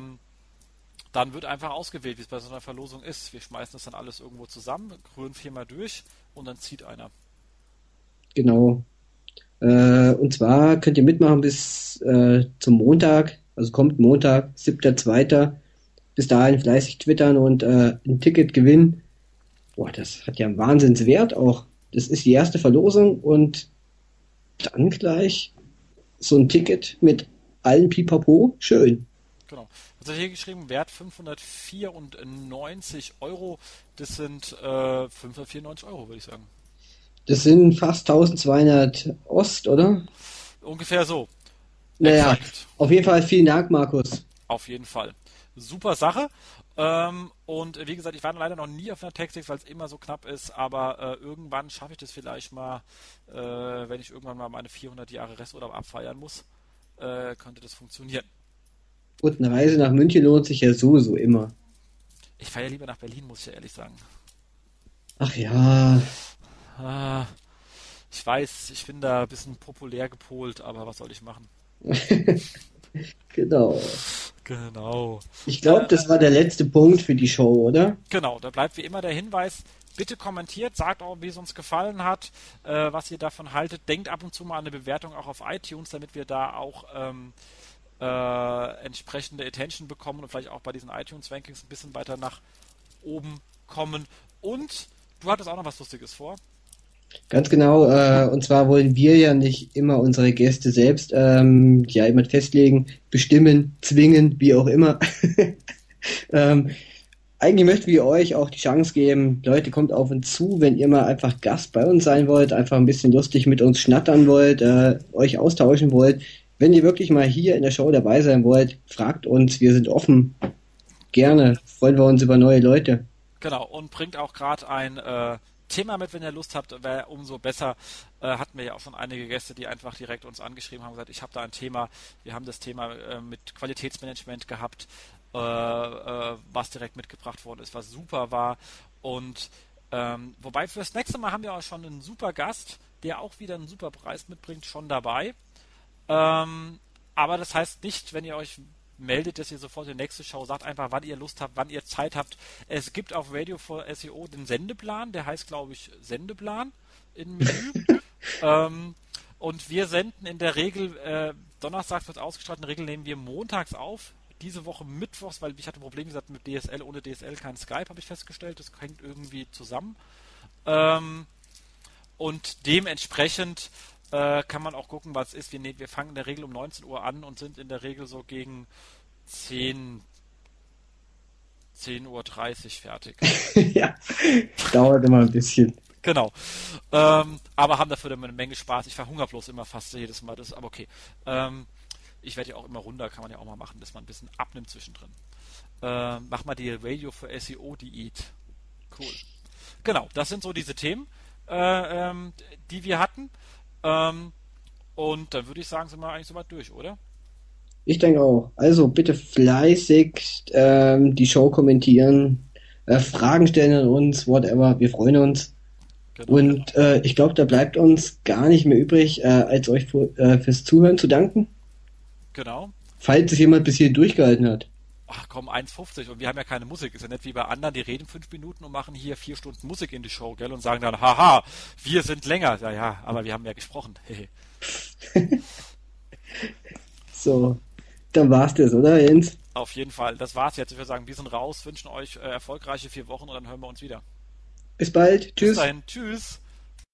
dann wird einfach ausgewählt, wie es bei so einer Verlosung ist. Wir schmeißen das dann alles irgendwo zusammen, rühren viermal durch und dann zieht einer. Genau. Und zwar könnt ihr mitmachen bis zum Montag, also kommt Montag, 7.2. Bis dahin fleißig twittern und ein Ticket gewinnen. Boah, das hat ja einen Wahnsinnswert auch. Das ist die erste Verlosung und dann gleich so ein Ticket mit allen Pipapo. Schön. Genau. Also hier geschrieben, Wert 594 Euro. Das sind 594 Euro, würde ich sagen. Das sind fast 1200 Ost, oder? Ungefähr so. Naja, Exakt. auf jeden Fall vielen Dank, Markus. Auf jeden Fall. Super Sache. Und wie gesagt, ich war leider noch nie auf einer Tactics, weil es immer so knapp ist, aber irgendwann schaffe ich das vielleicht mal, wenn ich irgendwann mal meine 400 Jahre Resturlaub abfeiern muss, könnte das funktionieren. Und eine Reise nach München lohnt sich ja sowieso immer. Ich fahre ja lieber nach Berlin, muss ich ja ehrlich sagen. Ach ja, Ah, ich weiß, ich bin da ein bisschen populär gepolt, aber was soll ich machen? genau. Genau. Ich glaube, das war der letzte Punkt für die Show, oder? Genau, da bleibt wie immer der Hinweis, bitte kommentiert, sagt auch, wie es uns gefallen hat, was ihr davon haltet. Denkt ab und zu mal an eine Bewertung auch auf iTunes, damit wir da auch entsprechende Attention bekommen und vielleicht auch bei diesen iTunes-Rankings ein bisschen weiter nach oben kommen. Und du hattest auch noch was Lustiges vor. Ganz genau, und zwar wollen wir ja nicht immer unsere Gäste selbst ja immer festlegen, bestimmen, zwingen, wie auch immer. ähm, Eigentlich möchten wir euch auch die Chance geben, Leute, kommt auf uns zu, wenn ihr mal einfach Gast bei uns sein wollt, einfach ein bisschen lustig mit uns schnattern wollt, euch austauschen wollt. Wenn ihr wirklich mal hier in der Show dabei sein wollt, fragt uns, wir sind offen. Gerne, freuen wir uns über neue Leute. Genau, und bringt auch gerade ein Thema mit, wenn ihr Lust habt, wäre umso besser. Hatten wir ja auch schon einige Gäste, die einfach direkt uns angeschrieben haben und gesagt, ich habe da ein Thema. Wir haben das Thema mit Qualitätsmanagement gehabt, was direkt mitgebracht worden ist, was super war. Und wobei fürs nächste Mal haben wir auch schon einen super Gast, der auch wieder einen super Preis mitbringt, schon dabei. Aber das heißt nicht, wenn ihr euch meldet, dass ihr sofort die nächste Show sagt, einfach wann ihr Lust habt, wann ihr Zeit habt. Es gibt auf Radio for SEO den Sendeplan, der heißt, glaube ich, Sendeplan im Menü. Und wir senden in der Regel Donnerstags wird ausgestrahlt. In der Regel nehmen wir montags auf. Diese Woche mittwochs, weil ich hatte Probleme gesagt mit DSL. Ohne DSL kein Skype, habe ich festgestellt. Das hängt irgendwie zusammen. Und dementsprechend kann man auch gucken, was ist. Wir fangen in der Regel um 19 Uhr an und sind in der Regel so gegen 10:30 Uhr fertig. Ja, dauert immer ein bisschen. Genau. Aber haben dafür eine Menge Spaß. Ich verhungere bloß immer fast jedes Mal. Das ist aber okay. Ich werde ja auch immer runter, kann man ja auch mal machen, dass man ein bisschen abnimmt zwischendrin. Mach mal die Radio für SEO-Diät. Cool. Genau, das sind so diese Themen, die wir hatten. Und dann würde ich sagen, sind wir eigentlich soweit durch, oder? Ich denke auch. Also bitte fleißig die Show kommentieren, Fragen stellen an uns, whatever. Wir freuen uns. Genau. Und ich glaube, da bleibt uns gar nicht mehr übrig, als euch fürs Zuhören zu danken. Genau. Falls es jemand bis hier durchgehalten hat. Ach komm, 1,50 und wir haben ja keine Musik. Ist ja nicht wie bei anderen, die reden 5 Minuten und machen hier 4 Stunden Musik in die Show, gell? Und sagen dann, haha, wir sind länger. Ja, aber wir haben ja gesprochen. So, dann war's das, oder Jens? Auf jeden Fall. Das war's jetzt. Ich würde sagen, wir sind raus, wünschen euch erfolgreiche 4 Wochen und dann hören wir uns wieder. Bis bald. Bis Tschüss. dahin. Tschüss.